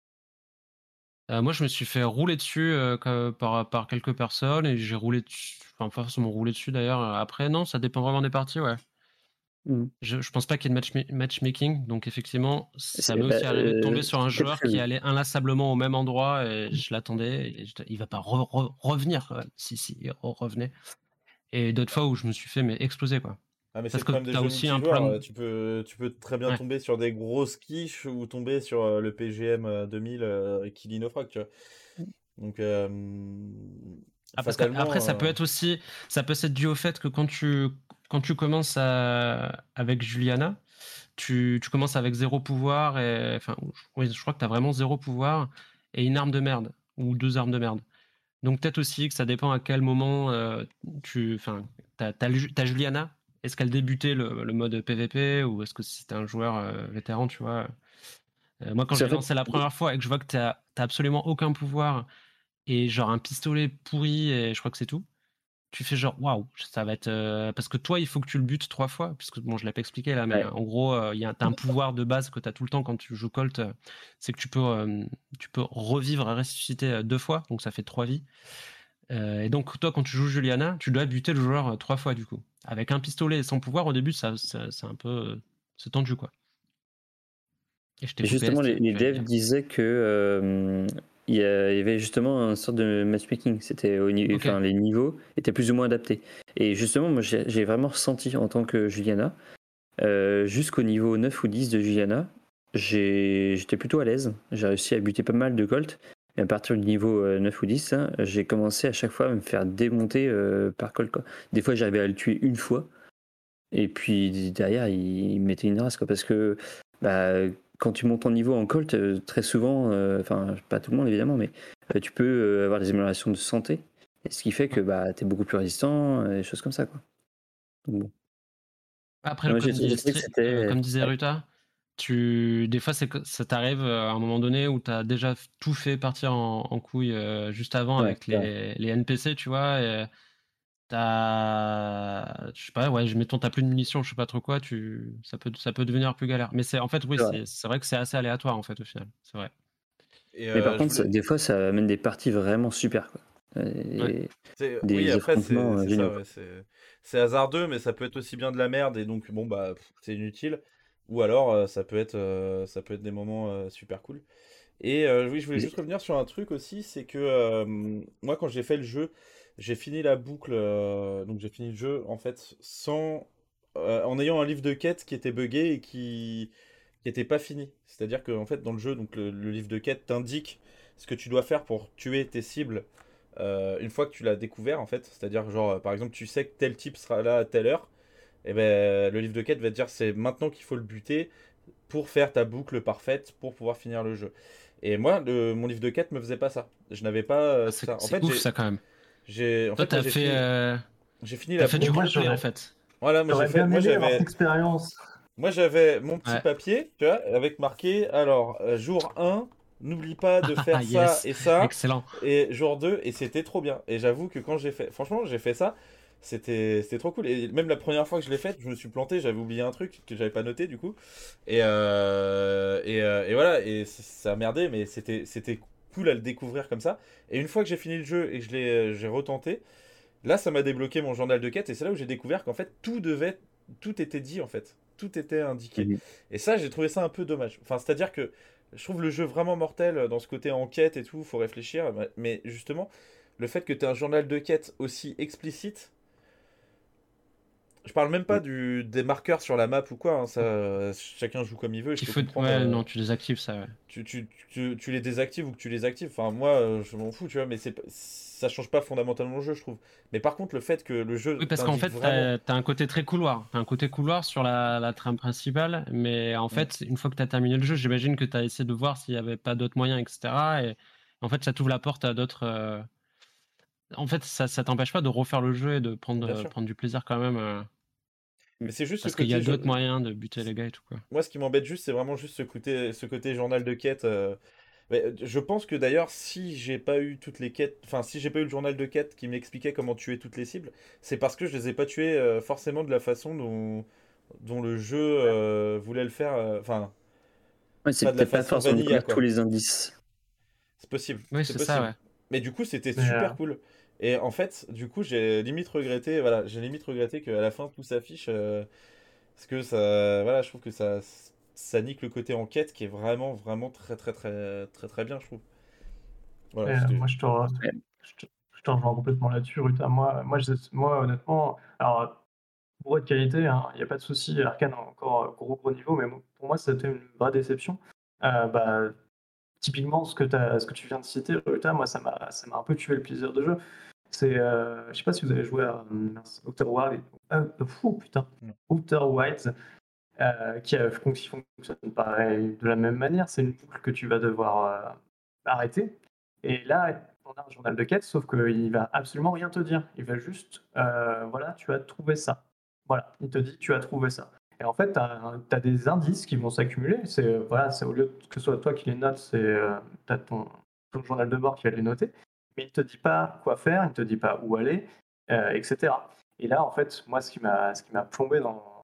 Euh, moi, je me suis fait rouler dessus euh, que- par, par quelques personnes et j'ai roulé dessus. Enfin, pas forcément roulé dessus d'ailleurs. Après, non, ça dépend vraiment des parties, ouais. Mmh. Je, je pense pas qu'il y ait de match, matchmaking, donc effectivement, ça C'est, m'est bah, aussi arrivé de euh, tomber sur un c'était joueur qui prévu. allait inlassablement au même endroit et je l'attendais. Et je- il va pas re- re- revenir. Quoi. Si, si, il re- revenait. Et d'autres fois où je me suis fait mais exploser, quoi. Ah, mais c'est Parce le que problème des t'as jeux aussi un multijoueurs. problème. euh, Tu peux, tu peux très bien Ouais. tomber sur des grosses quiches ou tomber sur euh, le P G M euh, deux mille euh, qui l'inofrag, tu vois. Donc, euh, Ah, parce qu'après, fatalement. ça peut euh, être aussi, ça peut s'être dû au fait que quand tu, quand tu commences à- avec Juliana, tu, tu commences avec zéro pouvoir, et, enfin, oui, je crois que tu as vraiment zéro pouvoir et une arme de merde, ou deux armes de merde. Donc peut-être aussi que ça dépend à quel moment euh, tu, enfin, t'as, t'as, Ju- t'as Juliana. Est-ce qu'elle débutait le, le mode P V P ou est-ce que c'était un joueur euh, vétéran, tu vois? Euh, moi, quand Parce je qu'en l'ai fait, lancé la première fois et que je vois que t'as, t'as absolument aucun pouvoir et genre un pistolet pourri et je crois que c'est tout. Tu fais genre waouh, ça va être euh, parce que toi il faut que tu le butes trois fois puisque bon je l'ai pas expliqué là mais ouais. en gros euh, il y a t'as un pouvoir de base que tu as tout le temps quand tu joues Colt, euh, c'est que tu peux euh, tu peux revivre et ressusciter euh, deux fois donc ça fait trois vies. Euh, et donc toi quand tu joues Juliana tu dois buter le joueur euh, trois fois du coup avec un pistolet et sans pouvoir au début ça, ça- c'est un peu euh, c'est tendu quoi. Et je t'ai Et coupé justement, les, Estia, les tu vas le devs dire. disaient que euh, il y, a- il y avait justement une sorte de matchmaking. C'était au niveau, Ok. enfin les niveaux étaient plus ou moins adaptés. Et justement, moi j'ai, j'ai vraiment ressenti en tant que Juliana, euh, jusqu'au niveau neuf ou dix de Juliana, j'ai, j'étais plutôt à l'aise. J'ai réussi à buter pas mal de Colt. Et à partir du niveau euh, neuf ou dix, hein, j'ai commencé à chaque fois à me faire démonter euh, par Colt. Quoi. Des fois, j'arrivais à le tuer une fois. Et puis derrière, il, il me mettait une race. Quoi, parce que bah, quand tu montes en niveau en Colt, euh, très souvent, euh, enfin, pas tout le monde évidemment, mais euh, tu peux euh, avoir des améliorations de santé. Et ce qui fait que bah, tu es beaucoup plus résistant, et des choses comme ça. Quoi. Donc, bon. Après, Moi, comme, j'ai, j'ai disait, trouvé que Stri- c'était. euh, comme disait Ouais. Ruta, tu... des fois, c'est que ça t'arrive euh, à un moment donné où tu as déjà f- tout fait partir en, en couille euh, juste avant Ouais, avec c'est vrai. les, les N P C, tu vois. Et t'as, je sais pas, ouais, mettons, t'as plus de munitions, je sais pas trop quoi, tu... ça, peut, ça peut devenir plus galère. Mais c'est en fait, oui, C'est vrai. c'est c'est vrai que c'est assez aléatoire en fait au final. C'est vrai. Et Mais par euh, je contre, ça- voulais. des fois, ça amène des parties vraiment super. Quoi. Ouais. Et C'est- Oui, des après, affrontements c'est euh, c'est géniaux. ça, Quoi. ouais. C'est c'est hasardeux, mais ça peut être aussi bien de la merde, et donc, bon, bah, pff, c'est inutile. Ou alors, euh, ça peut être, euh, ça peut être des moments euh, super cool. Et euh, oui, je voulais juste Et- revenir sur un truc aussi, c'est que euh, moi, quand j'ai fait le jeu, j'ai fini la boucle, euh, donc j'ai fini le jeu, en fait, sans, euh, en ayant un livre de quête qui était buggé et qui qui était pas fini. C'est-à-dire que, en fait, dans le jeu, donc le, le livre de quête t'indique ce que tu dois faire pour tuer tes cibles euh, une fois que tu l'as découvert, en fait. C'est-à-dire, genre, euh, par exemple, tu sais que tel type sera là à telle heure, et ben le livre de quête va te dire c'est maintenant qu'il faut le buter pour faire ta boucle parfaite pour pouvoir finir le jeu. Et moi, le, mon livre de quête me faisait pas ça. Je n'avais pas euh, Ah, tout c'est ça. En c'est fait, ouf j'ai, ça quand même. j'ai, en Toi, fait, moi, t'as j'ai fait, fini, euh, j'ai fini t'as la fait du Et moi, boucle. roleplay en j'aurais, fait. Voilà, moi j'ai j'aurais fait, bien moi aimé avoir cette j'avais, expérience. moi j'avais mon petit Ouais. papier, tu vois, avec marqué, alors, euh, jour un, n'oublie pas de faire ça Yes, et ça, excellent. et jour deux, et c'était trop bien. Et j'avoue que quand j'ai fait, franchement, j'ai fait ça, c'était, c'était trop cool. Et même la première fois que je l'ai fait, je me suis planté, j'avais oublié un truc que j'avais pas noté du coup. Et, euh, et, euh, et voilà, et c- ça a merdé, mais c'était, c'était cool à le découvrir comme ça. Et une fois que j'ai fini le jeu et que je l'ai, j'ai retenté, là, ça m'a débloqué mon journal de quête et c'est là où j'ai découvert qu'en fait tout devait, tout était dit en fait, tout était indiqué. Mhm. Et ça, j'ai trouvé ça un peu dommage. Enfin, c'est-à-dire que je trouve le jeu vraiment mortel dans ce côté enquête et tout, faut réfléchir. Mais justement, le fait que tu aies un journal de quête aussi explicite, je parle même pas du, des marqueurs sur la map ou quoi, hein, ça, euh, chacun joue comme il veut, je Qu'il peux faut... comprendre. Ouais, euh, non, tu désactives ça. Ouais. tu, tu, tu, tu les désactives ou que tu les actives. Enfin, moi, euh, je m'en fous, tu vois, mais c'est, ça change pas fondamentalement le jeu, je trouve. Mais par contre, le fait que le Oui, jeu parce qu'en t'indique fait, vraiment. t'as as un côté très couloir. T'as un côté couloir sur la, la trame principale, mais en Mm, fait, une fois que t'as terminé le jeu, j'imagine que t'as essayé de voir s'il y avait pas d'autres moyens, et cetera. Et en fait, ça t'ouvre la porte à d'autres. euh, En fait, ça, ça t'empêche pas de refaire le jeu et de prendre, bien euh, sûr. prendre du plaisir quand même, euh, Mais c'est juste ce parce qu'il y a côté. je- d'autres moyens de buter les gars et tout quoi. Moi, ce qui m'embête juste, c'est vraiment juste ce côté, ce côté journal de quête. euh, mais, euh, je pense que d'ailleurs, si j'ai pas eu toutes les quêtes, enfin, si j'ai pas eu le journal de quête qui m'expliquait comment tuer toutes les cibles, c'est parce que je les ai pas tuées euh, forcément de la façon dont, dont le jeu euh, voulait le faire. euh, Enfin, Ouais, c'est pas de la peut-être pas façon forcément de vanilla, connaître tous quoi. les indices. C'est possible, Oui, c'est c'est ça, possible. ouais. Mais du coup, c'était Mais, euh, super cool. Et en fait, du coup, j'ai limite regretté, voilà, j'ai limite regretté qu'à la fin tout s'affiche. euh, Parce que ça, voilà, je trouve que ça, ça nique le côté enquête qui est vraiment, vraiment très, très, très, très, très bien, je trouve. Voilà, mais, euh, c'était. moi, je te, re- Ouais. je te, je te rejoins complètement là-dessus, Ruta. Moi, moi, je- moi, honnêtement, alors, pour être qualité, hein, il n'y a pas de souci. Arkane a encore un gros, gros niveau, mais moi- pour moi, c'était une vraie déception. Euh, bah, typiquement, ce que, t'as- ce que tu viens de citer, Ruta, moi, ça m'a ça m'a un peu tué le plaisir de jeu. C'est, euh, je sais pas si vous avez joué à euh, mince, Outer Wilds. Euh, fou, putain. Non. Outer Wilds, euh, qui, a- qui fonctionne pareil de la même manière. C'est une boucle que tu vas devoir euh, arrêter. Et là, on a un journal de quête, sauf qu'il va absolument rien te dire. Il va juste, euh, voilà, tu as trouvé ça. Voilà, il te dit, tu as trouvé ça. Et en fait, tu as, des indices qui vont s'accumuler. C'est, euh, voilà, c'est au lieu que ce soit toi qui les notes, c'est euh, tu as ton, ton journal de bord qui va les noter. Mais il ne te dit pas quoi faire, il ne te dit pas où aller, euh, et cetera. Et là, en fait, moi, ce qui m'a, ce qui m'a plombé dans,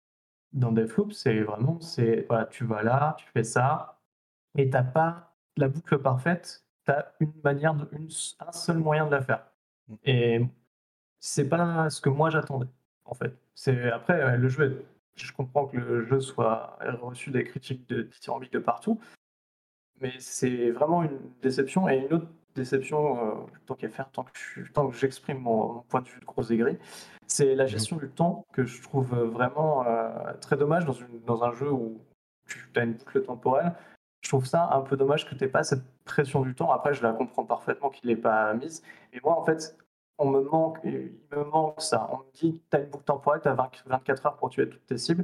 dans Deathloop, c'est vraiment, c'est, voilà, tu vas là, tu fais ça, et t'as pas la boucle parfaite, tu as une manière, de, une, un seul moyen de la faire. Et c'est pas ce que moi j'attendais, en fait. C'est après euh, le jeu, est- je comprends que le jeu soit ait reçu des critiques de dithyrambiques de partout, mais c'est vraiment une déception. Et une autre déception, euh, tant qu'à faire, tant que je- tant que j'exprime mon, mon point de vue de gros aigri, c'est la Mhm. gestion du temps que je trouve vraiment euh, très dommage dans, une, dans un jeu où tu as une boucle temporelle. Je trouve ça un peu dommage que tu n'aies pas cette pression du temps. Après, je la comprends parfaitement qu'il ne l'ait pas mise. Et moi, en fait, on me manque, il me manque ça. On me dit, tu as une boucle temporelle, tu as vingt-quatre heures pour tuer toutes tes cibles.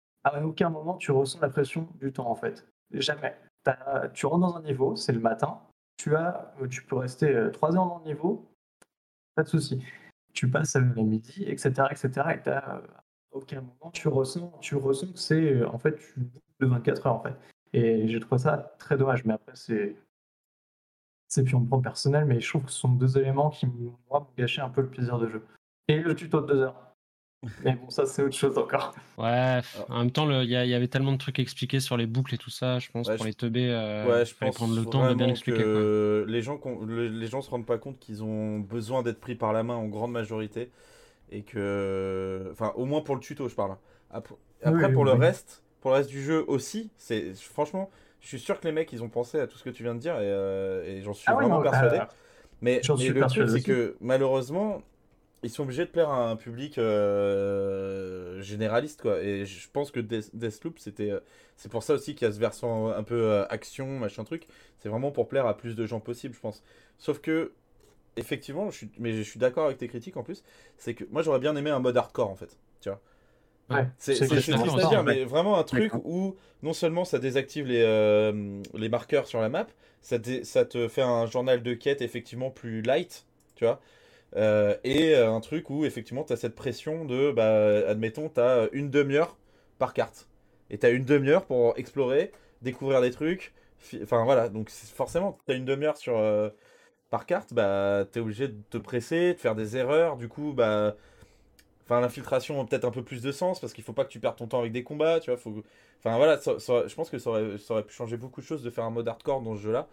À aucun moment, tu ressens la pression du temps, en fait. Jamais. T'as- tu rentres dans un niveau, c'est le matin, tu, as, tu peux rester trois heures dans le niveau, pas de souci. Tu passes à midi, et cetera, et cetera, et t'as, à aucun moment tu ressens, tu ressens que c'est en fait une boucle de vingt-quatre heures en fait. Et j'ai trouvé ça très dommage, mais après c'est c'est purement personnel, mais je trouve que ce sont deux éléments qui moi m'ont gâché un peu le plaisir de jeu. Et le tuto de deux heures. Mais bon, ça c'est autre chose encore. Ouais, f- en même temps, le- il y, a- il y avait tellement de trucs expliqués sur les boucles et tout ça, je pense, Ouais, pour je- les teubés, euh, Ouais, il je fallait pense prendre le temps de bien vraiment expliquer, quoi. que les gens, qu'on- le- les gens se rendent pas compte qu'ils ont besoin d'être pris par la main en grande majorité et que, enfin, au moins pour le tuto, je parle. Après, après, Oui, pour oui, le oui. reste, pour le reste du jeu aussi, c'est franchement, je suis sûr que les mecs, ils ont pensé à tout ce que tu viens de dire et, euh, et j'en suis Ah ouais, vraiment non, persuadé. euh, Mais, j'en mais suis le truc, persuadé c'est aussi. que malheureusement, ils sont obligés de plaire à un public euh, généraliste, quoi. Et je pense que Death- Deathloop, c'était, euh, c'est pour ça aussi qu'il y a ce versant un peu euh, action, machin truc. C'est vraiment pour plaire à plus de gens possible, je pense. Sauf que, effectivement, je suis, mais je suis d'accord avec tes critiques en plus, c'est que moi j'aurais bien aimé un mode hardcore en fait. Tu vois. Ouais, C'est c'est c'est- Ouais, je suis c'est exactement d'accord triste à aussi, ça, dire, en hein. fait. mais vraiment un truc D'accord. où non seulement ça désactive les, euh, les marqueurs sur la map, ça, dé- ça te fait un journal de quête effectivement plus light, tu vois. Euh, et euh, un truc où effectivement tu as cette pression de, bah, admettons, tu as une demi-heure par carte. Et tu as une demi-heure pour explorer, découvrir des trucs. fi- Enfin voilà, donc c'est- forcément, tu as une demi-heure sur, euh, par carte, bah, tu es obligé de te presser, de faire des erreurs. Du coup, bah, enfin, l'infiltration a peut-être un peu plus de sens parce qu'il faut pas que tu perdes ton temps avec des combats, tu vois. Faut... Enfin voilà, ça- ça- je pense que ça aurait, ça aurait pu changer beaucoup de choses de faire un mode hardcore dans ce jeu-là.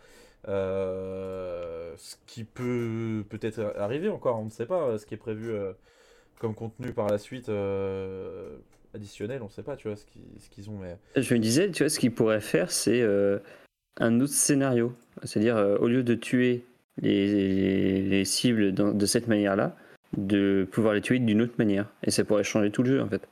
Euh, ce qui peut peut-être arriver encore, on ne sait pas, euh, ce qui est prévu euh, comme contenu par la suite euh, additionnel, on ne sait pas, tu vois, ce qu'ils ce qu'ils ont. Mais... Je me disais, tu vois, ce qu'ils pourraient faire, c'est euh, un autre scénario. C'est-à-dire, euh, au lieu de tuer les, les cibles dans- de cette manière-là, de pouvoir les tuer d'une autre manière. Et ça pourrait changer tout le jeu, en fait.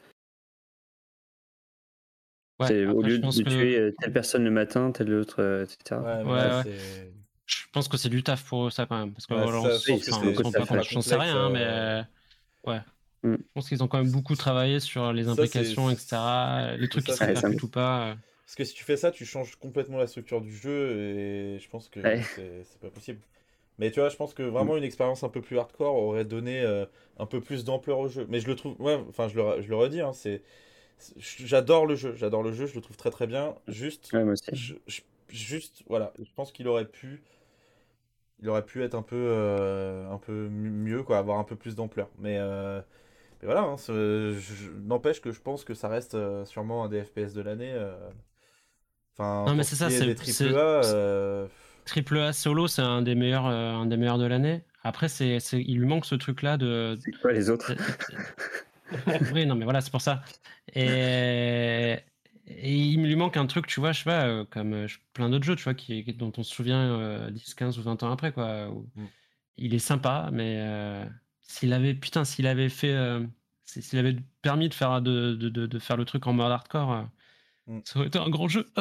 Ouais, C'est au après, lieu je pense de que. tuer euh, telle personne le matin, telle autre, euh, et cetera. Ouais, mais Ouais, là, ouais. c'est. Je pense que c'est du taf pour eux, ça, quand même. Parce que Ouais, voilà, c'est on ça, s- je pense Oui, que enfin, enfin, au ils c'est sont côté pas c'est compl- ultra j'en sais complexe. rien, hein, mais euh, euh, ouais. Mm. Je pense qu'ils ont quand même beaucoup travaillé sur les Ça, c'est. imbrications, et cetera. Les C'est trucs qui ça, se c'est. Ouais, ça répercutent ou pas. euh. Parce que si tu fais ça, tu changes complètement la structure du jeu et je pense que Ouais. c'est c'est pas possible. Mais tu vois, je pense que Mm. vraiment une expérience un peu plus hardcore aurait donné euh, un peu plus d'ampleur au jeu. Mais je le trouve, ouais, enfin je le, je le redis, hein, c'est, c'est- j'adore le jeu, j'adore le jeu, je le trouve très très bien. Juste, Ouais, moi aussi. je, je- juste, voilà, je pense qu'il aurait pu, il aurait pu être un peu, euh, un peu mi- mieux, quoi, avoir un peu plus d'ampleur. Mais, euh, mais voilà, hein, ce- je- n'empêche que je pense que ça reste euh, sûrement un des F P S de l'année. euh. Enfin, Non, mais pour c'est ce qui ça, est des c'est triple c'est- A, c'est- euh, Triple A solo, c'est un des meilleurs, euh, un des meilleurs de l'année. Après, c'est, c'est, il lui manque ce truc-là de. C'est quoi les autres? de- de- Oui, non, mais voilà, c'est pour ça. Et, et il lui manque un truc, tu vois, je sais pas, euh, comme euh, je- plein d'autres jeux, tu vois, qui, qui- dont on se souvient euh, dix, quinze ou vingt ans après, quoi. où Mm. Il est sympa, mais euh, s'il avait, putain, s'il avait fait, euh, s- s'il avait permis de faire, de, de, de, de faire le truc en mode hardcore, euh, Mm. ça aurait été un grand jeu.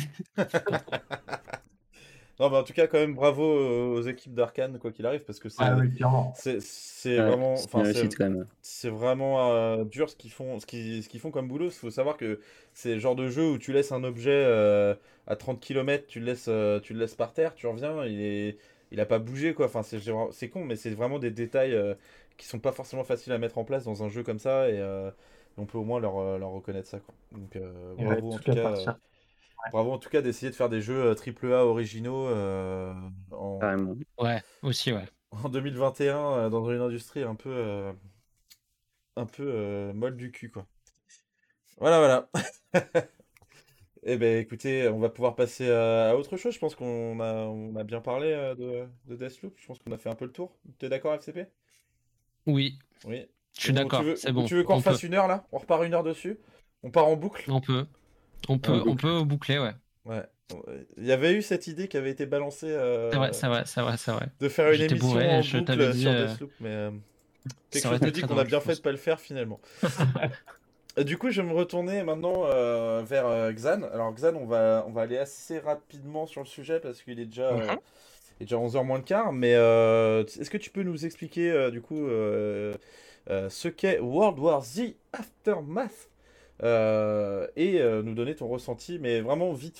Non, mais en tout cas, quand même, bravo aux aux équipes d'Arkane, quoi qu'il arrive, parce que Ah c'est oui, clairement. c'est c'est Ouais, vraiment, c'est une enfin, c'est réussite quand même. c'est vraiment euh, dur ce qu'ils font, ce qu'ils ce qu'ils font comme boulot. Il faut savoir que c'est le genre de jeu où tu laisses un objet euh, à trente kilomètres, tu le laisses, euh, tu le laisses par terre, tu reviens, il est, il a pas bougé, quoi. Enfin, c'est genre- c'est con, mais c'est vraiment des détails euh, qui sont pas forcément faciles à mettre en place dans un jeu comme ça, et euh, on peut au moins leur, euh, leur reconnaître ça, quoi. Donc, euh, Il y avait bravo en toute tout la cas. partie. euh, Bravo en tout cas d'essayer de faire des jeux euh, triple A originaux euh, en, Carrément. Ouais, aussi, ouais. en deux mille vingt et un euh, dans une industrie un peu, euh, un peu euh, molle du cul, quoi. Voilà, voilà. Eh ben écoutez, on va pouvoir passer à, à autre chose. Je pense qu'on a, on a bien parlé euh, de, de Deathloop. Je pense qu'on a fait un peu le tour. T'es d'accord, F C P? Oui, Oui. je suis On- tu d'accord, veux, c'est ou bon, tu veux qu'on on peut, refasse une heure là? On repart une heure dessus? On part en boucle? on peut, on En peut, on boucle. peut boucler, ouais. Ouais. Il y avait eu cette idée qui avait été balancée C'est vrai, euh, c'est vrai, c'est vrai, c'est vrai. de faire une J'étais émission bourré, en je t'avais boucle dit, sur euh, Deathloop, mais euh, quelque ça aurait chose me été dit très qu'on a drôle, bien je fait de pense. pas le faire finalement. Euh, Du coup, je vais me retourner maintenant euh, vers euh, Xan. Alors Xan, on va, on va aller assez rapidement sur le sujet parce qu'il est déjà, euh, Mhm. il est déjà onze heures moins le quart. Mais euh, est-ce que tu peux nous expliquer euh, du coup euh, euh, ce qu'est World War Z Aftermath euh, et euh, nous donner ton ressenti, mais vraiment vite fait, hein,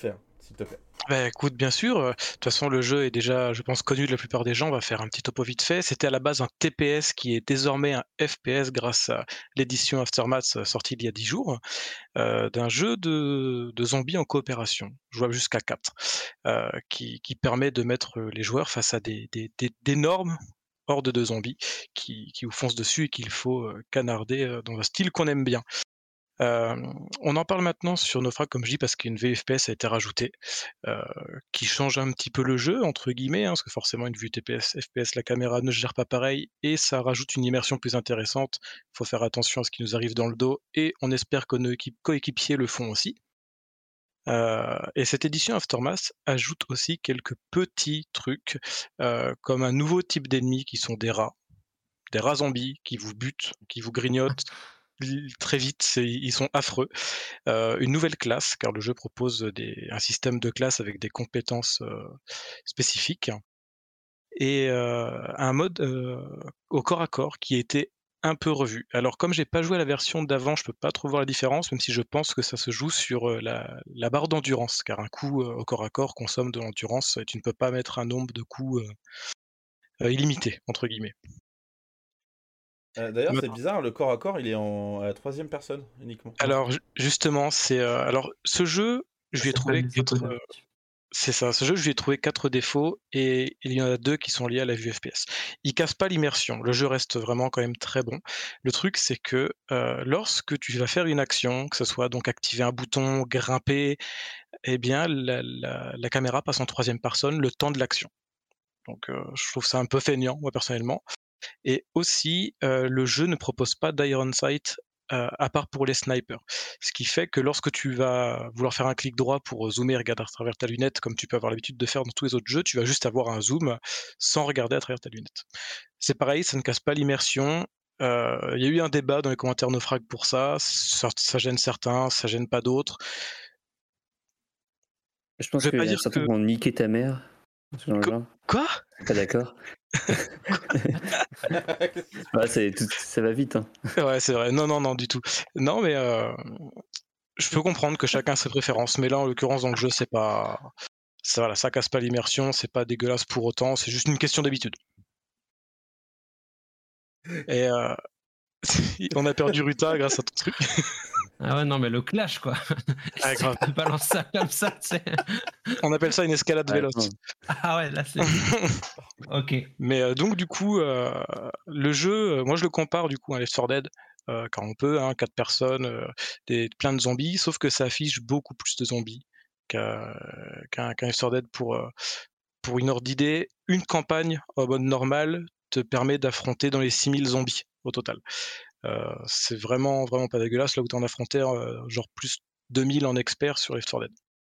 s'il te plaît. Bah écoute, bien sûr. euh, De toute façon, le jeu est déjà, je pense, connu de la plupart des gens. On va faire un petit topo vite fait. C'était à la base un T P S qui est désormais un F P S grâce à l'édition Aftermath euh, sortie il y a dix jours, euh, d'un jeu de, de zombies en coopération, jouable jusqu'à quatre, euh, qui, qui permet de mettre euh, les joueurs face à des, des- des- d'énormes hordes de zombies qui, qui vous foncent dessus et qu'il faut euh, canarder euh, dans un style qu'on aime bien. Euh, on en parle maintenant sur Naufrag, comme je dis, parce qu'une V F P S a été rajoutée, euh, qui change un petit peu le jeu, entre guillemets, hein, parce que forcément une vue T P S, F P S, la caméra ne gère pas pareil, et ça rajoute une immersion plus intéressante. Il faut faire attention à ce qui nous arrive dans le dos, et on espère que nos équipes- coéquipiers le font aussi. Euh, et cette édition Aftermath ajoute aussi quelques petits trucs, euh, comme un nouveau type d'ennemis qui sont des rats, des rats zombies qui vous butent, qui vous grignotent l- très vite, c'est- ils sont affreux. Euh, une nouvelle classe, car le jeu propose des- un système de classe avec des compétences euh, spécifiques, et euh, un mode euh, au corps à corps qui était un peu revu. Alors comme j'ai pas joué à la version d'avant, je peux pas trop voir la différence, même si je pense que ça se joue sur euh, la, la barre d'endurance, car un coup euh, au corps à corps consomme de l'endurance, et tu ne peux pas mettre un nombre de coups euh, euh, illimité, entre guillemets. Euh, D'ailleurs, c'est Maintenant- bizarre, le corps à corps, il est en à la troisième personne uniquement. Alors ju- justement, c'est euh, alors ce jeu, je Ça lui ai s'appelle trouvé les quatre, euh, autodynamiques. c'est ça, ce jeu, je lui ai trouvé quatre défauts et il y en a deux qui sont liés à la vue F P S. Il casse pas l'immersion, le jeu reste vraiment quand même très bon. Le truc, c'est que euh, lorsque tu vas faire une action, que ce soit donc activer un bouton, grimper, eh bien la, la- la caméra passe en troisième personne le temps de l'action. Donc euh, je trouve ça un peu feignant, moi personnellement. Et aussi, euh, le jeu ne propose pas d'iron sight euh, à part pour les snipers. Ce qui fait que lorsque tu vas vouloir faire un clic droit pour zoomer et regarder à travers ta lunette, comme tu peux avoir l'habitude de faire dans tous les autres jeux, tu vas juste avoir un zoom sans regarder à travers ta lunette. C'est pareil, ça ne casse pas l'immersion. Euh, Il y a eu un débat dans les commentaires Naufrag pour ça. Ça, ça gêne certains, ça gêne pas d'autres. Je pense Je vais qu'il pas y a dire certains que... qui vont niquer ta mère. Dans le Qu- genre. Quoi Pas d'accord. Ouais, c'est tout- ça va vite. Hein. Ouais, c'est vrai. Non, non, non, du tout. Non, mais euh, je peux comprendre que chacun a ses préférences. Mais là, en l'occurrence, dans le jeu, c'est pas... Ça, voilà, ça casse pas l'immersion, c'est pas dégueulasse pour autant, c'est juste une question d'habitude. Et euh, on a perdu Ruta grâce à ton truc. Ah ouais, non, mais le clash, quoi. Ah, grave. Tu balances ça comme ça, c'est. On appelle ça une escalade Ouais, véloce. non. Ah ouais, là, c'est. Ok. Mais euh, donc du coup, euh, le jeu, euh, moi je le compare du coup à Left four Dead, euh, car on peut, hein, quatre personnes, euh, des, plein de zombies, sauf que ça affiche beaucoup plus de zombies qu'un qu'un qu'un Left four Dead pour, euh, pour une ordre d'idée. Une campagne en mode normal te permet d'affronter dans les six mille zombies au total. Euh, c'est vraiment, vraiment pas dégueulasse, là où t'en affrontais euh, genre plus deux mille en expert sur Left four Dead.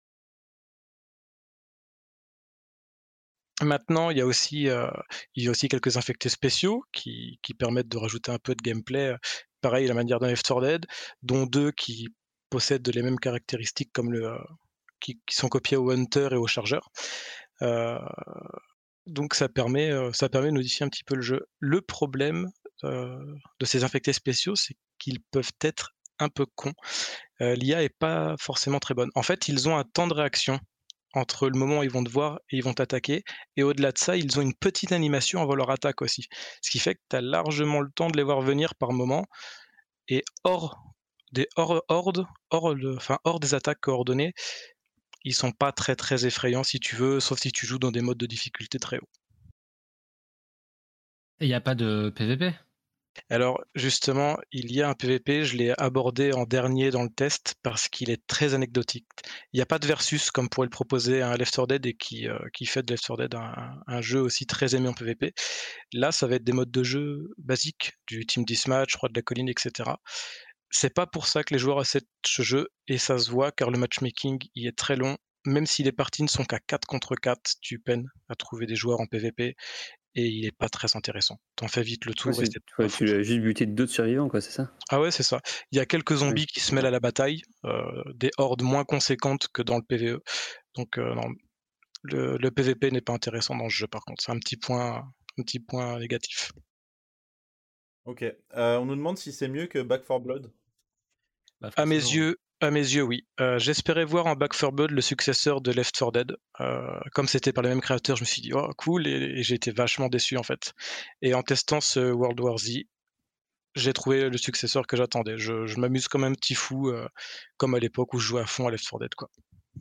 Maintenant, il y a aussi, euh, il y a aussi quelques infectés spéciaux qui, qui permettent de rajouter un peu de gameplay, euh, pareil à la manière d'un Left four Dead, dont deux qui possèdent les mêmes caractéristiques comme le, euh, qui, qui sont copiés au Hunter et au Charger. Euh, donc ça permet, euh, ça permet de modifier un petit peu le jeu. Le problème euh, de ces infectés spéciaux, c'est qu'ils peuvent être un peu cons. Euh, L'I A est pas forcément très bonne. En fait, ils ont un temps de réaction entre le moment où ils vont te voir et ils vont t'attaquer. Et au-delà de ça, ils ont une petite animation avant leur attaque aussi. Ce qui fait que tu as largement le temps de les voir venir par moment. Et hors des hors, hordes, hors, le, enfin, hors des attaques coordonnées, ils sont pas très très effrayants si tu veux, sauf si tu joues dans des modes de difficulté très hauts. Et il n'y a pas de P V P? Alors justement, il y a un P V P, je l'ai abordé en dernier dans le test parce qu'il est très anecdotique. Il n'y a pas de versus comme pourrait le proposer un Left four Dead et qui, euh, qui fait de Left four Dead un, un jeu aussi très aimé en P V P. Là, ça va être des modes de jeu basiques, du Team Deathmatch, Roi de la Colline, et cetera. C'est pas pour ça que les joueurs achètent ce jeu et ça se voit car le matchmaking y est très long. Même si les parties ne sont qu'à quatre contre quatre, tu peines à trouver des joueurs en P V P et il est pas très intéressant. T'en fais vite le tour Ouais, et c'est- c'est ouais, tu l'as juste buté d'autres survivants, quoi, c'est ça? Ah ouais, c'est ça. Il y a quelques zombies Ouais. qui se mêlent à la bataille, euh, des hordes moins conséquentes que dans le P V E. Donc euh, non, le, le P V P n'est pas intéressant dans ce jeu par contre. C'est un petit point, un petit point négatif. Ok. Euh, on nous demande si c'est mieux que Back four Blood. Bah, À mes forcément. yeux, À mes yeux, oui. Euh, j'espérais voir en Back four Blood le successeur de Left four Dead. Euh, comme c'était par les mêmes créateurs, je me suis dit, oh cool, et, et j'ai été vachement déçu en fait. Et en testant ce World War Z, j'ai trouvé le successeur que j'attendais. Je, je m'amuse comme un petit fou, euh, comme à l'époque où je jouais à fond à Left four Dead, quoi.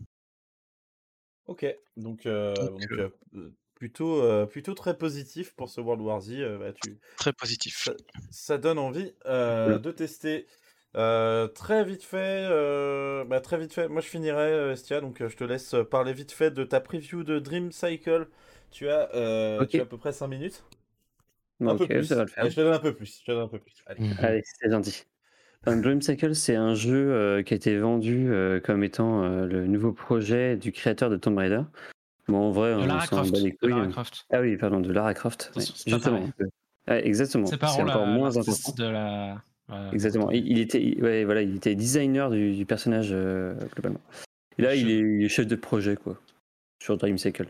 Ok, donc, euh, Donc, donc euh, euh, plutôt, euh, plutôt très positif pour ce World War Z. euh, bah, tu, très positif. ça, ça donne envie euh, de tester. Euh, très vite fait, euh, bah, très vite fait. Moi, je finirai, euh, Estia, donc euh, je te laisse parler vite fait de ta preview de Dream Cycle. Tu as, euh, Ok. tu as à peu près cinq minutes. Bon, Un peu ok, plus. ça va le faire. Allez, je te donne un peu plus. Je te donne un peu plus. Allez. Mhm. Allez, c'est gentil. Donc, Dream Cycle, c'est un jeu euh, qui a été vendu euh, comme étant euh, le nouveau projet du créateur de Tomb Raider. Bon, en vrai, De on Lara s'en Croft. bat les De couilles. Lara Croft. Ah oui, pardon, de Lara Croft. Ouais, Attention, c'est pas justement. pareil. Ouais, exactement. C'est Séparons encore la- moins l'artiste important. de la. euh, Exactement. de- Il, il était, il- ouais, voilà, il était designer du, du personnage euh, globalement. Et là, Les il cheveux. est, il est chef de projet quoi, sur Dream Cycle.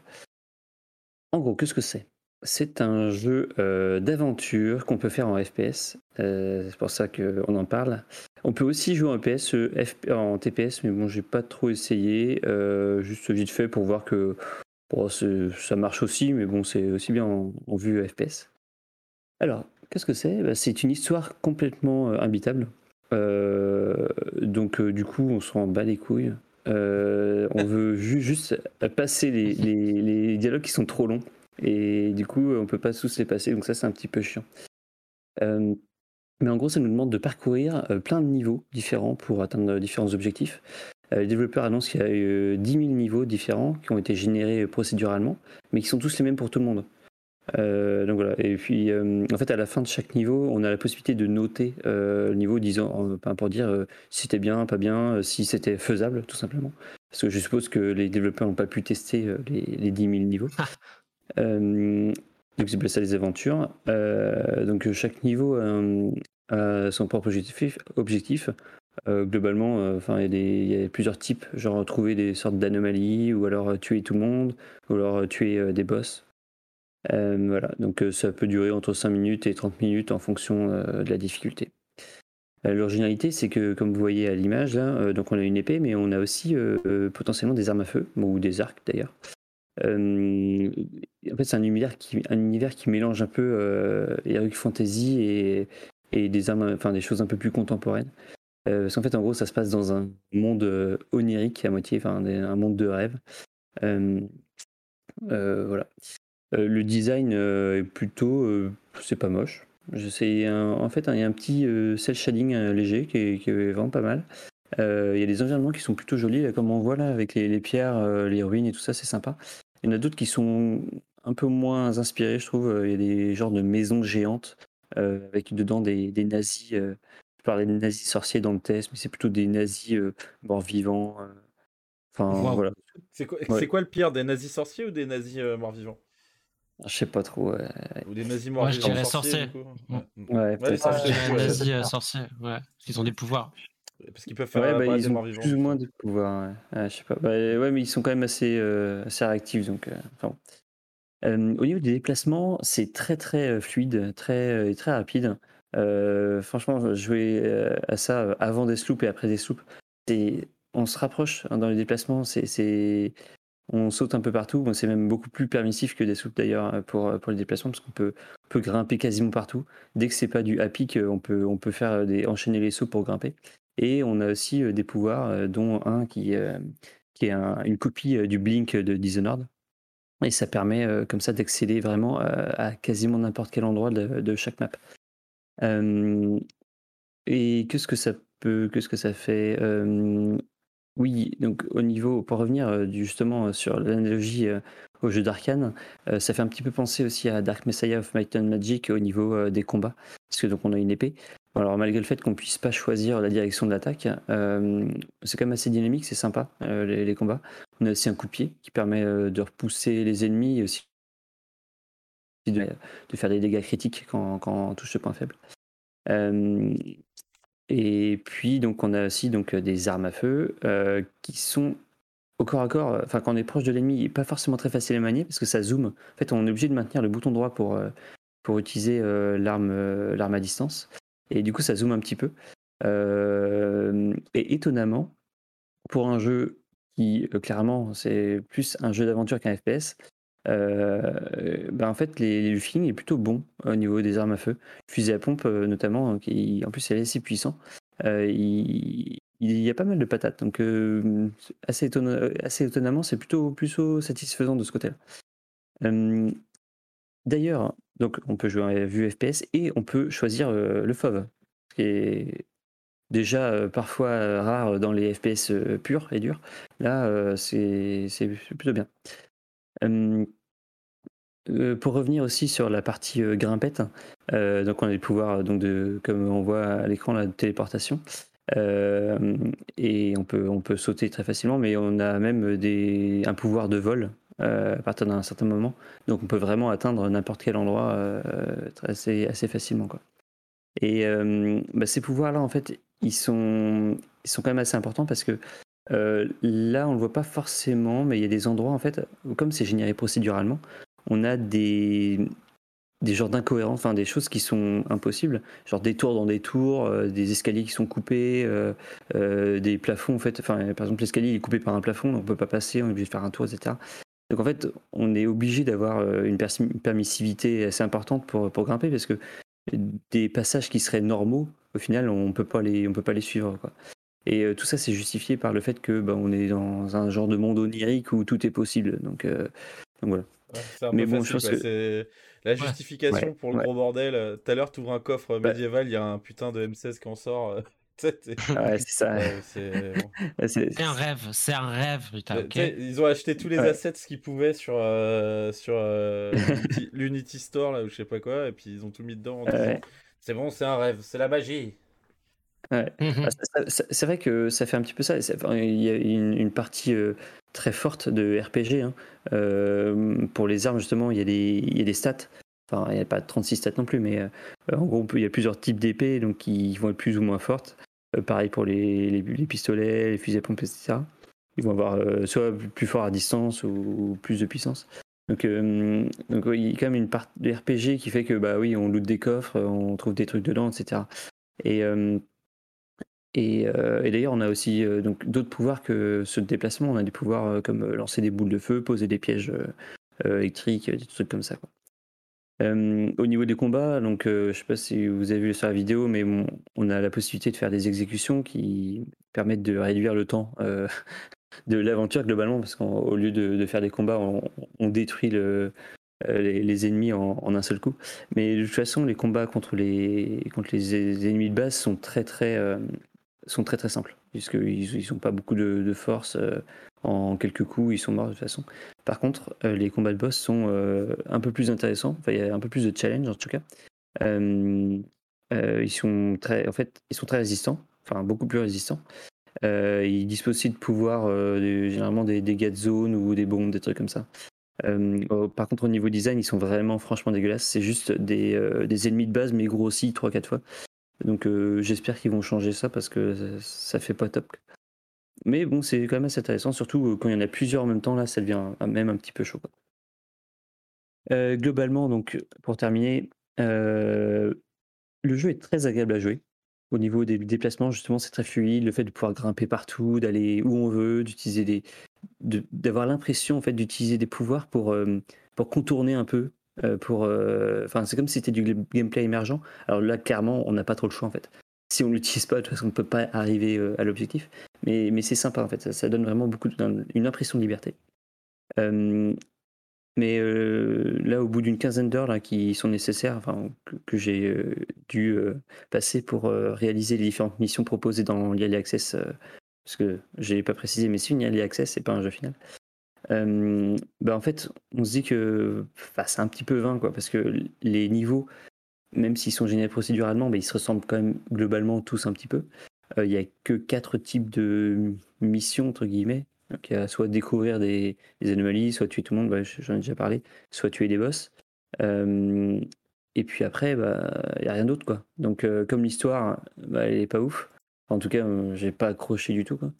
En gros, qu'est-ce que c'est? C'est un jeu euh, d'aventure qu'on peut faire en F P S. Euh, c'est pour ça qu'on en parle. On peut aussi jouer en, F P S, euh, F P en T P S, mais bon, j'ai pas trop essayé. Euh, juste vite fait pour voir que bon, c'est- ça marche aussi, mais bon, c'est aussi bien en, en vue F P S. Alors, qu'est-ce que c'est? Bah, c'est une histoire complètement euh, imbitable. Euh, donc, euh, du coup, on s'en bat les couilles. Euh, on veut ju- juste passer les, les- les dialogues qui sont trop longs. Et du coup, on peut pas tous les passer. Donc, ça, c'est un petit peu chiant. Euh, mais en gros, ça nous demande de parcourir euh, plein de niveaux différents pour atteindre différents objectifs. Euh, les développeurs annoncent qu'il y a eu dix mille niveaux différents qui ont été générés procéduralement, mais qui sont tous les mêmes pour tout le monde. Euh, donc voilà. Et puis, euh, en fait, à la fin de chaque niveau, on a la possibilité de noter euh, le niveau, disant, euh, pour dire euh, si c'était bien, pas bien, euh, si c'était faisable, tout simplement. Parce que je suppose que les développeurs n'ont pas pu tester euh, les, les dix mille niveaux. euh, donc, c'est ça les aventures. Euh, donc, chaque niveau euh, a son propre objectif. objectif. Euh, globalement, enfin, euh, il y a plusieurs types, genre trouver des sortes d'anomalies, ou alors euh, tuer tout le monde, ou alors euh, tuer euh, des boss. Euh, voilà, donc euh, ça peut durer entre cinq minutes et trente minutes en fonction euh, de la difficulté. Euh, L'originalité, c'est que, comme vous voyez à l'image, là, euh, donc on a une épée, mais on a aussi euh, euh, potentiellement des armes à feu, bon, ou des arcs d'ailleurs. Euh, en fait, c'est un univers qui, un univers qui mélange un peu euh, Heroic Fantasy et, et des armes, enfin des choses un peu plus contemporaines. Euh, parce qu'en fait, en gros, ça se passe dans un monde euh, onirique à moitié, enfin des- un monde de rêve. Euh, euh, voilà. Euh, le design euh, est plutôt, euh, c'est pas moche. Je sais, un- en fait, il y a un petit euh, cel shading euh, léger qui est, qui est vraiment pas mal. Euh, Il y a des environnements qui sont plutôt jolis, là, comme on voit là, avec les, les pierres, euh, les ruines et tout ça, c'est sympa. Il y en a d'autres qui sont un peu moins inspirés, je trouve. Il y a des genres de maisons géantes euh, avec dedans des, des nazis. Euh, je parlais de nazis sorciers dans le test, mais c'est plutôt des nazis euh, morts-vivants. euh. Enfin, Waouh. voilà. C'est quoi, Ouais. c'est quoi le pire, des nazis sorciers ou des nazis euh, morts-vivants? Je sais pas trop. Ouais, Ou des nazis Moi, je morts-vivants dirais sorciers, sorcier. du coup? Mm. Ouais, ouais Ouais, les peut-être. Moi, sorciers, je du dirais coup, ouais. nazi euh, sorcier. Ouais, parce qu'ils ont des pouvoirs. Parce qu'ils peuvent faire Ouais, bah, apparaître des ils ont morts-vivants. plus ou tout moins ça. de pouvoir. Ouais. Ouais, je sais pas. Bah, ouais, mais ils sont quand même assez, euh, assez réactifs. Donc, euh, enfin bon. Euh, au niveau des déplacements, c'est très très euh, fluide, très, euh, et très rapide. Euh, franchement, jouer euh, à ça avant Deathloop et après Deathloop, c'est, on se rapproche hein, dans les déplacements. C'est, c'est, on saute un peu partout. Bon, c'est même beaucoup plus permissif que Deathloop d'ailleurs pour, pour les déplacements parce qu'on peut, on peut grimper quasiment partout. Dès que c'est pas du happy, on peut, on peut faire des, enchaîner les sauts pour grimper. Et on a aussi euh, des pouvoirs, euh, dont un qui, euh, qui est un- une copie euh, du Blink de Dishonored. Et ça permet euh, comme ça d'accéder vraiment euh, à quasiment n'importe quel endroit de, de chaque map. Euh, et qu'est-ce que ça peut, qu'est-ce que ça fait Euh, Oui, donc au niveau, pour revenir euh, du- justement euh, sur l'analogie euh, au jeu d'Arkane, euh, ça fait un petit peu penser aussi à Dark Messiah of Might and Magic au niveau euh, des combats, parce que donc on a une épée. Alors malgré le fait qu'on puisse pas choisir la direction de l'attaque, euh, c'est quand même assez dynamique, c'est sympa euh, les, les combats. On a aussi un coup de pied qui permet euh, de repousser les ennemis et aussi de, de faire des dégâts critiques quand, quand on touche ce point faible. Euh, et puis donc on a aussi donc des armes à feu euh, qui sont au corps à corps, enfin quand on est proche de l'ennemi, pas forcément très facile à manier parce que ça zoome. En fait, on est obligé de maintenir le bouton droit pour, euh, pour utiliser euh, l'arme, euh, l'arme à distance. Et du coup, ça zoome un petit peu. Euh, et étonnamment, pour un jeu qui, euh, clairement, c'est plus un jeu d'aventure qu'un F P S, euh, bah, en fait, les, le feeling est plutôt bon au niveau des armes à feu. Fusil à pompe, euh, notamment, qui en plus, elle est assez puissant. Euh, il, il y a pas mal de patates, donc euh, assez, étonnant, assez étonnamment, c'est plutôt, plutôt satisfaisant de ce côté-là. Euh, D'ailleurs, donc on peut jouer en vue F P S et on peut choisir euh, le F O V, ce qui est déjà euh, parfois euh, rare dans les F P S euh, purs et durs. Là, euh, c'est c'est plutôt bien. Euh, euh, pour revenir aussi sur la partie euh, grimpette, euh, donc on a des pouvoirs donc de, comme on voit à l'écran, la téléportation. Euh, et on peut, on peut sauter très facilement, mais on a même des, un pouvoir de vol euh, à partir d'un certain moment. Donc on peut vraiment atteindre n'importe quel endroit euh, assez, assez facilement, quoi. Et euh, bah, ces pouvoirs-là, en fait, ils sont, ils sont quand même assez importants parce que euh, là, on ne le voit pas forcément, mais il y a des endroits, en fait, où comme c'est généré procéduralement, on a des, des genres d'incohérences, enfin des choses qui sont impossibles, genre des tours dans des tours, euh, des escaliers qui sont coupés, euh, euh, des plafonds, en fait, enfin par exemple l'escalier est coupé par un plafond, donc on peut pas passer, on est obligé de faire un tour, et cetera. Donc en fait, on est obligé d'avoir euh, une, persi- une permissivité assez importante pour, pour grimper parce que des passages qui seraient normaux, au final, on peut pas les, on peut pas les suivre, quoi. Et euh, tout ça, c'est justifié par le fait que bah, on est dans un genre de monde onirique où tout est possible. Donc, euh, donc voilà. Ouais, c'est un Mais peu bon, je facile, pense quoi. que C'est la Ouais. justification ouais, pour le ouais. gros bordel. Euh, Tout à l'heure, tu ouvres un coffre Bah, médiéval, il y a un putain de M seize qui en sort. euh, tu sais, t'es- ouais, c'est ça. ouais, c'est bon. Ouais, c'est- C'est un rêve, c'est un rêve, putain, Euh, ok? tu sais, ils ont acheté tous les ouais. assets qu'ils pouvaient sur, euh, sur euh, l'Unity, l'Unity Store, là, ou je sais pas quoi, et puis ils ont tout mis dedans en disant Ouais, c'est bon, c'est un rêve, c'est la magie. ouais. Mhm. Ah, ça- ça- ça- c'est vrai que ça fait un petit peu ça. C'est- enfin, il y a une, une partie euh, très forte de R P G, hein. Euh, pour les armes, justement, il y a des, il y a des stats. Enfin, il n'y a pas trente-six stats non plus, mais euh, en gros, on peut- il y a plusieurs types d'épées donc qui vont être plus ou moins fortes. Euh, pareil pour les, les, les pistolets, les fusils à pompe, et cetera. Ils vont avoir euh, soit plus fort à distance ou, ou plus de puissance. Donc, euh, donc ouais, il y a quand même une partie de R P G qui fait que bah oui, on loot des coffres, on trouve des trucs dedans, et cetera. Et euh, Et, euh, et d'ailleurs, on a aussi euh, donc d'autres pouvoirs que ceux de déplacement. On a des pouvoirs euh, comme euh, lancer des boules de feu, poser des pièges euh, euh, électriques, euh, des trucs comme ça, quoi. Euh, au niveau des combats, donc euh, je sais pas si vous avez vu sur la vidéo, mais on, on a la possibilité de faire des exécutions qui permettent de réduire le temps euh, de l'aventure globalement, parce qu'au lieu de, de faire des combats, on, on détruit le, euh, les, les ennemis en, en un seul coup. Mais de toute façon, les combats contre les, contre les ennemis de base sont très très euh, sont très très simples, puisqu'ils ils ont pas beaucoup de, de force. Euh, en quelques coups, ils sont morts de toute façon. Par contre, euh, les combats de boss sont euh, un peu plus intéressants. Enfin, il y a un peu plus de challenge en tout cas. Euh, euh, ils sont très, en fait, ils sont très résistants. Enfin, beaucoup plus résistants. Euh, ils disposent aussi de pouvoirs, euh, de- généralement des dégâts de zone ou des bombes, des trucs comme ça. Euh, oh, par contre, au niveau design, ils sont vraiment franchement dégueulasses. C'est juste des, euh, des ennemis de base, mais grossis trois quatre fois. Donc euh, j'espère qu'ils vont changer ça parce que ça, ça fait pas top. Mais bon, c'est quand même assez intéressant, surtout euh, quand il y en a plusieurs en même temps, là, ça devient même un petit peu chaud, quoi. Euh, globalement, donc, pour terminer, euh, le jeu est très agréable à jouer. Au niveau des déplacements, justement, c'est très fluide. Le fait de pouvoir grimper partout, d'aller où on veut, d'utiliser des, de- d'avoir l'impression en fait d'utiliser des pouvoirs pour euh, pour contourner un peu, euh, pour euh, enfin c'est comme si c'était du gl- gameplay émergent. Alors là, clairement, on n'a pas trop le choix en fait. Si on l'utilise pas, de toute façon, on peut pas arriver euh, à l'objectif. Mais mais c'est sympa en fait. Ça, ça donne vraiment beaucoup de- une impression de liberté. Euh, mais euh, là, au bout d'une quinzaine d'heures là, qui sont nécessaires, enfin, que, que j'ai euh, dû euh, passer pour euh, réaliser les différentes missions proposées dans l'Early Access, euh, parce que je l'ai pas précisé, mais c'est une Early Access, c'est pas un jeu final. Euh, bah en fait, on se dit que bah, c'est un petit peu vain, quoi, parce que les niveaux, même s'ils sont générés procéduralement, bah, ils se ressemblent quand même globalement tous un petit peu. Euh, Il n'y a que quatre types de missions, entre guillemets. Donc, il y a soit découvrir des, des anomalies, soit tuer tout le monde, bah, j'en ai déjà parlé, soit tuer des boss. Euh, et puis après, bah, il n'y a rien d'autre, quoi. Donc, euh, comme l'histoire, bah, elle est pas ouf. En tout cas, euh, j'ai pas accroché du tout, quoi.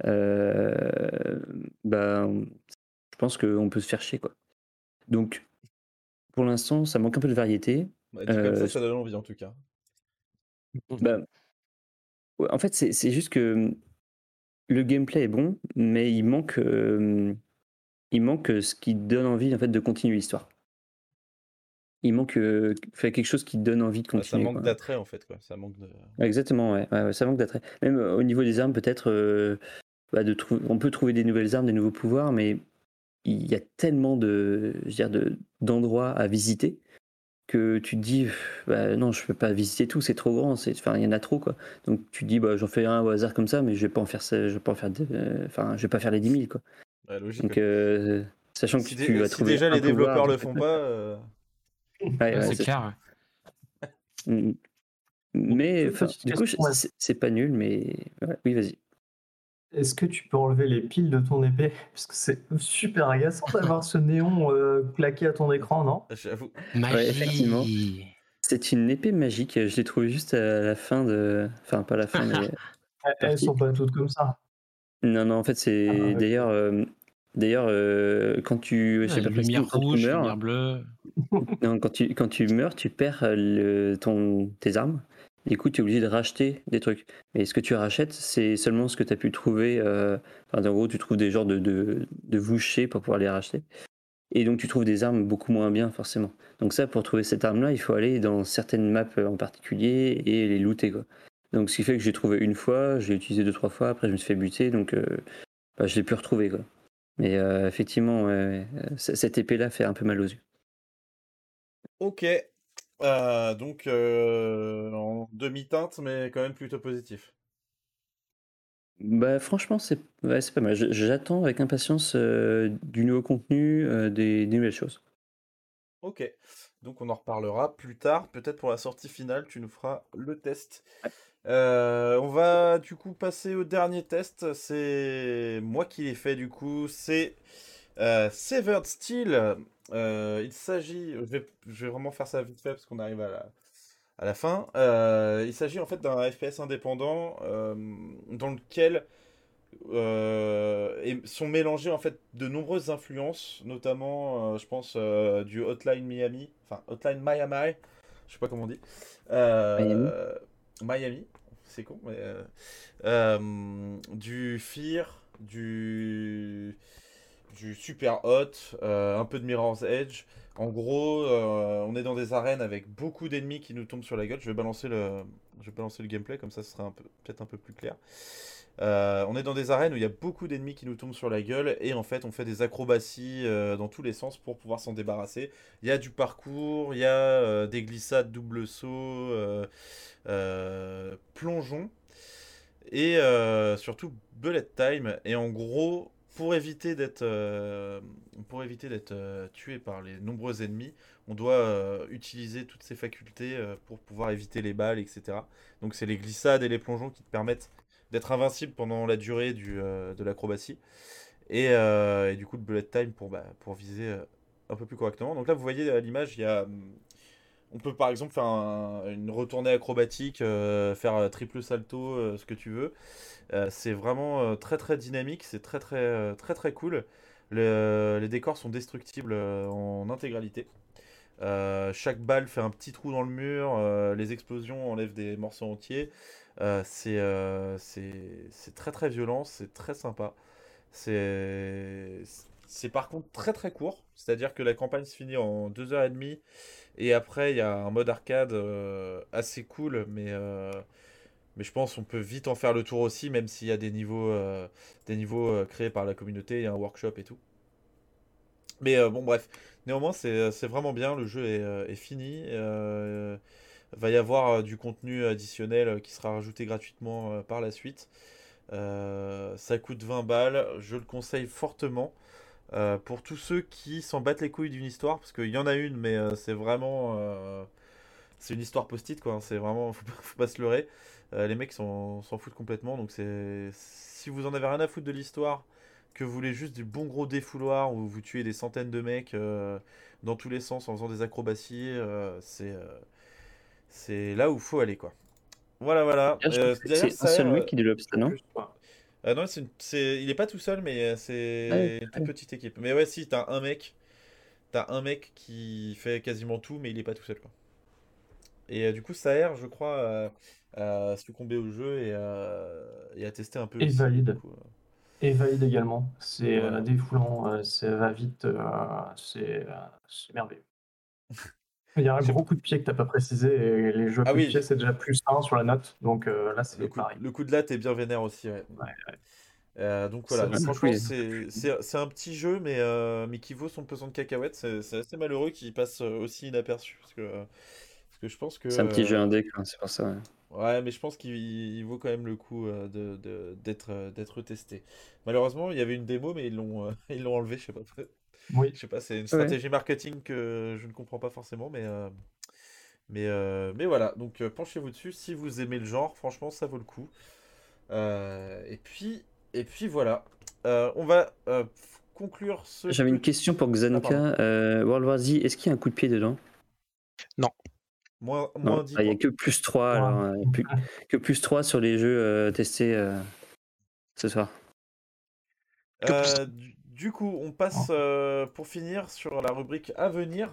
Euh, bah, je pense qu'on peut se faire chier, quoi. Donc, pour l'instant, ça manque un peu de variété. Bah, dit comme ça, Euh, ça donne envie en tout cas. bah, ouais, en fait, c'est c'est juste que le gameplay est bon, mais il manque, euh, il manque ce qui donne envie en fait de continuer l'histoire. Il manque euh, fait quelque chose qui donne envie de Bah, ça continuer. manque Quoi. d'attrait en fait, quoi. Ça manque de. Exactement, ouais, ouais, ouais, ça manque d'attrait. Même euh, au niveau des armes, peut-être, euh, bah, de trou- on peut trouver des nouvelles armes, des nouveaux pouvoirs, mais il y a tellement de, je veux dire, de, d'endroits à visiter que tu te dis, pff, bah, non, je peux pas visiter tout, c'est trop grand, c'est, enfin, il y en a trop, quoi. Donc tu te dis, bah, j'en fais un au hasard comme ça, mais je vais pas en faire ça, je vais pas en faire, de- euh, enfin, je vais pas faire les dix mille, quoi. Ouais, logique. Donc, ouais. euh, sachant que Si, tu, dé- tu vas si trouver déjà un les pouvoir, développeurs tu le fais font ça. pas. euh, Ouais, Ouais, ouais, c'est c'est clair. ça. Mm. Mais, Toute enfin, petite du coup, question, c'est- c'est c'est pas nul, mais ouais, oui, vas-y. est-ce que tu peux enlever les piles de ton épée? Parce que c'est super agaçant d'avoir ce néon euh, plaqué à ton écran, non? J'avoue. Ouais, effectivement. Magie. C'est une épée magique. Je l'ai trouvée juste à la fin de. Enfin, pas à la fin, mais. Elles, elles partie. sont pas toutes comme ça. Non, non, en fait, c'est. Ah, ok. D'ailleurs, euh, d'ailleurs euh, quand tu. Je sais Ouais, pas précisé, lumière quand tu rouge, meurs. lumière bleue. Non, quand tu, quand tu meurs, tu perds euh, le, ton, tes armes. Du coup, tu es obligé de racheter des trucs. Mais ce que tu rachètes, c'est seulement ce que tu as pu trouver. Euh, enfin, en gros, tu trouves des genres de, de, de vouchers pour pouvoir les racheter. Et donc, tu trouves des armes beaucoup moins bien, forcément. Donc, ça, pour trouver cette arme-là, il faut aller dans certaines maps en particulier et les looter, quoi. Donc, ce qui fait que j'ai trouvé une fois, j'ai utilisé deux, trois fois, après, je me suis fait buter, donc euh, bah, je l'ai pu retrouver, quoi. Mais euh, effectivement, ouais, ouais, c- cette épée-là fait un peu mal aux yeux. Ok. Euh, donc euh, en demi-teinte, mais quand même plutôt positif. Bah, franchement, c'est ouais, c'est pas mal. Je- J'attends avec impatience euh, du nouveau contenu, euh, des, des nouvelles choses. Ok. Donc on en reparlera plus tard. Peut-être pour la sortie finale, tu nous feras le test. Ouais. Euh, on va du coup passer au dernier test. C'est moi qui l'ai fait du coup. C'est euh, Severed Steel. Euh, il s'agit. Je vais, je vais vraiment faire ça vite fait parce qu'on arrive à la, à la fin. Euh, il s'agit en fait d'un F P S indépendant euh, dans lequel euh, et sont mélangées en fait de nombreuses influences, notamment, euh, je pense, euh, du Hotline Miami, enfin Hotline Miami, je sais pas comment on dit, Miami. Euh, Miami, c'est con, mais euh, euh, du Fear, du du Super Hot, euh, un peu de Mirror's Edge. En gros, euh, on est dans des arènes avec beaucoup d'ennemis qui nous tombent sur la gueule. Je vais balancer le, je vais balancer le gameplay, comme ça ce sera un peu, peut-être un peu plus clair. Euh, on est dans des arènes où il y a beaucoup d'ennemis qui nous tombent sur la gueule et en fait on fait des acrobaties euh, dans tous les sens pour pouvoir s'en débarrasser. Il y a du parcours, il y a euh, des glissades, double saut, euh, euh, plongeon et euh, surtout bullet time. Et en gros, pour éviter d'être euh, pour éviter d'être euh, tué par les nombreux ennemis, on doit euh, utiliser toutes ses facultés euh, pour pouvoir éviter les balles, et cetera. Donc c'est les glissades et les plongeons qui te permettent d'être invincible pendant la durée du, euh, de l'acrobatie. Et, euh, et du coup, le bullet time pour, bah, pour viser euh, un peu plus correctement. Donc là, vous voyez à l'image, il y a. hum, On peut par exemple faire un- une retournée acrobatique, euh, faire euh, triple salto, euh, ce que tu veux. Euh, c'est vraiment euh, très très dynamique, c'est très très euh, très très cool. Le- les décors sont destructibles euh, en intégralité. Euh, chaque balle fait un petit trou dans le mur, euh, les explosions enlèvent des morceaux entiers. Euh, c'est euh, c'est c'est très très violent, c'est très sympa. C'est c'est par contre très très court, c'est-à-dire que la campagne se finit en deux heures trente et après il y a un mode arcade euh, assez cool, mais euh, mais je pense qu'on peut vite en faire le tour aussi, même s'il y a des niveaux euh, des niveaux euh, créés par la communauté, il y a un workshop et tout. Mais euh, bon, bref. Néanmoins, c'est c'est vraiment bien. Le jeu est, euh, est fini. Euh, va y avoir euh, du contenu additionnel euh, qui sera rajouté gratuitement euh, par la suite. Euh, ça coûte vingt balles. Je le conseille fortement. Euh, pour tous ceux qui s'en battent les couilles d'une histoire, parce qu'il y en a une, mais euh, c'est vraiment. euh, c'est une histoire post-it, quoi. Hein. C'est vraiment. Faut pas, faut pas se leurrer. Euh, les mecs s'en s'en foutent complètement. Donc, c'est. Si vous en avez rien à foutre de l'histoire, que vous voulez juste du bon gros défouloir où vous tuez des centaines de mecs euh, dans tous les sens en faisant des acrobaties, euh, c'est euh, c'est là où il faut aller, quoi. Voilà, voilà. D'ailleurs, je crois Euh, que c'est d'ailleurs, c'est un ça a seul l'air. mec euh, qui développe ça, non? Juste, quoi. ah non, c'est une- c'est- il est pas tout seul, mais euh, Ouais, c'est une toute ouais. petite équipe. Mais ouais, si, t'as un mec, t'as un mec qui fait quasiment tout, mais il est pas tout seul, quoi. Et euh, du coup, Saher, je crois, euh, a succombé au jeu et, euh, et a testé un peu Et aussi. valide. Du coup, euh, Et valide également. C'est voilà. euh, défoulant, euh, ça va vite, euh, c'est euh, c'est merveilleux. Il y a un Je sais gros pas- coup de pied que t'as pas précisé, et les jeux à Ah coup de oui, pied, c'est déjà plus un sur la note, donc euh, là, le c'est coup, pareil. le coup de latte est bien vénère aussi. Ouais. Ouais, ouais. Euh, donc Ça voilà, va donc, se franchement, oui. c'est c'est- c'est un petit jeu, mais, euh, mais qui vaut son pesant de cacahuètes. C'est c'est assez malheureux qu'il passe euh, aussi inaperçu. Parce que, euh, parce que je pense que. C'est un petit jeu euh, indé, quoi, c'est pour ça. Ouais. Ouais, mais je pense qu'il il vaut quand même le coup euh, de, de- d'être euh, d'être testé. Malheureusement, il y avait une démo, mais ils l'ont euh, ils l'ont enlevé, je sais pas. Oui. Je sais pas, c'est une Ouais. stratégie marketing que je ne comprends pas forcément, mais, euh, mais, euh, mais voilà. Donc euh, penchez-vous dessus si vous aimez le genre, franchement, ça vaut le coup. Euh, et puis, et puis voilà. Euh, on va euh, conclure ce. J'avais une petit- question pour Ah, pardon. Xanka. Euh, World War Z, est-ce qu'il y a un coup de pied dedans? Moins, Non, moins dix ah, il n'y a points. que plus trois, Ouais. alors, euh, plus- que plus trois sur les jeux euh, testés euh, ce soir. Que plus Euh, du, du coup, on passe euh, pour finir sur la rubrique à venir.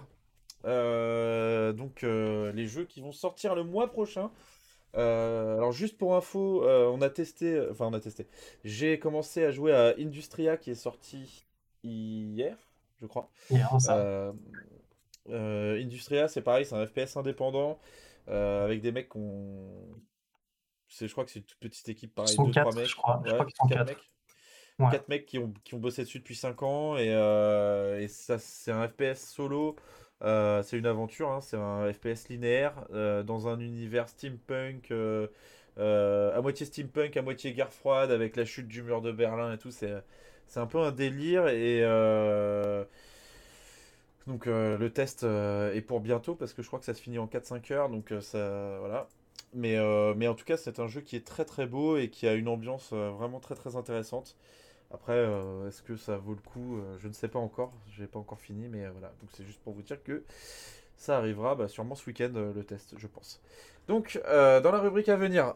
Euh, donc euh, les jeux qui vont sortir le mois prochain. Euh, alors juste pour info, euh, on a testé, enfin on a testé. J'ai commencé à jouer à Industria qui est sorti hier, je crois. Hier, ça. Euh, euh, Industria, c'est pareil, c'est un F P S indépendant euh, avec des mecs qu'on, c'est, je crois que c'est une toute petite équipe, Ils pareil, sont deux trois quatre, je mecs, crois. Je crois ouais, qu'ils sont quatre quatre. mecs. Ouais. Quatre mecs qui ont, qui ont bossé dessus depuis cinq ans et, euh, et ça c'est un F P S solo, euh, c'est une aventure, hein, c'est un F P S linéaire euh, dans un univers steampunk, euh, euh, à moitié steampunk, à moitié guerre froide avec la chute du mur de Berlin et tout, c'est, c'est un peu un délire et euh, donc euh, le test euh, est pour bientôt parce que je crois que ça se finit en quatre cinq heures donc euh, ça voilà. Mais, euh, mais en tout cas c'est un jeu qui est très très beau et qui a une ambiance euh, vraiment très très intéressante. Après, euh, est-ce que ça vaut le coup? Euh, Je ne sais pas encore. J'ai pas encore fini, mais euh, voilà. Donc c'est juste pour vous dire que ça arrivera bah, sûrement ce week-end euh, le test, je pense. Donc euh, dans la rubrique à venir,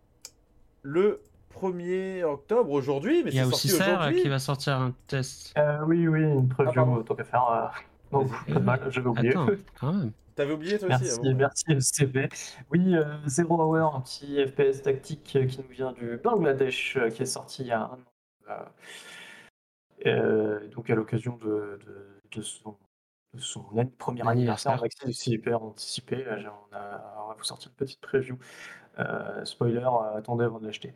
le premier octobre aujourd'hui, mais Il y c'est a aussi sorti Serre aujourd'hui. qui va sortir un test. Euh, oui, oui, une Ah, pardon. preview, tant qu'à faire. euh, Non, Vas-y. pas de mal, j'avais oublié. Attends, quand même. T'avais oublié toi aussi? Merci, Ah bon, bah. merci L C V. Oui, euh, Zero Hour, un petit F P S tactique euh, qui nous vient du Bangladesh, euh, qui est sorti il y a un an. Euh, euh, donc à l'occasion de, de, de son, de son an- premier anniversaire, Anniversaire. on a super anticipé. euh, On, a, on va vous sortir une petite preview. Euh, spoiler, euh, attendez avant de l'acheter.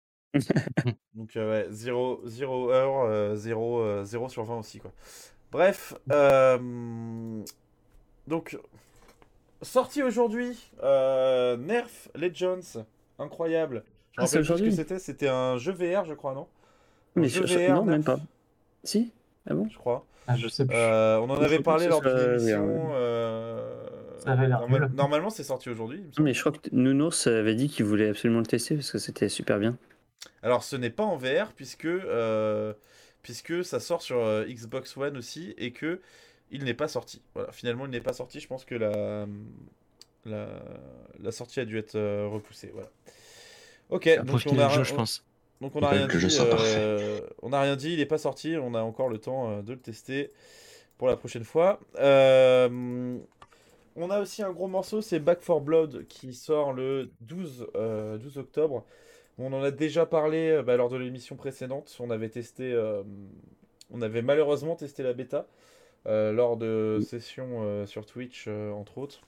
Donc euh, ouais, zéro heure, euh, zéro, euh, zéro sur vingt aussi quoi. Bref, euh, donc sorti aujourd'hui, euh, Nerf Legends, incroyable. Je me Ah, c'est rappelle plus ce que aujourd'hui? c'était, c'était un jeu V R je crois, non? Un Mais jeu je- je- V R non, même Nerf, pas. Si? Ah bon? je crois. Ah, je sais plus. Euh, on en Je avait crois pas parlé que ce lors d'une soit V R, émission. ouais. euh, Ça avait l'air norma- nul. Normalement c'est sorti aujourd'hui, il me Non, semble. mais je crois que Nounours avait dit qu'il voulait absolument le tester parce que c'était super bien. Alors ce n'est pas en V R puisque, euh, puisque ça sort sur euh, Xbox One aussi et que il n'est pas sorti. Voilà, finalement il n'est pas sorti. Je pense que la, la, la sortie a dû être euh, repoussée. Voilà. Ok, Ça a donc profité on a, le jeu, ri- je on- pense. donc on Ils a veulent rien que le jeu dit. soit euh, on n'a rien dit. Il n'est pas sorti. On a encore le temps euh, de le tester pour la prochaine fois. Euh, on a aussi un gros morceau, c'est Back four Blood qui sort le douze, euh, douze octobre. On en a déjà parlé euh, bah, lors de l'émission précédente. On avait testé, euh, on avait malheureusement testé la bêta euh, lors de sessions euh, sur Twitch, euh, entre autres.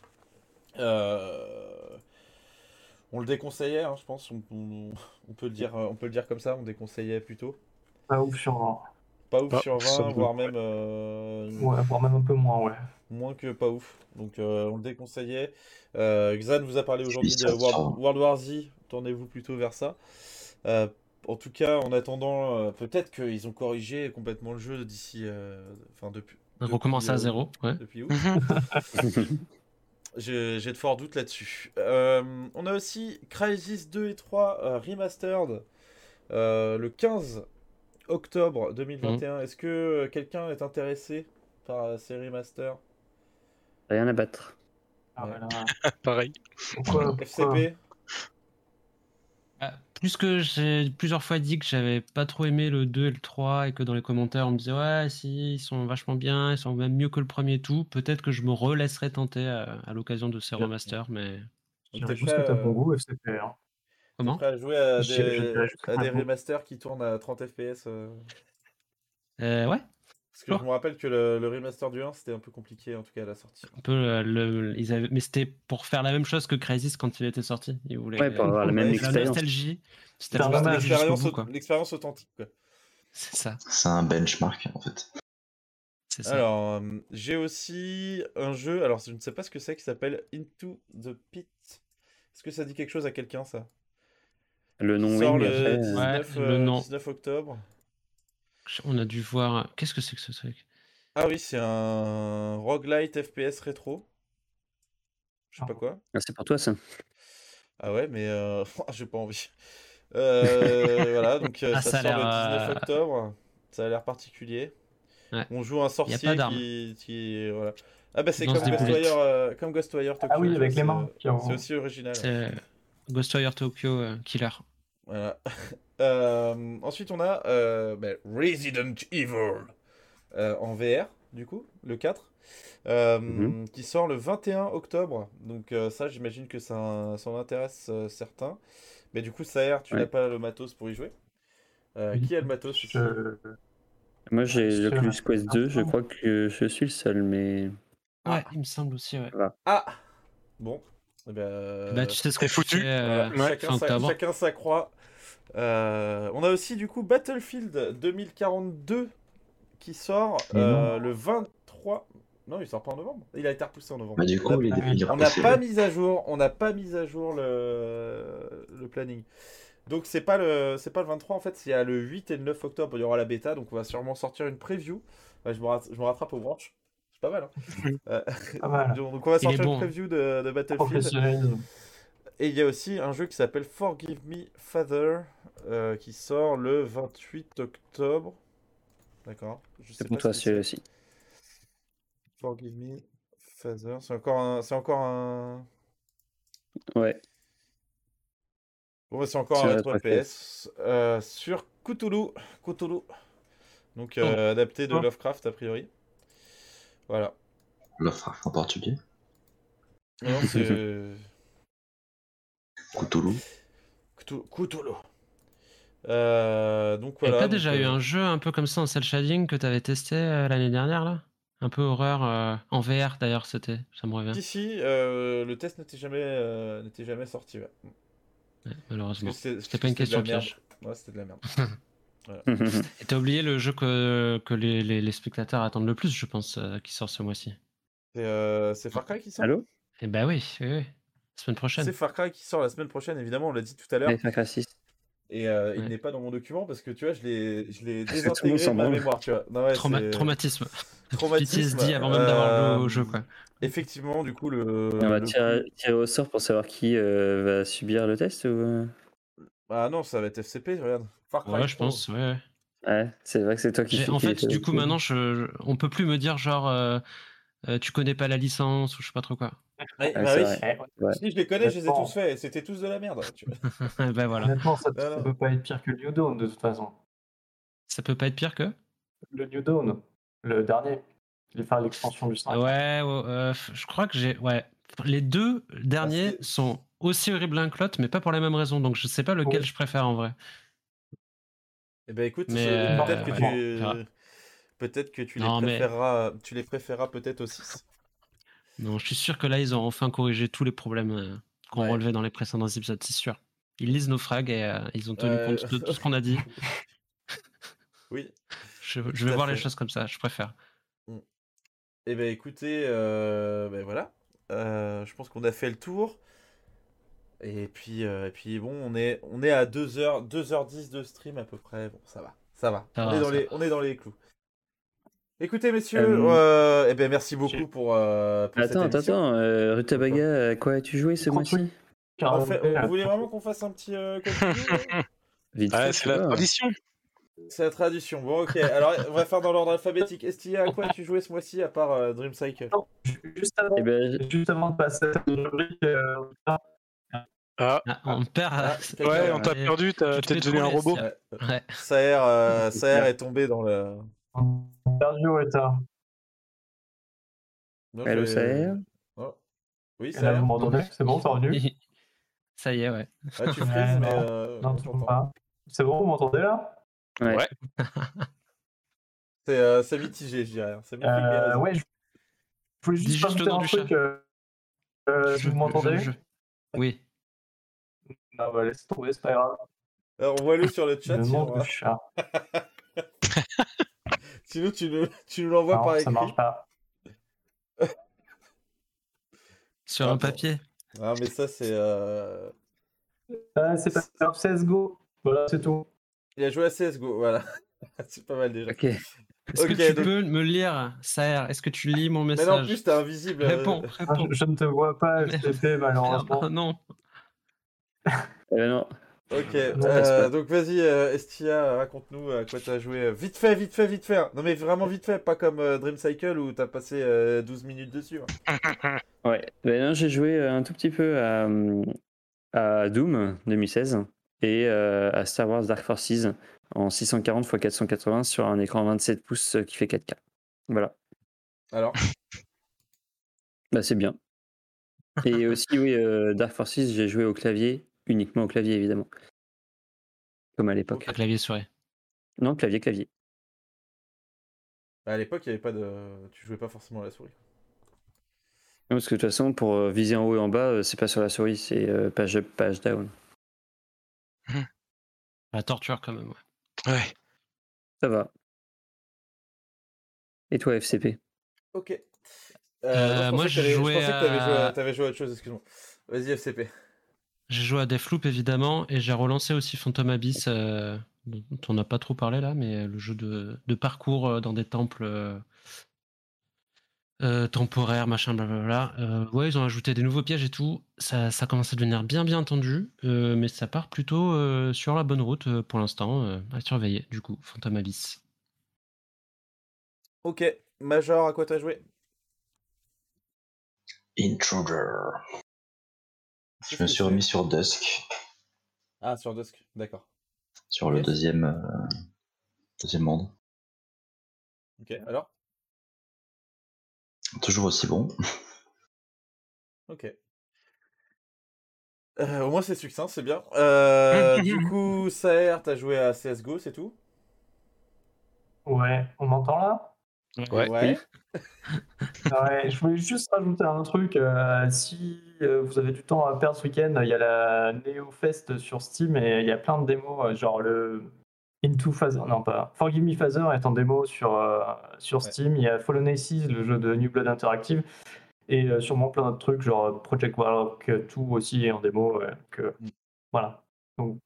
Euh, on le déconseillait, hein, je pense. On, on- on peut le dire, euh, on peut le dire comme ça. On déconseillait plutôt. Pas ouf sur. Pas ouf Pas sur ouf sur vingt, vingt, voire même euh, Ouais, voire même un peu moins, ouais. moins que pas ouf. Donc euh, on le déconseillait. Euh, Xan vous a parlé aujourd'hui de ça World, sort. World War Z. Tournez-vous plutôt vers ça. Euh, en tout cas, en attendant, euh, peut-être qu'ils ont corrigé complètement le jeu d'ici. euh, Enfin, depuis. depuis, Recommencer à euh, zéro. Ouais. Depuis où Mhm. J'ai j'ai de forts doutes là-dessus. Euh, on a aussi Crysis deux et trois euh, Remastered euh, le quinze octobre deux mille vingt et un. Est-ce que euh, quelqu'un est intéressé par euh, ces remasters? Rien à battre. Ah, Ouais. ouais, là, Pareil. pourquoi, pourquoi F C P? Ah, plus que j'ai plusieurs fois dit que j'avais pas trop aimé le deux et le trois et que dans les commentaires on me disait ouais si ils sont vachement bien, ils sont même mieux que le premier et tout, peut-être que je me relaisserai tenter à, à l'occasion de ces Bien. remasters, mais Je Donc, dirais t'es juste prêt, que t'as bon euh, goût, F C P. Hein. t'es comment prêt à jouer à Je dirais- je des, dirais juste que à t'as des bon goût. remasters qui tournent à trente F P S euh euh, Ouais, Parce que je sure. me rappelle que le, le remaster du un, c'était un peu compliqué, en tout cas à la sortie. Un peu euh, le, ils avaient, mais c'était pour faire la même chose que Crysis quand il était sorti. Ils voulaient Ouais, pour avoir la même Ouais, la expérience. nostalgie, c'était C'est un la nostalgie jusqu'au L'expérience bout, quoi. l'expérience authentique, quoi. C'est ça, C'est un benchmark en fait. c'est ça. Alors, euh, j'ai aussi un jeu, alors je ne sais pas ce que c'est, qui s'appelle Into the Pit. Est-ce que ça dit quelque chose à quelqu'un, ça? Le Qui nom sort Wing, le après. euh, Ouais, dix-neuf, le euh, nom. dix-neuf octobre. On a dû voir. Qu'est-ce que c'est que ce truc? Ah oui, c'est un roguelite F P S rétro. Je sais pas quoi. Ah, c'est pour toi, ça. Ah ouais, mais euh, j'ai pas envie. Euh, voilà, donc euh, Ah, ça ça a sort le l'air, dix-neuf euh, octobre. Ça a l'air particulier. Ouais. On joue un Y a pas sorcier d'armes. qui, qui voilà. Ah bah c'est Lance comme des boulettes. Ghostwire, euh, comme Ghostwire Tokyo. Ah oui, tu vois, avec les c'est, mains. qui euh, ont- c'est aussi original. C'est euh, Ghostwire Tokyo euh, Killer. Voilà. Euh, ensuite on a euh, bah, Resident Evil euh, en V R du coup, le quatre. Euh, Mhm. qui sort le vingt et un octobre. Donc euh, ça, j'imagine que ça, ça en intéresse euh, certains. Mais du coup, ça R, tu Ouais. n'as pas le matos pour y jouer. Euh, Oui. qui a le matos ici? Je... Moi, j'ai Monsieur, l'Oculus là, Quest c'est deux. un Je peu. crois que je suis le seul, mais. Ouais, il me semble aussi, ouais. Ah! Bon. Eh ben, euh, Bah, tu sais ce qu'on t'es foutu. fait euh, voilà, Ouais. chacun, fin sa, octobre. chacun sa croix. Euh, on a aussi du coup Battlefield deux mille quarante-deux qui sort Et euh, le vingt-trois. Non, il sort pas en novembre. Il a été repoussé en novembre. Bah, du On a- coup, il, il est On n'a repoussé, pas ouais. mis à jour, on n'a pas mis à jour le, le planning. Donc c'est pas le c'est pas le vingt-trois en fait, c'est à le huit et le neuf octobre, il y aura la bêta, donc on va sûrement sortir une preview. Ouais, je, me rat- je me rattrape au branch. C'est pas mal hein. Euh, Pas mal. donc on va Il est sortir bon, une hein. preview de, de Battlefield. Professionnalisme. Et il y a aussi un jeu qui s'appelle Forgive Me Father euh, qui sort le vingt-huit octobre. D'accord. Je sais C'est pour pas toi, ce que celui-là c'est. aussi. Forgive Me Father, c'est encore un c'est encore un Ouais. Bon, bah, c'est encore Sur un rétro rétro F P S euh, sur Cthulhu. Cthulhu. Donc euh, adapté de Oh. Lovecraft a priori. Voilà. Lovecraft en portugais. Non, c'est Cthulhu. Cthulhu. Cthulhu. Euh, donc T'avais voilà. pas donc, déjà eu euh, un jeu un peu comme ça en cel shading que t'avais testé euh, l'année dernière, là? Un peu horreur, euh, en V R d'ailleurs, c'était, ça me revient. Si si, euh, le test n'était jamais euh, n'était jamais sorti. Ouais. Ouais, Parce que malheureusement. c'est- C'était parce pas une que c'était de question la merde. piège. Ouais, c'était de la merde. Et t'as oublié le jeu que, que les, les, les spectateurs attendent le plus, je pense, euh, qui sort ce mois-ci. C'est euh, c'est Far Cry qui sort. Allô? Eh bah oui, oui, oui. Semaine prochaine. C'est Far Cry qui sort la semaine prochaine. Évidemment, on l'a dit tout à l'heure. Ouais, Far Cry six. Et euh, il Ouais. n'est pas dans mon document parce que tu vois, je l'ai je l'ai Parce que tout le monde désintégré de s'en ma branle. mémoire. Tu vois. Non, ouais, Trauma- c'est- Traumatisme. Traumatisme, P T S D avant même d'avoir joué au euh, jeu, quoi. Effectivement, du coup, le. On va le tirer, plus- tirer au sort pour savoir qui euh, va subir le test ou... euh Ah non, ça va être F C P, regarde. Far Cry Ouais, je Pro. pense, ouais. ouais. Ouais, c'est vrai que c'est toi qui J'ai- fais. En qui fait, fait du le coup, coup. maintenant, je, je- on peut plus me dire genre, euh, euh, tu connais pas la licence ou je sais pas trop quoi. Ouais, Ah, bah c'est oui. vrai. Eh, Ouais. Si je les connais, je les ai Honnêtement. tous faits. et C'était tous de la merde. Tu vois. Ben voilà. Honnêtement, ça, Ah, ça non. peut pas être pire que le New Dawn de toute façon. Ça peut pas être pire que Le New Dawn, le dernier, il faire l'extension du cinq. Ouais, ouais, euh, je crois que j'ai. Ouais. Les deux derniers c'est- sont aussi horribles l'un que l'autre, mais pas pour la même raison. Donc je sais pas lequel Oui. je préfère en vrai. Eh ben écoute, Mais, ce- euh, peut-être que ouais, tu, on verra. peut-être que tu les Non, mais- préféreras, tu les préféreras peut-être aussi. Non, je suis sûr que là, ils ont enfin corrigé tous les problèmes euh, qu'on Ouais. relevait dans les précédents épisodes, c'est sûr. Ils lisent nos frags et euh, ils ont tenu Euh, compte de tout ce qu'on a dit. Oui. Je, je Tout vais à voir les fait. choses comme ça, je préfère. Eh ben écoutez, euh, ben voilà. Euh, je pense qu'on a fait le tour. Et puis, euh, et puis bon, on est, on est à deux heures, deux heures dix de stream à peu près. Bon, ça va, ça va. Ça on, va, est dans ça les, va. on est dans les clous. Écoutez, messieurs, Euh, euh, eh ben merci beaucoup pour, euh, pour Attends, cette attends, émission. attends. Euh, Rutabaga, à quoi as-tu joué ce Trop de mois-ci? On fait- vous voulez vraiment qu'on fasse un petit euh, code vidéo, Vite Ouais, fait, c'est tu la vois. tradition. C'est la tradition. Bon, ok. Alors, on va faire dans l'ordre alphabétique. Estia, à quoi tu jouais ce mois-ci à part euh, Dream Cycle? Juste avant, Eh ben, juste avant de passer à cette rubrique, euh, Ah, Ah, on perd. Ah, euh, quelqu'un- ouais, on t'a Allez, perdu, t'as tu te t'es fais devenu un trouver, robot. Sia. Ouais. Ouais. Saer, euh, Saer est tombé dans le. Sergio est un. Non, Allô, j'ai- Saer Oh. Oui, Et là, Saer. vous m'entendez? C'est bon, c'est revenu? Ça y est, ouais. Ah, tu Ouais, frises, mais. non. euh, Non, on toujours t'entend. pas. C'est bon, vous m'entendez là? Ouais. Ouais. C'est euh, c'est mitigé, je dirais. C'est bien fait euh, Ouais, je voulais Dis juste juste le rajouter nom un du truc. chat. Euh, euh, Je- vous m'entendez? je- je- Oui. Non, bah laisse tomber, c'est pas grave. Alors, envoie-le sur le chat, Le nom sinon, du hein. chat. Sinon tu nous, tu nous l'envoies Non, par ça écrit. marche pas. Sur Ah un bon. papier. Ah, mais ça, c'est. euh, Ah, c'est pas grave, C S G O. Voilà, c'est tout. Il a joué à C S G O, voilà. C'est pas mal déjà. Ok. Est-ce Ok, que tu donc- peux me lire, Saer? Est-ce que tu lis mon Mais message? non, en plus, t'es invisible. euh, Réponds, Ah, réponds. je, je ne te vois pas, Merde. F T P, malheureusement. Oh non. Euh, non. Ok, Non, euh, passe pas. donc vas-y, euh, Estia, raconte-nous à quoi t'as joué. Vite fait, vite fait, vite fait. Non, mais vraiment vite fait, pas comme euh, Dream Cycle où t'as passé euh, douze minutes dessus. hein. Ouais. Ben non, j'ai joué un tout petit peu à, euh, à Doom deux mille seize et euh, à Star Wars Dark Forces en six cent quarante par quatre cent quatre-vingts sur un écran vingt-sept pouces qui fait quatre K. Voilà. Alors, Bah, c'est bien. Et aussi, oui, euh, Dark Forces, j'ai joué au clavier, uniquement au clavier, évidemment. Comme à l'époque. Un clavier souris. Non, clavier, clavier. à l'époque, il y avait pas de. Tu jouais pas forcément à la souris. Non, parce que de toute façon, pour euh, viser en haut et en bas, euh, c'est pas sur la souris, c'est euh, page up, page down. La torture quand même, ouais. Ouais. Ça va. Et toi, F C P? Ok. Euh, Euh, non, je moi, pensais que j'ai t'avais- je joué pensais que t'avais joué, à... à- t'avais joué à autre chose, excuse-moi. Vas-y, F C P. J'ai joué à Deathloop évidemment et j'ai relancé aussi Phantom Abyss, euh, dont on n'a pas trop parlé là, mais le jeu de, de parcours euh, dans des temples euh, euh, temporaires, machin, blablabla. Euh, ouais, ils ont ajouté des nouveaux pièges et tout. Ça, ça commence à devenir bien bien tendu, euh, mais ça part plutôt euh, sur la bonne route euh, pour l'instant, euh, à surveiller. Du coup, Phantom Abyss. Ok. Major, à quoi t'as joué? Intruder. Je Qu'est-ce me que suis c'est remis sur Dusk, Ah, sur Dusk, d'accord. sur Ok. le deuxième, euh, deuxième monde. Ok, alors? Toujours aussi bon. Ok. Euh, au moins c'est succinct, c'est bien. Euh, du coup, Saer, t'as joué à C S G O, c'est tout? Ouais, on m'entend là? Ouais. Ouais. Ouais, je voulais juste rajouter un truc. euh, si euh, vous avez du temps à perdre ce week-end, il y a la Neo Fest sur Steam et il y a plein de démos, euh, genre le Into Phaser, non pas, Forgive Me Phaser est en démo sur, euh, sur Ouais. Steam. Il y a Fallen Aces, le jeu de New Blood Interactive, et euh, sûrement plein d'autres trucs, genre Project Warlock deux aussi est en démo. Ouais, donc, euh, Mm. voilà. Donc,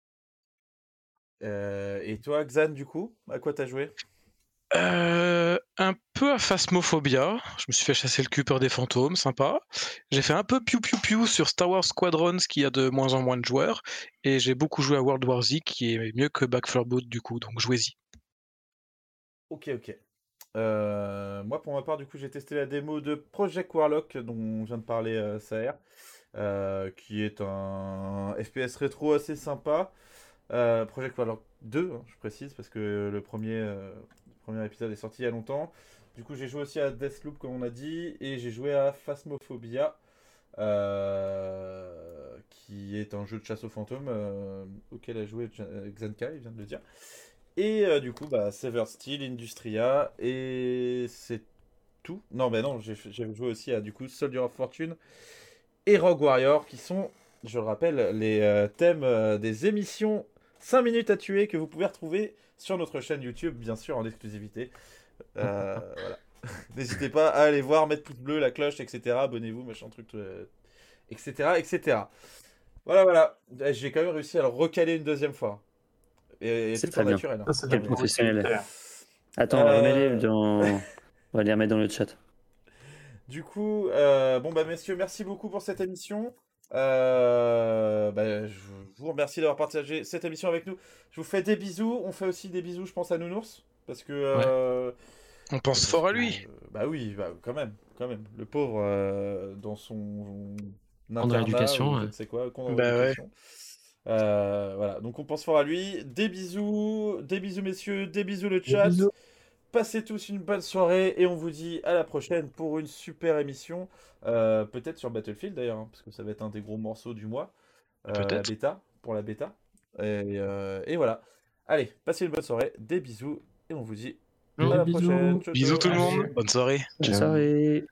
Euh, et toi, Xan, du coup, à quoi t'as joué? Euh, un peu à Phasmophobia. Je me suis fait chasser le cul par des fantômes, sympa. J'ai fait un peu piou piou piou sur Star Wars Squadrons, qui a de moins en moins de joueurs. Et j'ai beaucoup joué à World War Z, qui est mieux que Back four Blood, du coup, donc jouez-y. Ok, ok. Euh, moi, pour ma part, du coup, j'ai testé la démo de Project Warlock, dont vient de parler euh, Saer, euh, qui est un F P S rétro assez sympa. Euh, Project Warlock deux, hein, je précise, parce que le premier, euh, le premier épisode est sorti il y a longtemps. Du coup, j'ai joué aussi à Deathloop, comme on a dit, et j'ai joué à Phasmophobia, euh, qui est un jeu de chasse aux fantômes euh, auquel a joué Xanka, il vient de le dire. Et euh, du coup, bah, Severed Steel, Industria, et c'est tout. Non, bah non, j'ai j'ai joué aussi à du coup Soldier of Fortune et Rogue Warrior, qui sont, je le rappelle, les euh, thèmes euh, des émissions cinq minutes à tuer que vous pouvez retrouver sur notre chaîne YouTube, bien sûr, en exclusivité. Euh, voilà. N'hésitez pas à aller voir, mettre pouce bleu, la cloche, et cetera. Abonnez-vous, machin truc, euh, et cetera, et cetera. Voilà, voilà. J'ai quand même réussi à le recaler une deuxième fois. Et, et C'est tout très en bien. naturel. hein. ça, c'est de Quel la professionnel. productivité. Attends, Euh, remets-les dans. On va les remettre dans le chat. Du coup, euh, bon bah messieurs, merci beaucoup pour cette émission. Euh, bah, je vous remercie d'avoir partagé cette émission avec nous. Je vous fais des bisous. On fait aussi des bisous, je pense, à Nounours. Parce que... euh, On pense parce fort à que, lui. euh, bah oui, bah, quand même, quand même. Le pauvre, euh, dans son Cours de rééducation, ou je ouais. ne sais quoi, cours de Bah ouais. rééducation. Euh, voilà, donc on pense fort à lui. Des bisous, des bisous messieurs, des bisous le Des chat. bisous. Passez tous une bonne soirée et on vous dit à la prochaine pour une super émission. Euh, peut-être sur Battlefield d'ailleurs, hein, parce que ça va être un des gros morceaux du mois. Euh, la Peut-être. bêta, pour la bêta. Et, euh, et voilà. Allez, passez une bonne soirée, des bisous et on vous dit Bisous, à la bisous. prochaine. Ciao, Bisous ciao. tout le Allez. monde, bonne soirée. Bonne Ciao. soirée.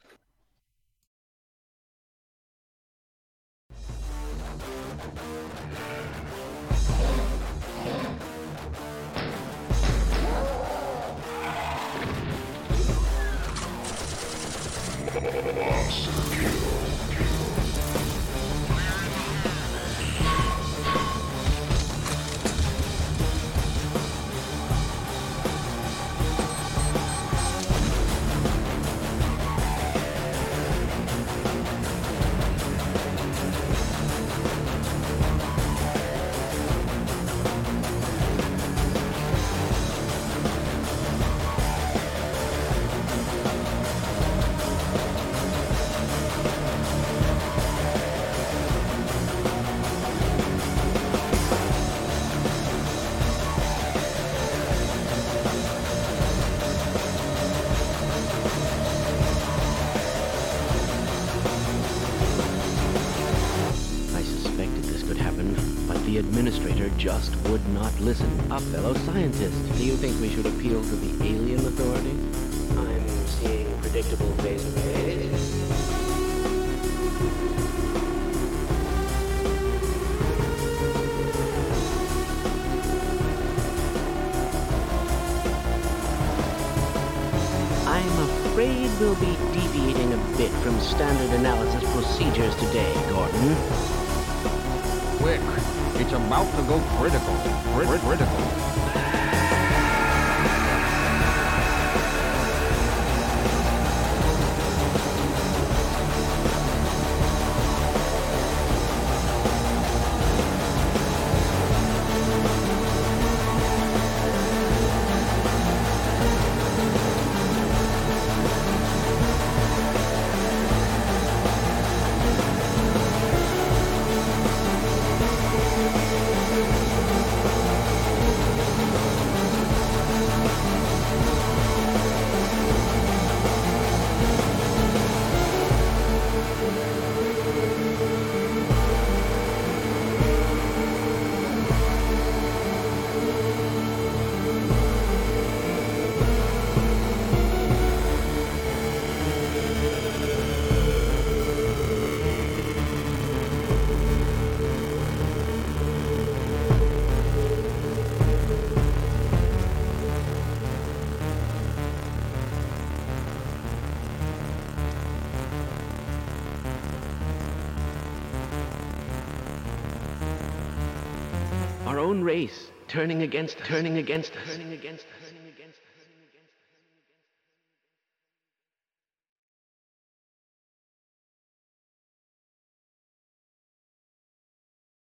I suspected this could happen, but the administrator just would not listen. A fellow scientist. Do you think we should appeal to the alien authorities? I'm seeing predictable phase arrays. I'm afraid we'll be deviating a bit from standard analysis procedures today, Gordon. Quick, it's about to go critical. Crit- critical. Our own race, turning against, turning against, turning against.